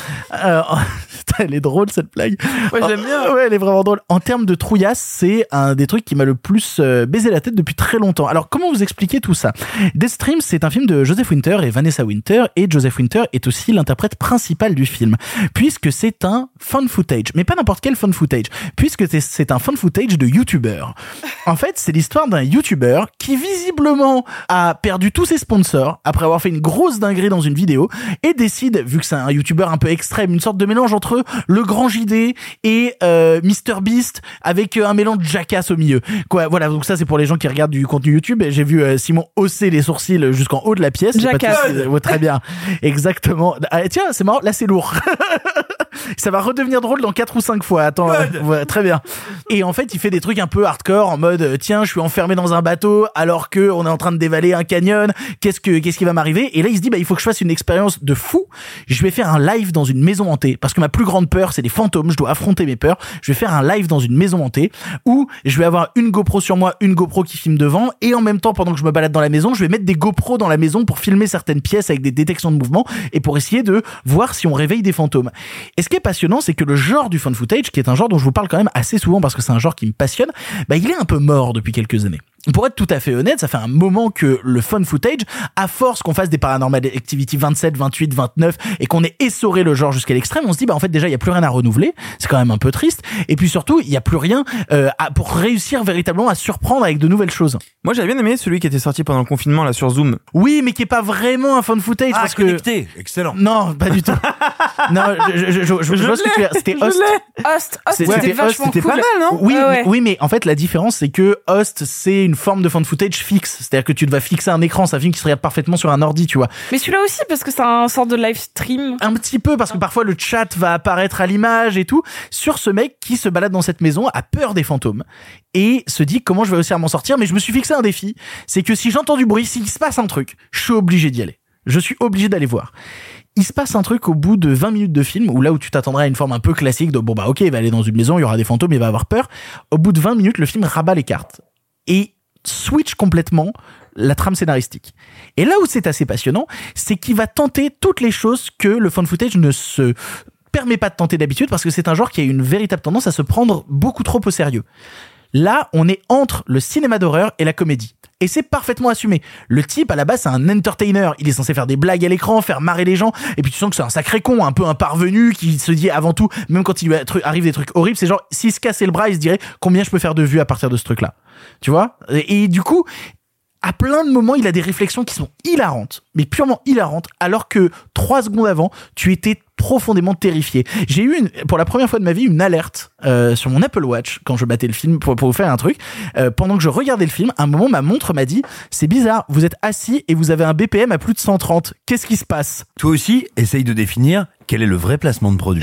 Elle est drôle, cette blague. Ouais, j'aime bien. Ouais, elle est vraiment drôle. En termes de trouillasse, c'est un des trucs qui m'a le plus baisé la tête depuis très longtemps. Alors, comment vous expliquer tout ça ? Deadstream, c'est un film de Joseph Winter et Vanessa Winter, et Joseph Winter est aussi l'interprète principal du film, puisque c'est un fan footage, mais pas n'importe quel fan footage, puisque c'est un fan footage de youtubeur. En fait, c'est l'histoire d'un youtubeur qui visiblement a perdu tous ses sponsors après avoir fait une grosse dinguerie dans une vidéo et décide, vu que c'est un youtubeur un peu extrême, une sorte de mélange entre le grand JD et MrBeast avec un mélange de Jackass au milieu. Quoi, voilà, donc ça c'est pour les gens qui regardent du contenu YouTube. J'ai vu Simon hausser les sourcils jusqu'en haut de la pièce. Jackass. Ouais, très bien. Exactement. Ah, tiens, c'est marrant, là c'est lourd. Ça va redevenir drôle dans 4 ou 5 fois. Attends, ouais, très bien. Et en fait, il fait des trucs un peu hardcore en mode tiens, je suis enfermé dans un bateau alors que on est en train de dévaler un canyon. Qu'est-ce qui va m'arriver ? Et là, il se dit il faut que je fasse une expérience de fou. Je vais faire un live dans une maison hantée parce que ma plus grande peur, c'est les fantômes. Je dois affronter mes peurs. Je vais faire un live dans une maison hantée où je vais avoir une GoPro sur moi, une GoPro qui filme devant, et en même temps, pendant que je me balade dans la maison, je vais mettre des GoPro dans la maison pour filmer certaines pièces avec des détections de mouvement et pour essayer de voir si on réveille des fantômes. Et ce qui est passionnant, c'est que le genre du fan footage, qui est un genre dont je vous parle quand même assez souvent parce que c'est un genre qui me passionne, il est un peu mort depuis quelques années. Pour être tout à fait honnête, ça fait un moment que le fun footage, à force qu'on fasse des Paranormal Activity 27, 28, 29 et qu'on ait essoré le genre jusqu'à l'extrême, on se dit en fait déjà il y a plus rien à renouveler, c'est quand même un peu triste, et puis surtout il y a plus rien pour réussir véritablement à surprendre avec de nouvelles choses. Moi j'avais bien aimé celui qui était sorti pendant le confinement là sur Zoom. Oui, mais qui est pas vraiment un fun footage parce Connecté, excellent. Non, pas du tout. Non, je vois ce que tu veux dire. C'était Host. C'était vachement c'était cool. pas mal, non? Oui, mais en fait la différence c'est que Host c'est une forme de fan footage fixe, c'est-à-dire que tu vas fixer un écran, c'est un film qui se regarde parfaitement sur un ordi, tu vois. Mais celui-là aussi parce que c'est un sorte de live stream. Un petit peu parce que parfois le chat va apparaître à l'image et tout, sur ce mec qui se balade dans cette maison, a peur des fantômes et se dit comment je vais réussir à m'en sortir, mais je me suis fixé un défi, c'est que si j'entends du bruit, s'il se passe un truc, je suis obligé d'y aller. Je suis obligé d'aller voir. Il se passe un truc au bout de 20 minutes de film où là où tu t'attendrais à une forme un peu classique de ok, il va aller dans une maison, il y aura des fantômes, il va avoir peur. Au bout de 20 minutes, le film rabat les cartes et switch complètement la trame scénaristique. Et là où c'est assez passionnant, c'est qu'il va tenter toutes les choses que le fan footage ne se permet pas de tenter d'habitude parce que c'est un genre qui a une véritable tendance à se prendre beaucoup trop au sérieux. Là, on est entre le cinéma d'horreur et la comédie. Et c'est parfaitement assumé. Le type, à la base, c'est un entertainer. Il est censé faire des blagues à l'écran, faire marrer les gens. Et puis tu sens que c'est un sacré con, un peu un parvenu qui se dit avant tout, même quand il lui arrive des trucs horribles, c'est genre, s'il se cassait le bras, il se dirait combien je peux faire de vues à partir de ce truc-là. Tu vois? Et du coup, à plein de moments, il a des réflexions qui sont hilarantes, mais purement hilarantes, alors que 3 secondes avant, tu étais profondément terrifié. J'ai eu pour la première fois de ma vie une alerte sur mon Apple Watch quand je battais le film pour vous faire un truc. Pendant que je regardais le film, à un moment ma montre m'a dit c'est bizarre, vous êtes assis et vous avez un BPM à plus de 130. Qu'est-ce qui se passe? Toi aussi, essaye de définir quel est le vrai placement de produit.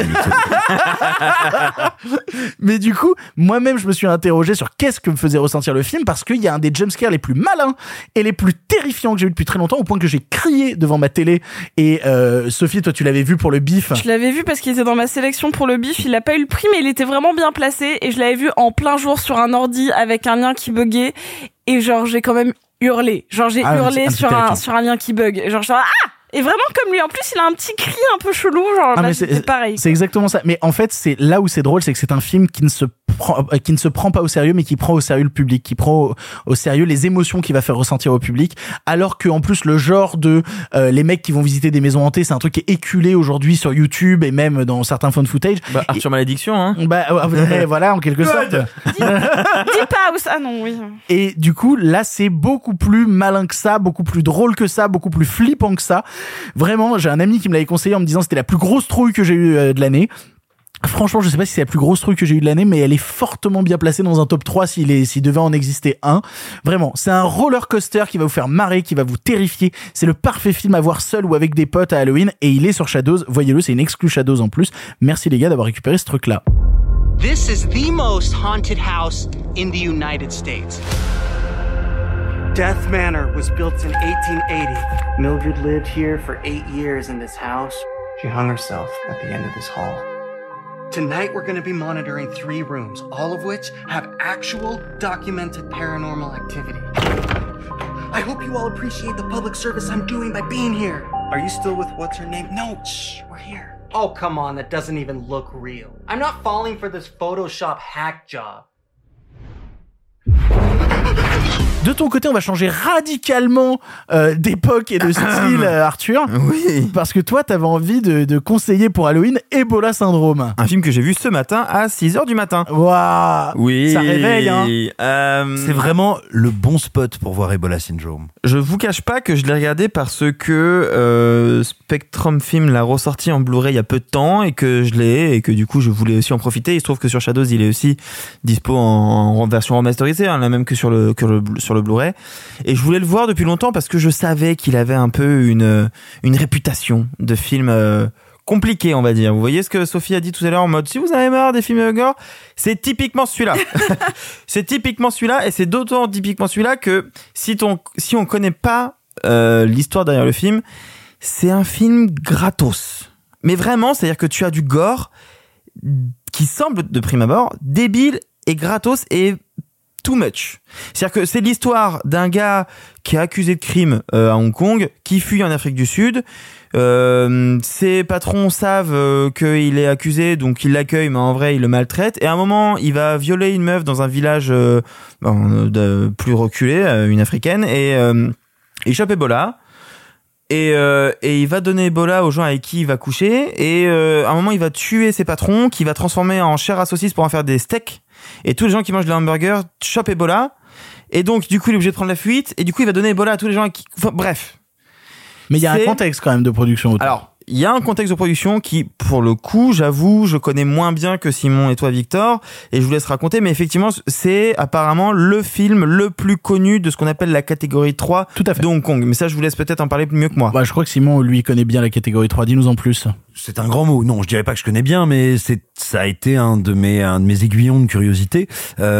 Mais du coup, moi-même, je me suis interrogé sur qu'est-ce que me faisait ressentir le film parce qu'il y a un des jumpscares les plus malins et les plus terrifiants que j'ai eu depuis très longtemps au point que j'ai crié devant ma télé. Et Sophie, toi, tu l'avais vu pour le bif. Je l'avais vu parce qu'il était dans ma sélection pour le bif. Il a pas eu le prix, mais il était vraiment bien placé et je l'avais vu en plein jour sur un ordi avec un lien qui buguait et genre j'ai quand même hurlé. Genre j'ai hurlé sur un lien qui bug. Et genre et vraiment comme lui, en plus il a un petit cri un peu chelou, genre c'est pareil. C'est exactement ça. Mais en fait, c'est là où c'est drôle, c'est que c'est un film qui ne se prend pas au sérieux, mais qui prend au sérieux le public, qui prend au sérieux les émotions qu'il va faire ressentir au public. Alors que en plus le genre de les mecs qui vont visiter des maisons hantées, c'est un truc qui est éculé aujourd'hui sur YouTube et même dans certains fan footage. Arthur Malédiction, hein. Voilà, en quelque sorte. Deep House, ah non, oui. Et du coup, là, c'est beaucoup plus malin que ça, beaucoup plus drôle que ça, beaucoup plus flippant que ça. Vraiment, j'ai un ami qui me l'avait conseillé en me disant que c'était la plus grosse trouille que j'ai eue de l'année. Franchement, je sais pas si c'est la plus grosse trouille que j'ai eue de l'année, mais elle est fortement bien placée dans un top 3 s'il devait en exister un. Vraiment, c'est un roller coaster qui va vous faire marrer, qui va vous terrifier. C'est le parfait film à voir seul ou avec des potes à Halloween et il est sur Shadows. Voyez-le, c'est une exclu Shadows en plus. Merci les gars d'avoir récupéré ce truc-là. This is the most haunted house in the United States. Death Manor was built in 1880. Mildred lived here for 8 years in this house. She hung herself at the end of this hall. Tonight we're going to be monitoring 3 rooms, all of which have actual documented paranormal activity. I hope you all appreciate the public service I'm doing by being here. Are you still with what's her name? No, shh, we're here. Oh, come on, that doesn't even look real. I'm not falling for this Photoshop hack job. De ton côté, on va changer radicalement d'époque et de style, Arthur. Oui. Parce que toi, t'avais envie de conseiller pour Halloween Ebola Syndrome. Un film que j'ai vu ce matin à 6h du matin. Waouh. Oui. Ça réveille, hein. C'est vraiment le bon spot pour voir Ebola Syndrome. Je vous cache pas que je l'ai regardé parce que Spectrum Film l'a ressorti en Blu-ray il y a peu de temps et que je l'ai et que du coup je voulais aussi en profiter. Il se trouve que sur Shadows il est aussi dispo en version remasterisée, hein, la même que sur le Blu-ray. Et je voulais le voir depuis longtemps parce que je savais qu'il avait un peu une réputation de film compliqué, on va dire. Vous voyez ce que Sophie a dit tout à l'heure en mode si vous avez marre des films gore, c'est typiquement celui-là. C'est typiquement celui-là et c'est d'autant typiquement celui-là que si on connaît pas l'histoire derrière le film, c'est un film gratos. Mais vraiment, c'est-à-dire que tu as du gore qui semble de prime abord débile et gratos et too much. C'est-à-dire que c'est l'histoire d'un gars qui est accusé de crime à Hong Kong, qui fuit en Afrique du Sud, Ses patrons savent qu'il est accusé, donc ils l'accueillent, mais en vrai ils le maltraitent. Et à un moment, il va violer une meuf dans un village plus reculé, une africaine, et il chope Ebola. Et il va donner Ebola aux gens avec qui il va coucher. Et à un moment, il va tuer ses patrons, qu'il va transformer en chair à saucisse pour en faire des steaks. Et tous les gens qui mangent des hamburgers chopent Ebola. Et donc, du coup, il est obligé de prendre la fuite. Et du coup, il va donner Ebola à tous les gens qui... Enfin, bref. Mais il y a un contexte quand même de production autour. Alors, il y a un contexte de production qui, pour le coup, j'avoue, je connais moins bien que Simon et toi, Victor, et je vous laisse raconter, mais effectivement, c'est apparemment le film le plus connu de ce qu'on appelle la catégorie 3 de Hong Kong. Mais ça, je vous laisse peut-être en parler mieux que moi. Bah, je crois que Simon, lui, connaît bien la catégorie 3. Dis-nous en plus. C'est un grand mot. Non, je dirais pas que je connais bien, mais ça a été un de mes aiguillons de curiosité.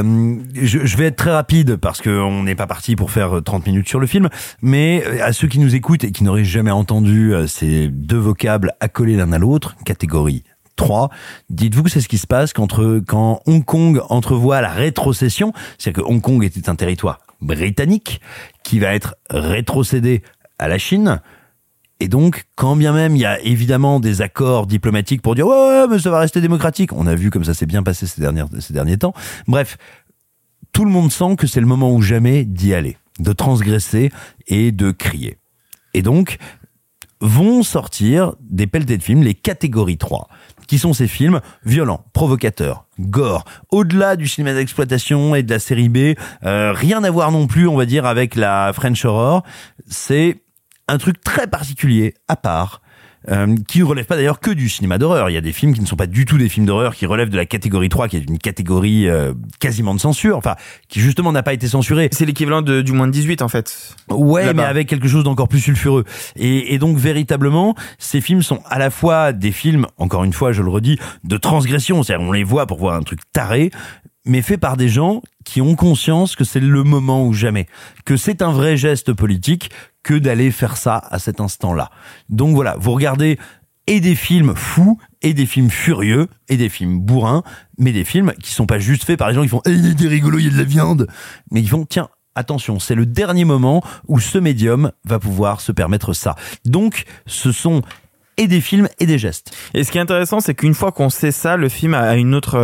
Je vais être très rapide parce que on n'est pas parti pour faire 30 minutes sur le film, mais à ceux qui nous écoutent et qui n'auraient jamais entendu ces deux vocables accolés l'un à l'autre, catégorie 3, dites-vous que c'est ce qui se passe quand Hong Kong entrevoit la rétrocession, c'est-à-dire que Hong Kong était un territoire britannique qui va être rétrocédé à la Chine. Et donc, quand bien même il y a évidemment des accords diplomatiques pour dire ouais, mais ça va rester démocratique. On a vu comme ça s'est bien passé ces derniers temps. Bref, tout le monde sent que c'est le moment ou jamais d'y aller, de transgresser et de crier. Et donc, vont sortir des pelletés de films, les catégories 3, qui sont ces films violents, provocateurs, gore, au-delà du cinéma d'exploitation et de la série B, rien à voir non plus, on va dire, avec la French horror. C'est un truc très particulier, à part, qui ne relève pas d'ailleurs que du cinéma d'horreur. Il y a des films qui ne sont pas du tout des films d'horreur, qui relèvent de la catégorie 3, qui est une catégorie quasiment de censure, enfin, qui justement n'a pas été censurée. C'est l'équivalent du moins de 18, en fait. Ouais, là-bas. Mais avec quelque chose d'encore plus sulfureux. Et donc, véritablement, ces films sont à la fois des films, encore une fois, je le redis, de transgression. C'est-à-dire, on les voit pour voir un truc taré, mais fait par des gens qui ont conscience que c'est le moment ou jamais, que c'est un vrai geste politique que d'aller faire ça à cet instant-là. Donc voilà, vous regardez et des films fous, et des films furieux, et des films bourrins, mais des films qui sont pas juste faits par des gens qui font « il y a des rigolos, il y a de la viande », mais qui font « tiens, attention, c'est le dernier moment où ce médium va pouvoir se permettre ça ». Donc, ce sont et des films et des gestes. Et ce qui est intéressant, c'est qu'une fois qu'on sait ça, le film a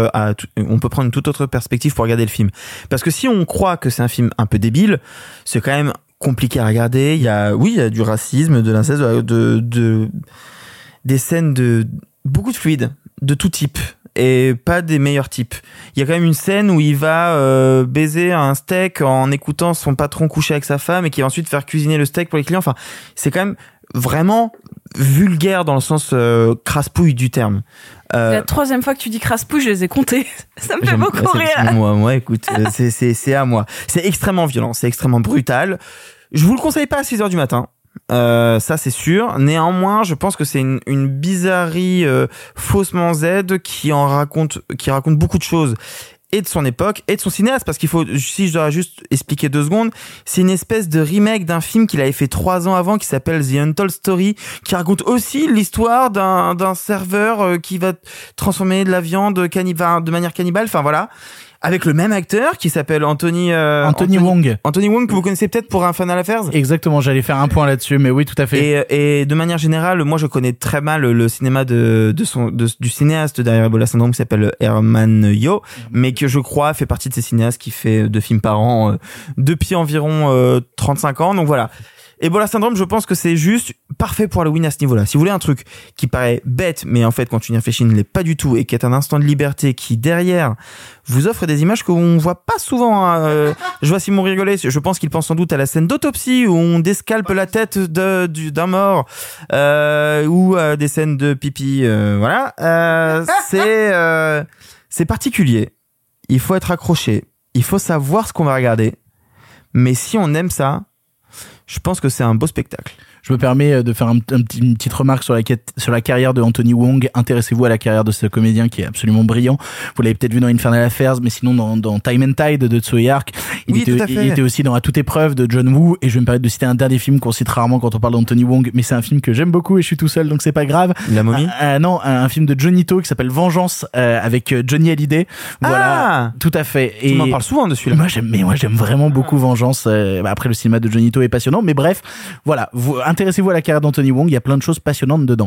on peut prendre une toute autre perspective pour regarder le film. Parce que si on croit que c'est un film un peu débile, c'est quand même compliqué à regarder. Il y a du racisme, de l'inceste, des scènes de beaucoup de fluides, de tout type. Et pas des meilleurs types. Il y a quand même une scène où il va baiser un steak en écoutant son patron coucher avec sa femme et qui va ensuite faire cuisiner le steak pour les clients. Enfin, c'est quand même vraiment vulgaire dans le sens crasse-pouille du terme. La troisième fois que tu dis crasse-pouille, je les ai comptés. Ça me fait beaucoup rire. Moi, écoute, c'est à moi. C'est extrêmement violent, c'est extrêmement brutal. Je vous le conseille pas à 6h du matin. Ça c'est sûr. Néanmoins, je pense que c'est une bizarrerie faussement Z qui raconte beaucoup de choses et de son époque et de son cinéaste, parce qu'il faut, si je dois juste expliquer 2 secondes, c'est une espèce de remake d'un film qu'il avait fait 3 ans avant qui s'appelle The Untold Story, qui raconte aussi l'histoire d'un serveur qui va transformer de la viande de manière cannibale. Enfin voilà. Avec le même acteur qui s'appelle Anthony Wong. Anthony Wong, que vous connaissez peut-être pour un Final Affairs. Exactement, j'allais faire un point là-dessus, mais oui, tout à fait. Et de manière générale, moi je connais très mal le cinéma du cinéaste derrière Ebola Syndrome qui s'appelle Herman Yo, mais que je crois fait partie de ces cinéastes qui fait 2 films par an depuis environ 35 ans. Donc voilà. Ebola Syndrome, je pense que c'est juste parfait pour Halloween à ce niveau-là. Si vous voulez un truc qui paraît bête, mais en fait, quand tu y réfléchis, ne l'est pas du tout, et qui est un instant de liberté qui, derrière, vous offre des images qu'on voit pas souvent. Je vois Simon rigoler. Je pense qu'il pense sans doute à la scène d'autopsie où on déscalpe la tête d'un mort, ou des scènes de pipi. Voilà. C'est particulier. Il faut être accroché. Il faut savoir ce qu'on va regarder. Mais si on aime ça, je pense que c'est un beau spectacle. Je me permets de faire une petite remarque sur la carrière de Anthony Wong. Intéressez-vous à la carrière de ce comédien qui est absolument brillant. Vous l'avez peut-être vu dans Infernal Affairs, mais sinon dans Time and Tide de Tsui Hark. Il était aussi dans À toute épreuve de John Woo. Et je vais me permettre de citer un dernier film qu'on cite rarement quand on parle d'Anthony Wong, mais c'est un film que j'aime beaucoup et je suis tout seul, donc c'est pas grave. La momie? Non, un film de Johnny To qui s'appelle Vengeance, avec Johnny Hallyday. Voilà. Tout à fait. Et tu m'en parles souvent de celui-là. Moi j'aime vraiment beaucoup Vengeance. Après, le cinéma de Johnny To est passionnant, mais bref, voilà. Un intéressez-vous à la carrière d'Anthony Wong, il y a plein de choses passionnantes dedans.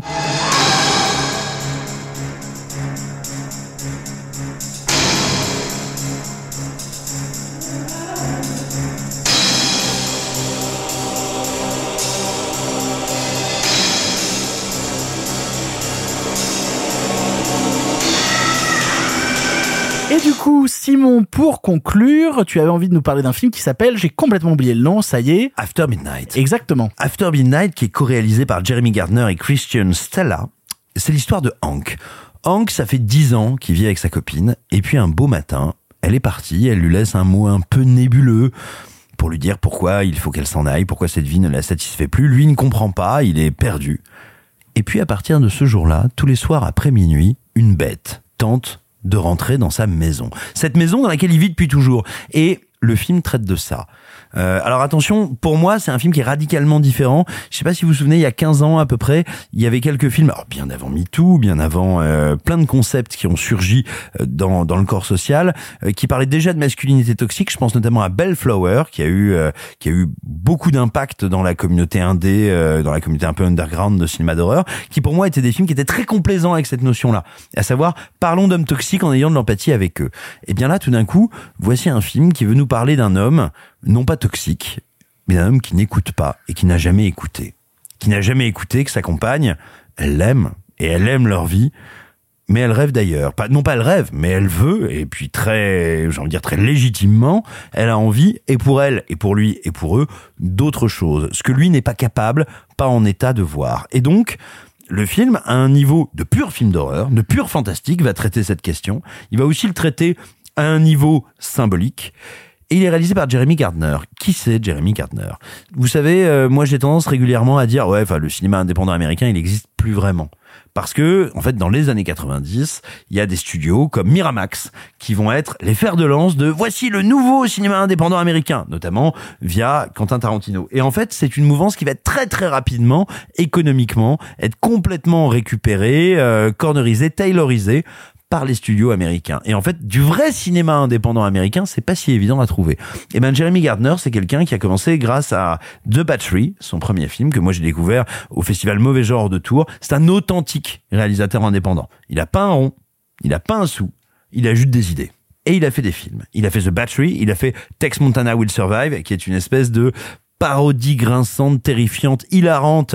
Et du coup, Simon, pour conclure, tu avais envie de nous parler d'un film qui s'appelle, j'ai complètement oublié le nom, ça y est. After Midnight. Exactement. After Midnight, qui est co-réalisé par Jeremy Gardner et Christian Stella. C'est l'histoire de Hank. Hank, ça fait 10 ans qu'il vit avec sa copine, et puis un beau matin, elle est partie, elle lui laisse un mot un peu nébuleux pour lui dire pourquoi il faut qu'elle s'en aille, pourquoi cette vie ne la satisfait plus. Lui, il ne comprend pas, il est perdu. Et puis à partir de ce jour-là, tous les soirs après minuit, une bête tente de rentrer dans sa maison. Cette maison dans laquelle il vit depuis toujours. Et le film traite de ça. Alors attention, pour moi, c'est un film qui est radicalement différent. Je sais pas si vous vous souvenez, il y a 15 ans à peu près, il y avait quelques films, alors bien avant MeToo, bien avant plein de concepts qui ont surgi dans le corps social, qui parlaient déjà de masculinité toxique. Je pense notamment à Bellflower, qui a eu beaucoup d'impact dans la communauté indé, dans la communauté un peu underground de cinéma d'horreur, qui pour moi étaient des films qui étaient très complaisants avec cette notion-là. À savoir, parlons d'hommes toxiques en ayant de l'empathie avec eux. Et bien là, tout d'un coup, voici un film qui veut nous parler d'un homme, non pas toxique, mais d'un homme qui n'écoute pas et qui n'a jamais écouté. Qui n'a jamais écouté, que sa compagne, elle l'aime, et elle aime leur vie, mais elle rêve d'ailleurs. Non pas elle rêve, mais elle veut, et puis très légitimement, elle a envie, et pour elle, et pour lui, et pour eux, d'autres choses. Ce que lui n'est pas capable, pas en état de voir. Et donc, le film, à un niveau de pur film d'horreur, de pur fantastique, va traiter cette question. Il va aussi le traiter à un niveau symbolique. Et il est réalisé par Jeremy Gardner. Qui c'est Jeremy Gardner? Vous savez, moi j'ai tendance régulièrement à dire le cinéma indépendant américain, il n'existe plus vraiment. Parce que, en fait, dans les années 90, il y a des studios comme Miramax qui vont être les fers de lance de voici le nouveau cinéma indépendant américain, notamment via Quentin Tarantino. Et en fait, c'est une mouvance qui va être très très rapidement, économiquement, être complètement récupérée, cornerisée, taylorisée par les studios américains. Et en fait, du vrai cinéma indépendant américain, c'est pas si évident à trouver. Et ben, Jeremy Gardner, c'est quelqu'un qui a commencé grâce à The Battery, son premier film, que moi j'ai découvert au festival Mauvais Genre de Tours. C'est un authentique réalisateur indépendant. Il a pas un rond, il a pas un sou, il a juste des idées. Et il a fait des films. Il a fait The Battery, il a fait Tex Montana Will Survive, qui est une espèce de parodie grinçante, terrifiante, hilarante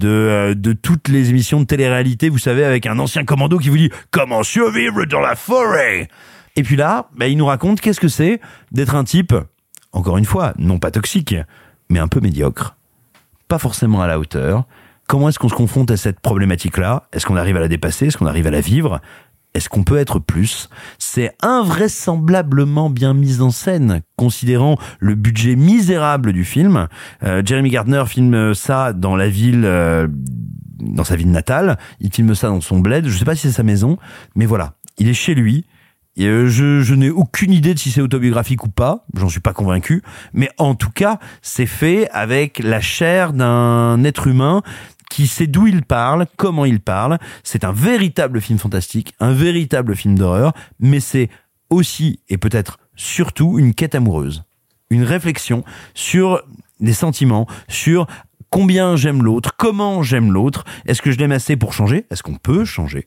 de toutes les émissions de télé-réalité, vous savez, avec un ancien commando qui vous dit « Comment survivre dans la forêt ?» Et puis là, il nous raconte qu'est-ce que c'est d'être un type, encore une fois, non pas toxique, mais un peu médiocre, pas forcément à la hauteur. Comment est-ce qu'on se confronte à cette problématique-là? Est-ce qu'on arrive à la dépasser? Est-ce qu'on arrive à la vivre? Est-ce qu'on peut être plus? C'est invraisemblablement bien mis en scène, considérant le budget misérable du film. Jeremy Gardner filme ça dans la ville, dans sa ville natale. Il filme ça dans son bled. Je sais pas si c'est sa maison, mais voilà. Il est chez lui. Et je n'ai aucune idée de si c'est autobiographique ou pas. J'en suis pas convaincu. Mais en tout cas, c'est fait avec la chair d'un être humain qui sait d'où il parle, comment il parle. C'est un véritable film fantastique, un véritable film d'horreur, mais c'est aussi, et peut-être surtout, une quête amoureuse. Une réflexion sur les sentiments, sur combien j'aime l'autre, comment j'aime l'autre, est-ce que je l'aime assez pour changer? Est-ce qu'on peut changer?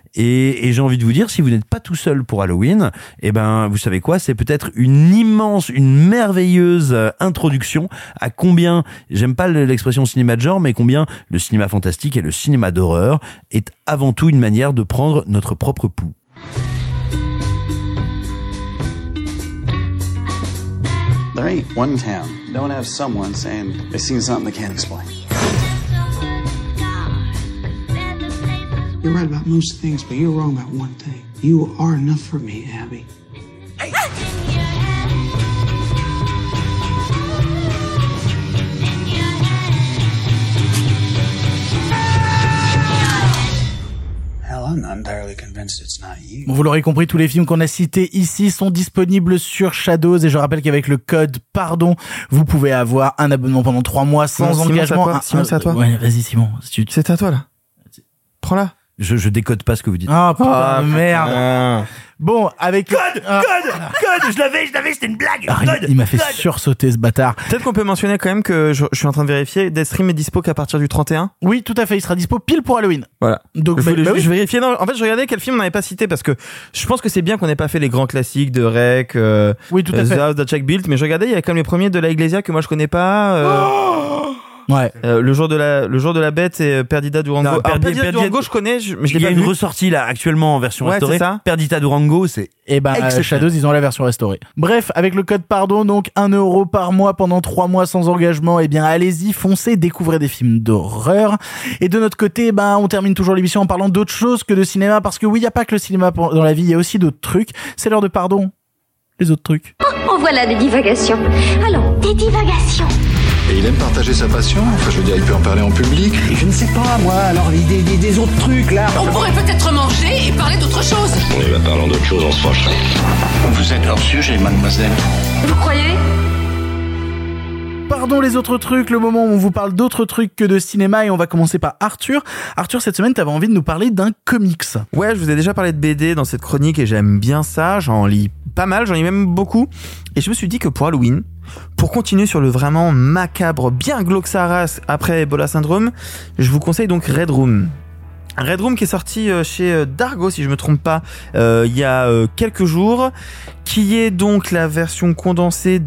Et j'ai envie de vous dire, si vous n'êtes pas tout seul pour Halloween, vous savez quoi, c'est peut-être une merveilleuse introduction à combien, j'aime pas l'expression cinéma de genre, mais combien le cinéma fantastique et le cinéma d'horreur est avant tout une manière de prendre notre propre pouls. There ain't one town don't have someone saying they've seen something they can't explain. You're right about most things, but you're wrong about one thing. You are enough for me, Abby. Hey! Hell, I'm not entirely convinced it's not you. Bon, vous l'aurez compris, tous les films qu'on a cités ici sont disponibles sur Shadows, et je rappelle qu'avec le code PARDON, vous pouvez avoir un abonnement pendant 3 mois sans engagement. Simon, c'est à toi. Ouais, vas-y Simon. C'est à toi là. Prends-la. Je décode pas ce que vous dites. Ah putain, merde. Bon, avec... Code, je l'avais, c'était une blague. Il m'a fait sursauter ce bâtard. Peut-être qu'on peut mentionner quand même que je suis en train de vérifier, Deathstream est dispo qu'à partir du 31. Oui, tout à fait, il sera dispo pile pour Halloween. Voilà. Donc, je vérifiais. Non, en fait, je regardais quel film on n'avait pas cité parce que je pense que c'est bien qu'on n'ait pas fait les grands classiques de Rec, oui, tout à fait. The House that Jack Built, mais je regardais, il y a quand même les premiers de la Iglesia que moi je connais pas. Ouais. Le jour de la bête et Perdita Durango. Non, Perdita Durango, je connais, mais je l'ai il y pas a vu. une ressortie là actuellement en version Ouais, restaurée. c'est ça. Perdita Durango, c'est Shadows, ils ont la version restaurée. Bref, avec le code pardon, donc 1 € par mois pendant 3 mois sans engagement, allez-y, foncez, découvrez des films d'horreur. Et de notre côté, on termine toujours l'émission en parlant d'autre chose que de cinéma, parce que oui, il y a pas que le cinéma dans la vie, il y a aussi d'autres trucs. C'est l'heure de pardon. Les autres trucs. Oh, voilà des divagations. Allons, des divagations. Et il aime partager sa passion. Enfin, je veux dire, il peut en parler en public. Je ne sais pas, moi, alors des autres trucs, là. On pourrait peut-être manger et parler d'autre chose. Oui, parlons d'autre chose, on se fâcherait. Vous êtes hors sujet, mademoiselle. Vous croyez ? Pardon les autres trucs, le moment où on vous parle d'autres trucs que de cinéma, et on va commencer par Arthur. Arthur, cette semaine, t'avais envie de nous parler d'un comics. Ouais, je vous ai déjà parlé de BD dans cette chronique et j'aime bien ça, j'en lis pas mal, j'en lis même beaucoup. Et je me suis dit que pour Halloween, pour continuer sur le vraiment macabre, bien glauque sa race après Ebola Syndrome, je vous conseille donc Red Room. Red Room qui est sorti chez Dargo, si je me trompe pas, il y a quelques jours, qui est donc la version condensée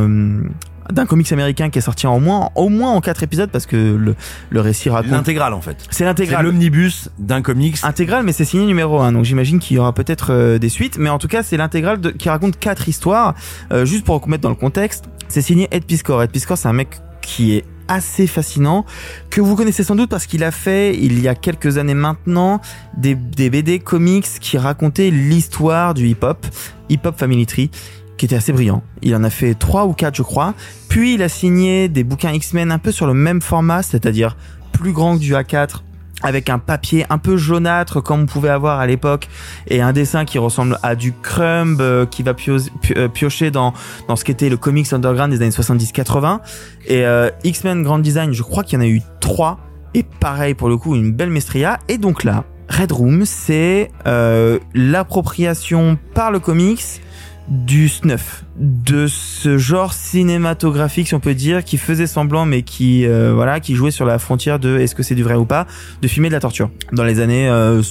d'un comics américain qui est sorti au moins en 4 épisodes, parce que le récit raconte... L'intégrale en fait. C'est l'intégrale. C'est l'omnibus d'un comics. Intégral, mais c'est signé numéro 1, donc j'imagine qu'il y aura peut-être des suites, mais en tout cas c'est l'intégrale qui raconte 4 histoires. Juste pour remettre dans le contexte, c'est signé Ed Piskor. Ed Piskor, c'est un mec qui est assez fascinant, que vous connaissez sans doute parce qu'il a fait, il y a quelques années maintenant, des BD comics qui racontaient l'histoire du hip-hop Family Tree, qui était assez brillant. Il en a fait 3 ou 4, je crois. Puis il a signé des bouquins X-Men un peu sur le même format, c'est-à-dire plus grand que du A4, avec un papier un peu jaunâtre comme on pouvait avoir à l'époque, et un dessin qui ressemble à du crumb, qui va piocher dans ce qu'était le comics underground des années 70-80. Et X-Men Grand Design, je crois qu'il y en a eu 3, et pareil pour le coup, une belle maestria. Et donc là, Red Room, c'est l'appropriation par le comics du snuff, de ce genre cinématographique, si on peut dire, qui faisait semblant, mais qui jouait sur la frontière de est-ce que c'est du vrai ou pas, de filmer de la torture. Dans les années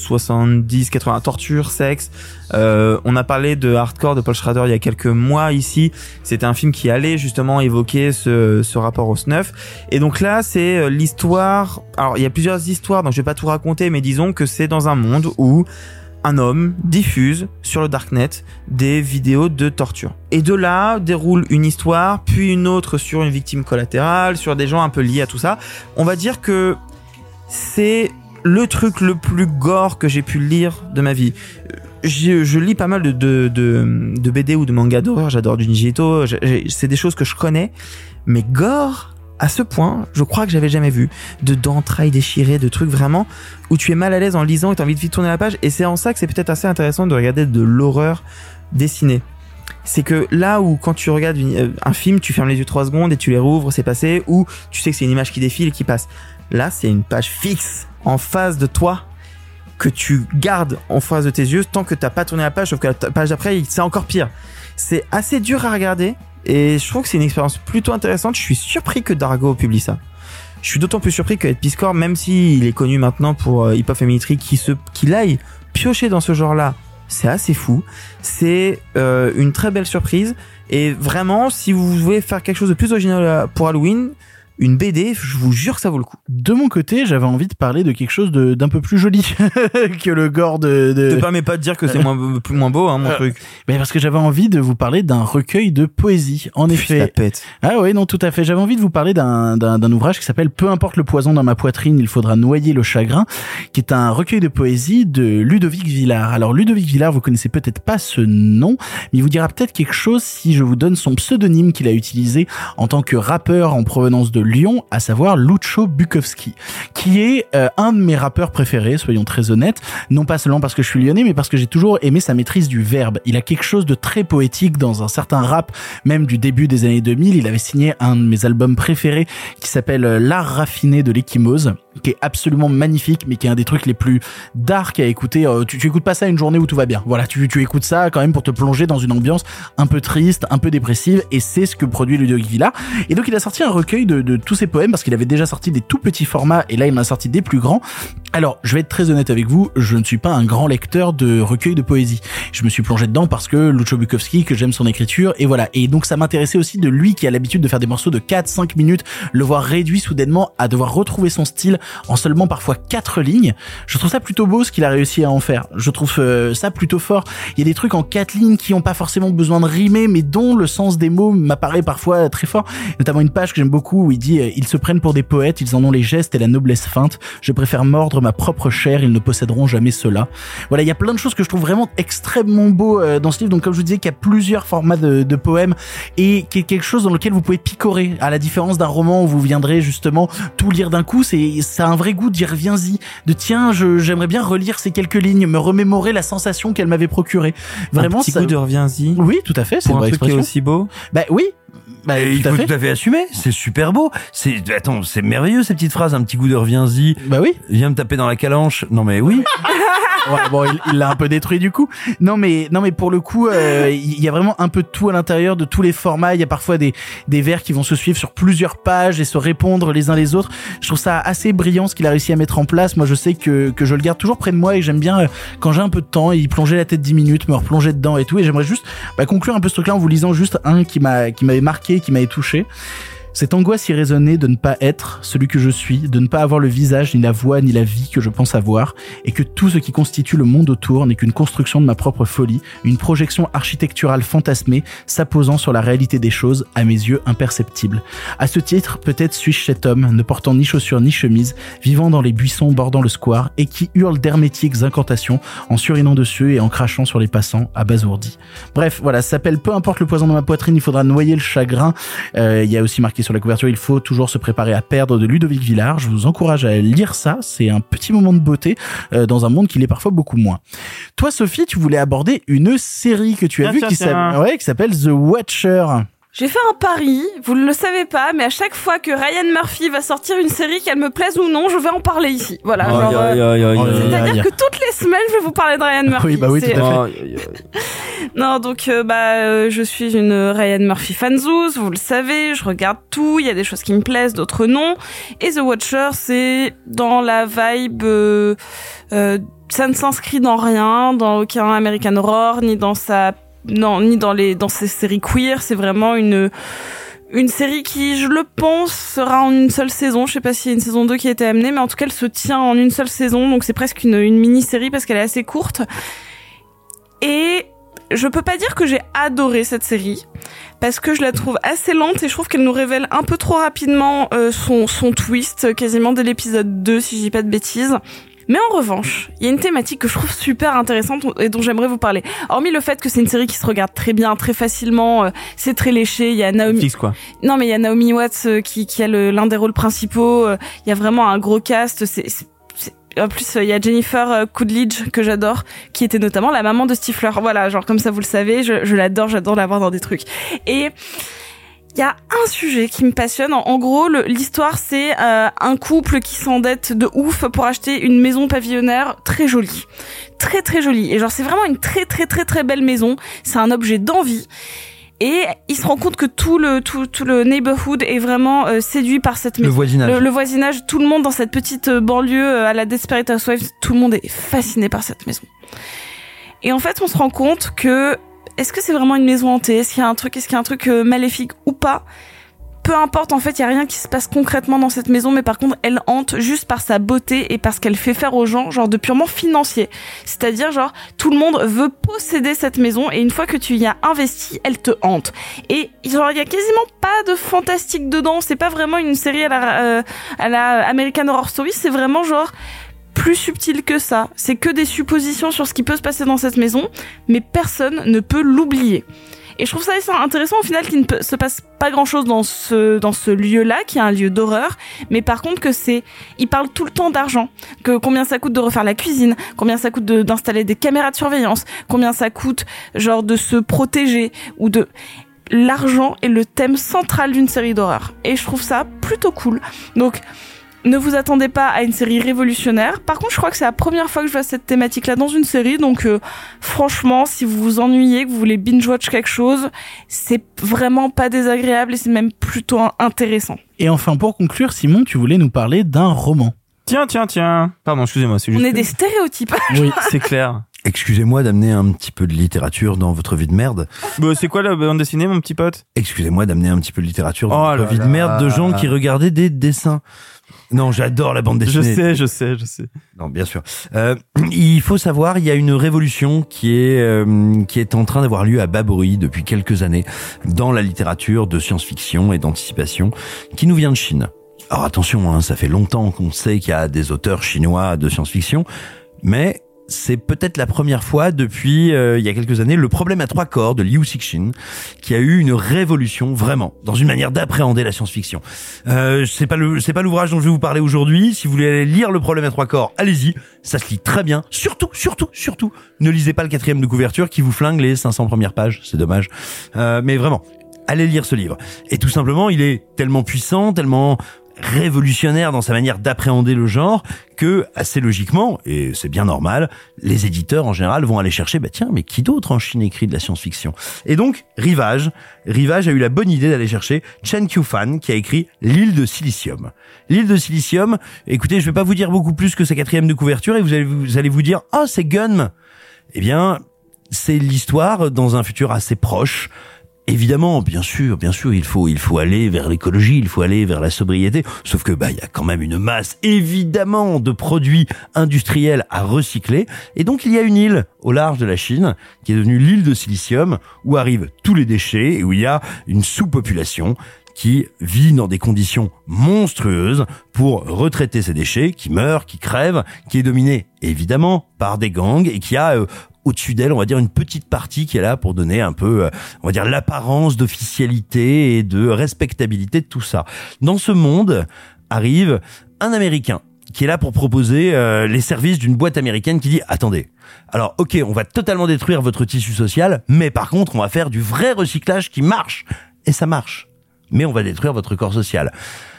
70-80, torture, sexe. On a parlé de Hardcore de Paul Schrader il y a quelques mois ici. C'était un film qui allait justement évoquer ce rapport au snuff. Et donc là, c'est l'histoire. Alors, il y a plusieurs histoires, donc je vais pas tout raconter, mais disons que c'est dans un monde où un homme diffuse sur le darknet des vidéos de torture. Et de là déroule une histoire, puis une autre sur une victime collatérale, sur des gens un peu liés à tout ça. On va dire que c'est le truc le plus gore que j'ai pu lire de ma vie. Je lis pas mal de BD ou de manga d'horreur, j'adore Junji Ito, c'est des choses que je connais, mais gore à ce point, je crois que j'avais jamais vu d'entrailles déchirées, de trucs vraiment où tu es mal à l'aise en lisant et t'as envie de vite tourner la page. Et c'est en ça que c'est peut-être assez intéressant de regarder de l'horreur dessinée. C'est que là où quand tu regardes un film, tu fermes les yeux 3 secondes et tu les rouvres, c'est passé, ou tu sais que c'est une image qui défile et qui passe. Là, c'est une page fixe en face de toi que tu gardes en face de tes yeux tant que t'as pas tourné la page, sauf que la page d'après, c'est encore pire. C'est assez dur à regarder. Et je trouve que c'est une expérience plutôt intéressante. Je suis surpris que Dargo publie ça. Je suis d'autant plus surpris que Ed Piskor, même s'il est connu maintenant pour Hip Hop Family Tree, qu'il aille piocher dans ce genre-là, c'est assez fou. C'est une très belle surprise. Et vraiment, si vous voulez faire quelque chose de plus original pour Halloween, une BD, je vous jure que ça vaut le coup. De mon côté, j'avais envie de parler de quelque chose d'un peu plus joli que le gore de... Te permets pas de dire que c'est moins beau, hein, mon truc. Mais parce que j'avais envie de vous parler d'un recueil de poésie. En effet. La pète. Ah oui, non, tout à fait. J'avais envie de vous parler d'un ouvrage qui s'appelle Peu importe le poison dans ma poitrine, il faudra noyer le chagrin, qui est un recueil de poésie de Ludovic Villard. Alors, Ludovic Villard, vous connaissez peut-être pas ce nom, mais il vous dira peut-être quelque chose si je vous donne son pseudonyme qu'il a utilisé en tant que rappeur en provenance de Lyon, à savoir Lucio Bukowski, qui est un de mes rappeurs préférés, soyons très honnêtes, non pas seulement parce que je suis lyonnais, mais parce que j'ai toujours aimé sa maîtrise du verbe. Il a quelque chose de très poétique dans un certain rap, même du début des années 2000. Il avait signé un de mes albums préférés qui s'appelle L'Art raffiné de l'Ecchymose, qui est absolument magnifique, mais qui est un des trucs les plus dark à écouter. Tu écoutes pas ça une journée où tout va bien. Voilà, tu écoutes ça quand même pour te plonger dans une ambiance un peu triste, un peu dépressive, et c'est ce que produit Ludovic Villard. Et donc il a sorti un recueil de tous ses poèmes, parce qu'il avait déjà sorti des tout petits formats, et là il en a sorti des plus grands. Alors, je vais être très honnête avec vous, je ne suis pas un grand lecteur de recueils de poésie. Je me suis plongé dedans parce que Lucio Bukowski, que j'aime son écriture, et voilà. Et donc ça m'intéressait aussi de lui qui a l'habitude de faire des morceaux de 4-5 minutes, le voir réduit soudainement à devoir retrouver son style en seulement parfois 4 lignes. Je trouve ça plutôt beau ce qu'il a réussi à en faire. Je trouve ça plutôt fort. Il y a des trucs en 4 lignes qui ont pas forcément besoin de rimer, mais dont le sens des mots m'apparaît parfois très fort. Notamment une page que j'aime beaucoup où il dit « Ils se prennent pour des poètes, ils en ont les gestes et la noblesse feinte. Je préfère mordre ma propre chair, ils ne posséderont jamais cela. » Voilà, il y a plein de choses que je trouve vraiment extrêmement beau dans ce livre. Donc comme je vous disais, qu'il y a plusieurs formats de poèmes et qui est quelque chose dans lequel vous pouvez picorer, à la différence d'un roman où vous viendrez justement tout lire d'un coup. Ça a un vrai goût d'y reviens-y, de tiens, j'aimerais bien relire ces quelques lignes, me remémorer la sensation qu'elle m'avait procurée. Vraiment, un petit goût de reviens-y. Oui, tout à fait. C'est pour une un vraie truc qui est expression. aussi beau. Bah oui. Bah, il faut tout à fait assumer, c'est super beau. C'est merveilleux ces petites phrases, un petit goût de reviens-y. Bah oui. Viens me taper dans la calanche. Non mais oui. Ouais, bon, il l'a un peu détruit du coup. Non mais pour le coup, il y a vraiment un peu de tout à l'intérieur, de tous les formats. Il y a parfois des vers qui vont se suivre sur plusieurs pages et se répondre les uns les autres. Je trouve ça assez brillant ce qu'il a réussi à mettre en place. Moi, je sais que je le garde toujours près de moi et j'aime bien quand j'ai un peu de temps y plonger la tête 10 minutes, me replonger dedans et tout. Et j'aimerais juste conclure un peu ce truc-là en vous lisant juste un qui m'avait marqué, qui m'avait touché. Cette angoisse irraisonnée de ne pas être celui que je suis, de ne pas avoir le visage, ni la voix, ni la vie que je pense avoir, et que tout ce qui constitue le monde autour n'est qu'une construction de ma propre folie, une projection architecturale fantasmée, s'apposant sur la réalité des choses, à mes yeux imperceptibles. À ce titre, peut-être suis-je cet homme, ne portant ni chaussures ni chemise, vivant dans les buissons bordant le square, et qui hurle d'hermétiques incantations, en surinant dessus et en crachant sur les passants, abasourdis. Bref, voilà, ça s'appelle Peu importe le poison dans ma poitrine, il faudra noyer le chagrin. Il y a aussi marqué sur la couverture, il faut toujours se préparer à perdre, de Ludovic Villard. Je vous encourage à lire ça, c'est un petit moment de beauté dans un monde qui l'est parfois beaucoup moins. Toi Sophie, tu voulais aborder une série que tu as vue qui s'appelle The Watcher. J'ai fait un pari, vous ne le savez pas, mais à chaque fois que Ryan Murphy va sortir une série, qu'elle me plaise ou non, je vais en parler ici. Voilà, c'est-à-dire que toutes les semaines, je vais vous parler de Ryan Murphy. Oui, bah oui, tout à fait. Non, donc je suis une Ryan Murphy fanzouz, vous le savez, je regarde tout, il y a des choses qui me plaisent, d'autres non. Et The Watcher, c'est dans la vibe... ça ne s'inscrit dans rien, dans aucun American Horror, ni dans ces séries queer. C'est vraiment une série qui, je le pense, sera en une seule saison. Je sais pas s'il y a une saison 2 qui a été amenée, mais en tout cas, elle se tient en une seule saison. Donc c'est presque une mini-série parce qu'elle est assez courte. Et je peux pas dire que j'ai adoré cette série parce que je la trouve assez lente et je trouve qu'elle nous révèle un peu trop rapidement son twist, quasiment dès l'épisode 2, si je dis pas de bêtises. Mais en revanche, il y a une thématique que je trouve super intéressante et dont j'aimerais vous parler. Hormis le fait que c'est une série qui se regarde très bien, très facilement, c'est très léché, il y a Naomi... Fixe, quoi. Non, mais il y a Naomi Watts qui a l'un des rôles principaux, il y a vraiment un gros cast, en plus, il y a Jennifer Coolidge, que j'adore, qui était notamment la maman de Stifler. Voilà, genre comme ça, vous le savez, je l'adore, j'adore la voir dans des trucs. Et... il y a un sujet qui me passionne. En gros, l'histoire, c'est un couple qui s'endette de ouf pour acheter une maison pavillonnaire très jolie. Très, très jolie. Et genre, c'est vraiment une très, très, très, très belle maison. C'est un objet d'envie. Et il se rend compte que tout le neighborhood est vraiment séduit par cette maison. Le voisinage. Le voisinage, tout le monde dans cette petite banlieue à la Desperate Housewives, tout le monde est fasciné par cette maison. Et en fait, on se rend compte que est-ce que c'est vraiment une maison hantée ? Est-ce qu'il y a un truc maléfique ou pas ? Peu importe, en fait, il y a rien qui se passe concrètement dans cette maison, mais par contre, elle hante juste par sa beauté et par ce qu'elle fait faire aux gens, genre de purement financier. C'est-à-dire, genre, tout le monde veut posséder cette maison et une fois que tu y as investi, elle te hante. Et genre, il y a quasiment pas de fantastique dedans. C'est pas vraiment une série à la American Horror Story. C'est vraiment genre plus subtil que ça. C'est que des suppositions sur ce qui peut se passer dans cette maison, mais personne ne peut l'oublier. Et je trouve ça assez intéressant au final qu'il ne se passe pas grand chose dans ce lieu-là, qui est un lieu d'horreur, mais par contre il parle tout le temps d'argent, que combien ça coûte de refaire la cuisine, combien ça coûte d'installer des caméras de surveillance, combien ça coûte genre de se protéger ou de... L'argent est le thème central d'une série d'horreur. Et je trouve ça plutôt cool. Donc, ne vous attendez pas à une série révolutionnaire. Par contre, je crois que c'est la première fois que je vois cette thématique-là dans une série. Donc, franchement, si vous vous ennuyez, que vous voulez binge-watch quelque chose, c'est vraiment pas désagréable et c'est même plutôt intéressant. Et enfin, pour conclure, Simon, tu voulais nous parler d'un roman. Tiens. Pardon, excusez-moi. C'est juste... On est des stéréotypes. Oui, c'est clair. Excusez-moi d'amener un petit peu de littérature dans votre vie de merde. Bah, c'est quoi la bande dessinée, mon petit pote? Excusez-moi d'amener un petit peu de littérature dans votre vie de merde de gens qui regardaient des dessins. Non, j'adore la bande dessinée. Je sais. Non, bien sûr. Il faut savoir, il y a une révolution qui est en train d'avoir lieu à bas bruit depuis quelques années dans la littérature de science-fiction et d'anticipation qui nous vient de Chine. Alors attention, ça fait longtemps qu'on sait qu'il y a des auteurs chinois de science-fiction, mais c'est peut-être la première fois depuis il y a quelques années le problème à 3 corps de Liu Cixin qui a eu une révolution vraiment dans une manière d'appréhender la science-fiction. C'est pas l'ouvrage dont je vais vous parler aujourd'hui. Si vous voulez aller lire le problème à 3 corps, allez-y, ça se lit très bien. Surtout, ne lisez pas le 4e de couverture qui vous flingue les 500 premières pages, c'est dommage. Mais vraiment, allez lire ce livre. Et tout simplement, il est tellement puissant, tellement révolutionnaire dans sa manière d'appréhender le genre que, assez logiquement, et c'est bien normal, les éditeurs en général vont aller chercher, mais qui d'autre en Chine écrit de la science-fiction? Et donc, Rivage a eu la bonne idée d'aller chercher Chen Qiufan qui a écrit L'île de Silicium. L'île de Silicium, écoutez, je vais pas vous dire beaucoup plus que sa 4e de couverture et vous allez vous dire, c'est Gunm. Eh bien, c'est l'histoire dans un futur assez proche. Évidemment, bien sûr, il faut aller vers l'écologie, il faut aller vers la sobriété. Sauf que, il y a quand même une masse, évidemment, de produits industriels à recycler. Et donc, il y a une île au large de la Chine, qui est devenue l'île de Silicium, où arrivent tous les déchets et où il y a une sous-population qui vit dans des conditions monstrueuses pour retraiter ces déchets, qui meurent, qui crèvent, qui est dominée, évidemment, par des gangs et qui a, au-dessus d'elle, on va dire, une petite partie qui est là pour donner un peu, on va dire, l'apparence d'officialité et de respectabilité de tout ça. Dans ce monde arrive un Américain qui est là pour proposer les services d'une boîte américaine qui dit « Attendez, alors ok, on va totalement détruire votre tissu social, mais par contre, on va faire du vrai recyclage qui marche. » Et ça marche. Mais on va détruire votre corps social.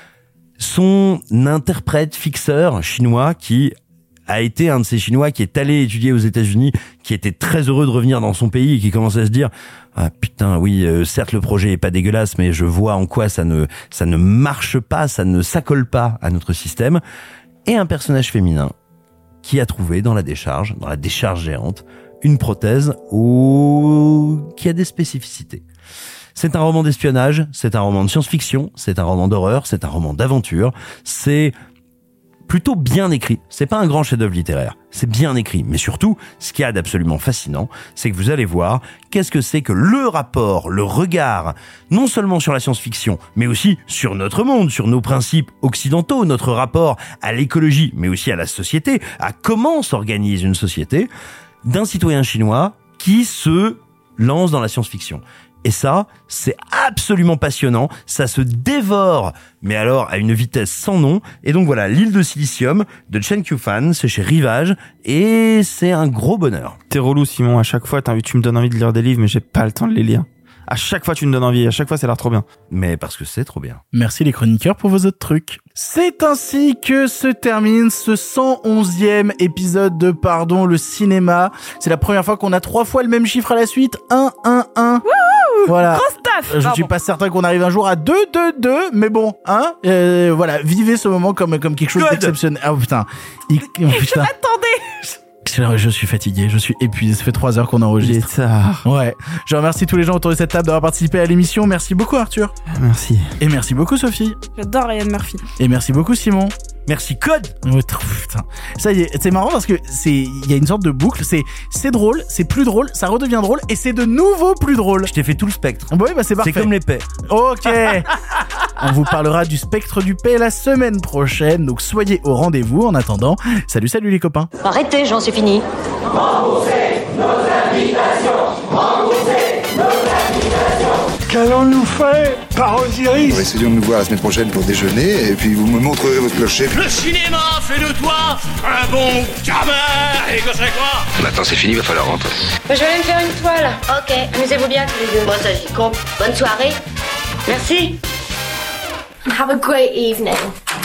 Son interprète fixeur chinois qui a été un de ces Chinois qui est allé étudier aux États-Unis, qui était très heureux de revenir dans son pays et qui commençait à se dire putain oui, certes le projet est pas dégueulasse, mais je vois en quoi ça ne marche pas, ça ne s'accole pas à notre système. Et un personnage féminin qui a trouvé dans la décharge géante, une prothèse qui a des spécificités. C'est un roman d'espionnage, c'est un roman de science-fiction, c'est un roman d'horreur, c'est un roman d'aventure, c'est plutôt bien écrit. C'est pas un grand chef-d'œuvre littéraire, c'est bien écrit. Mais surtout, ce qu'il y a d'absolument fascinant, c'est que vous allez voir qu'est-ce que c'est que le rapport, le regard, non seulement sur la science-fiction, mais aussi sur notre monde, sur nos principes occidentaux, notre rapport à l'écologie, mais aussi à la société, à comment s'organise une société, d'un citoyen chinois qui se lance dans la science-fiction. Et ça, c'est absolument passionnant, ça se dévore, mais alors à une vitesse sans nom. Et donc voilà, l'île de Silicium de Chen Qiufan, c'est chez Rivage, et c'est un gros bonheur. T'es relou, Simon, à chaque fois tu me donnes envie de lire des livres, mais j'ai pas le temps de les lire. À chaque fois tu me donnes envie, à chaque fois ça a l'air trop bien. Mais parce que c'est trop bien. Merci les chroniqueurs pour vos autres trucs. C'est ainsi que se termine ce 111e épisode de Pardon le cinéma. C'est la première fois qu'on a 3 fois le même chiffre à la suite. 1, 1, 1. Wouhou! Voilà. Grosse taf! Je suis pas certain qu'on arrive un jour à 2, 2, 2, mais bon, voilà, vivez ce moment comme quelque chose d'exceptionnel. Ah putain. Putain. Attendez! Je suis fatigué, je suis épuisé, ça fait 3 heures qu'on enregistre. Il est tard. Ouais. Je remercie tous les gens autour de cette table d'avoir participé à l'émission. Merci beaucoup Arthur. Merci. Et merci beaucoup Sophie. J'adore Ryan Murphy. Et merci beaucoup Simon. Merci Code. Oh, putain. Ça y est, c'est marrant parce que il y a une sorte de boucle, c'est drôle, c'est plus drôle, ça redevient drôle et c'est de nouveau plus drôle. Je t'ai fait tout le spectre. Oui, c'est parfait. C'est comme les paix. OK. On vous parlera du spectre du paix la semaine prochaine, donc soyez au rendez-vous. En attendant, salut les copains. Arrêtez, j'en suis fini. Remboursez nos invitations. Remboursez nos invitations. Qu'allons-nous faire par Osiris? Essayons de nous voir la semaine prochaine pour déjeuner, et puis vous me montrerez votre clocher. Le cinéma fait de toi un bon gamin. Et que c'est quoi? Maintenant c'est fini, il va falloir rentrer. Je vais aller me faire une toile. Ok, amusez-vous bien tous les deux. Bon, ça j'y compte. Bonne soirée. Merci. Have a great evening.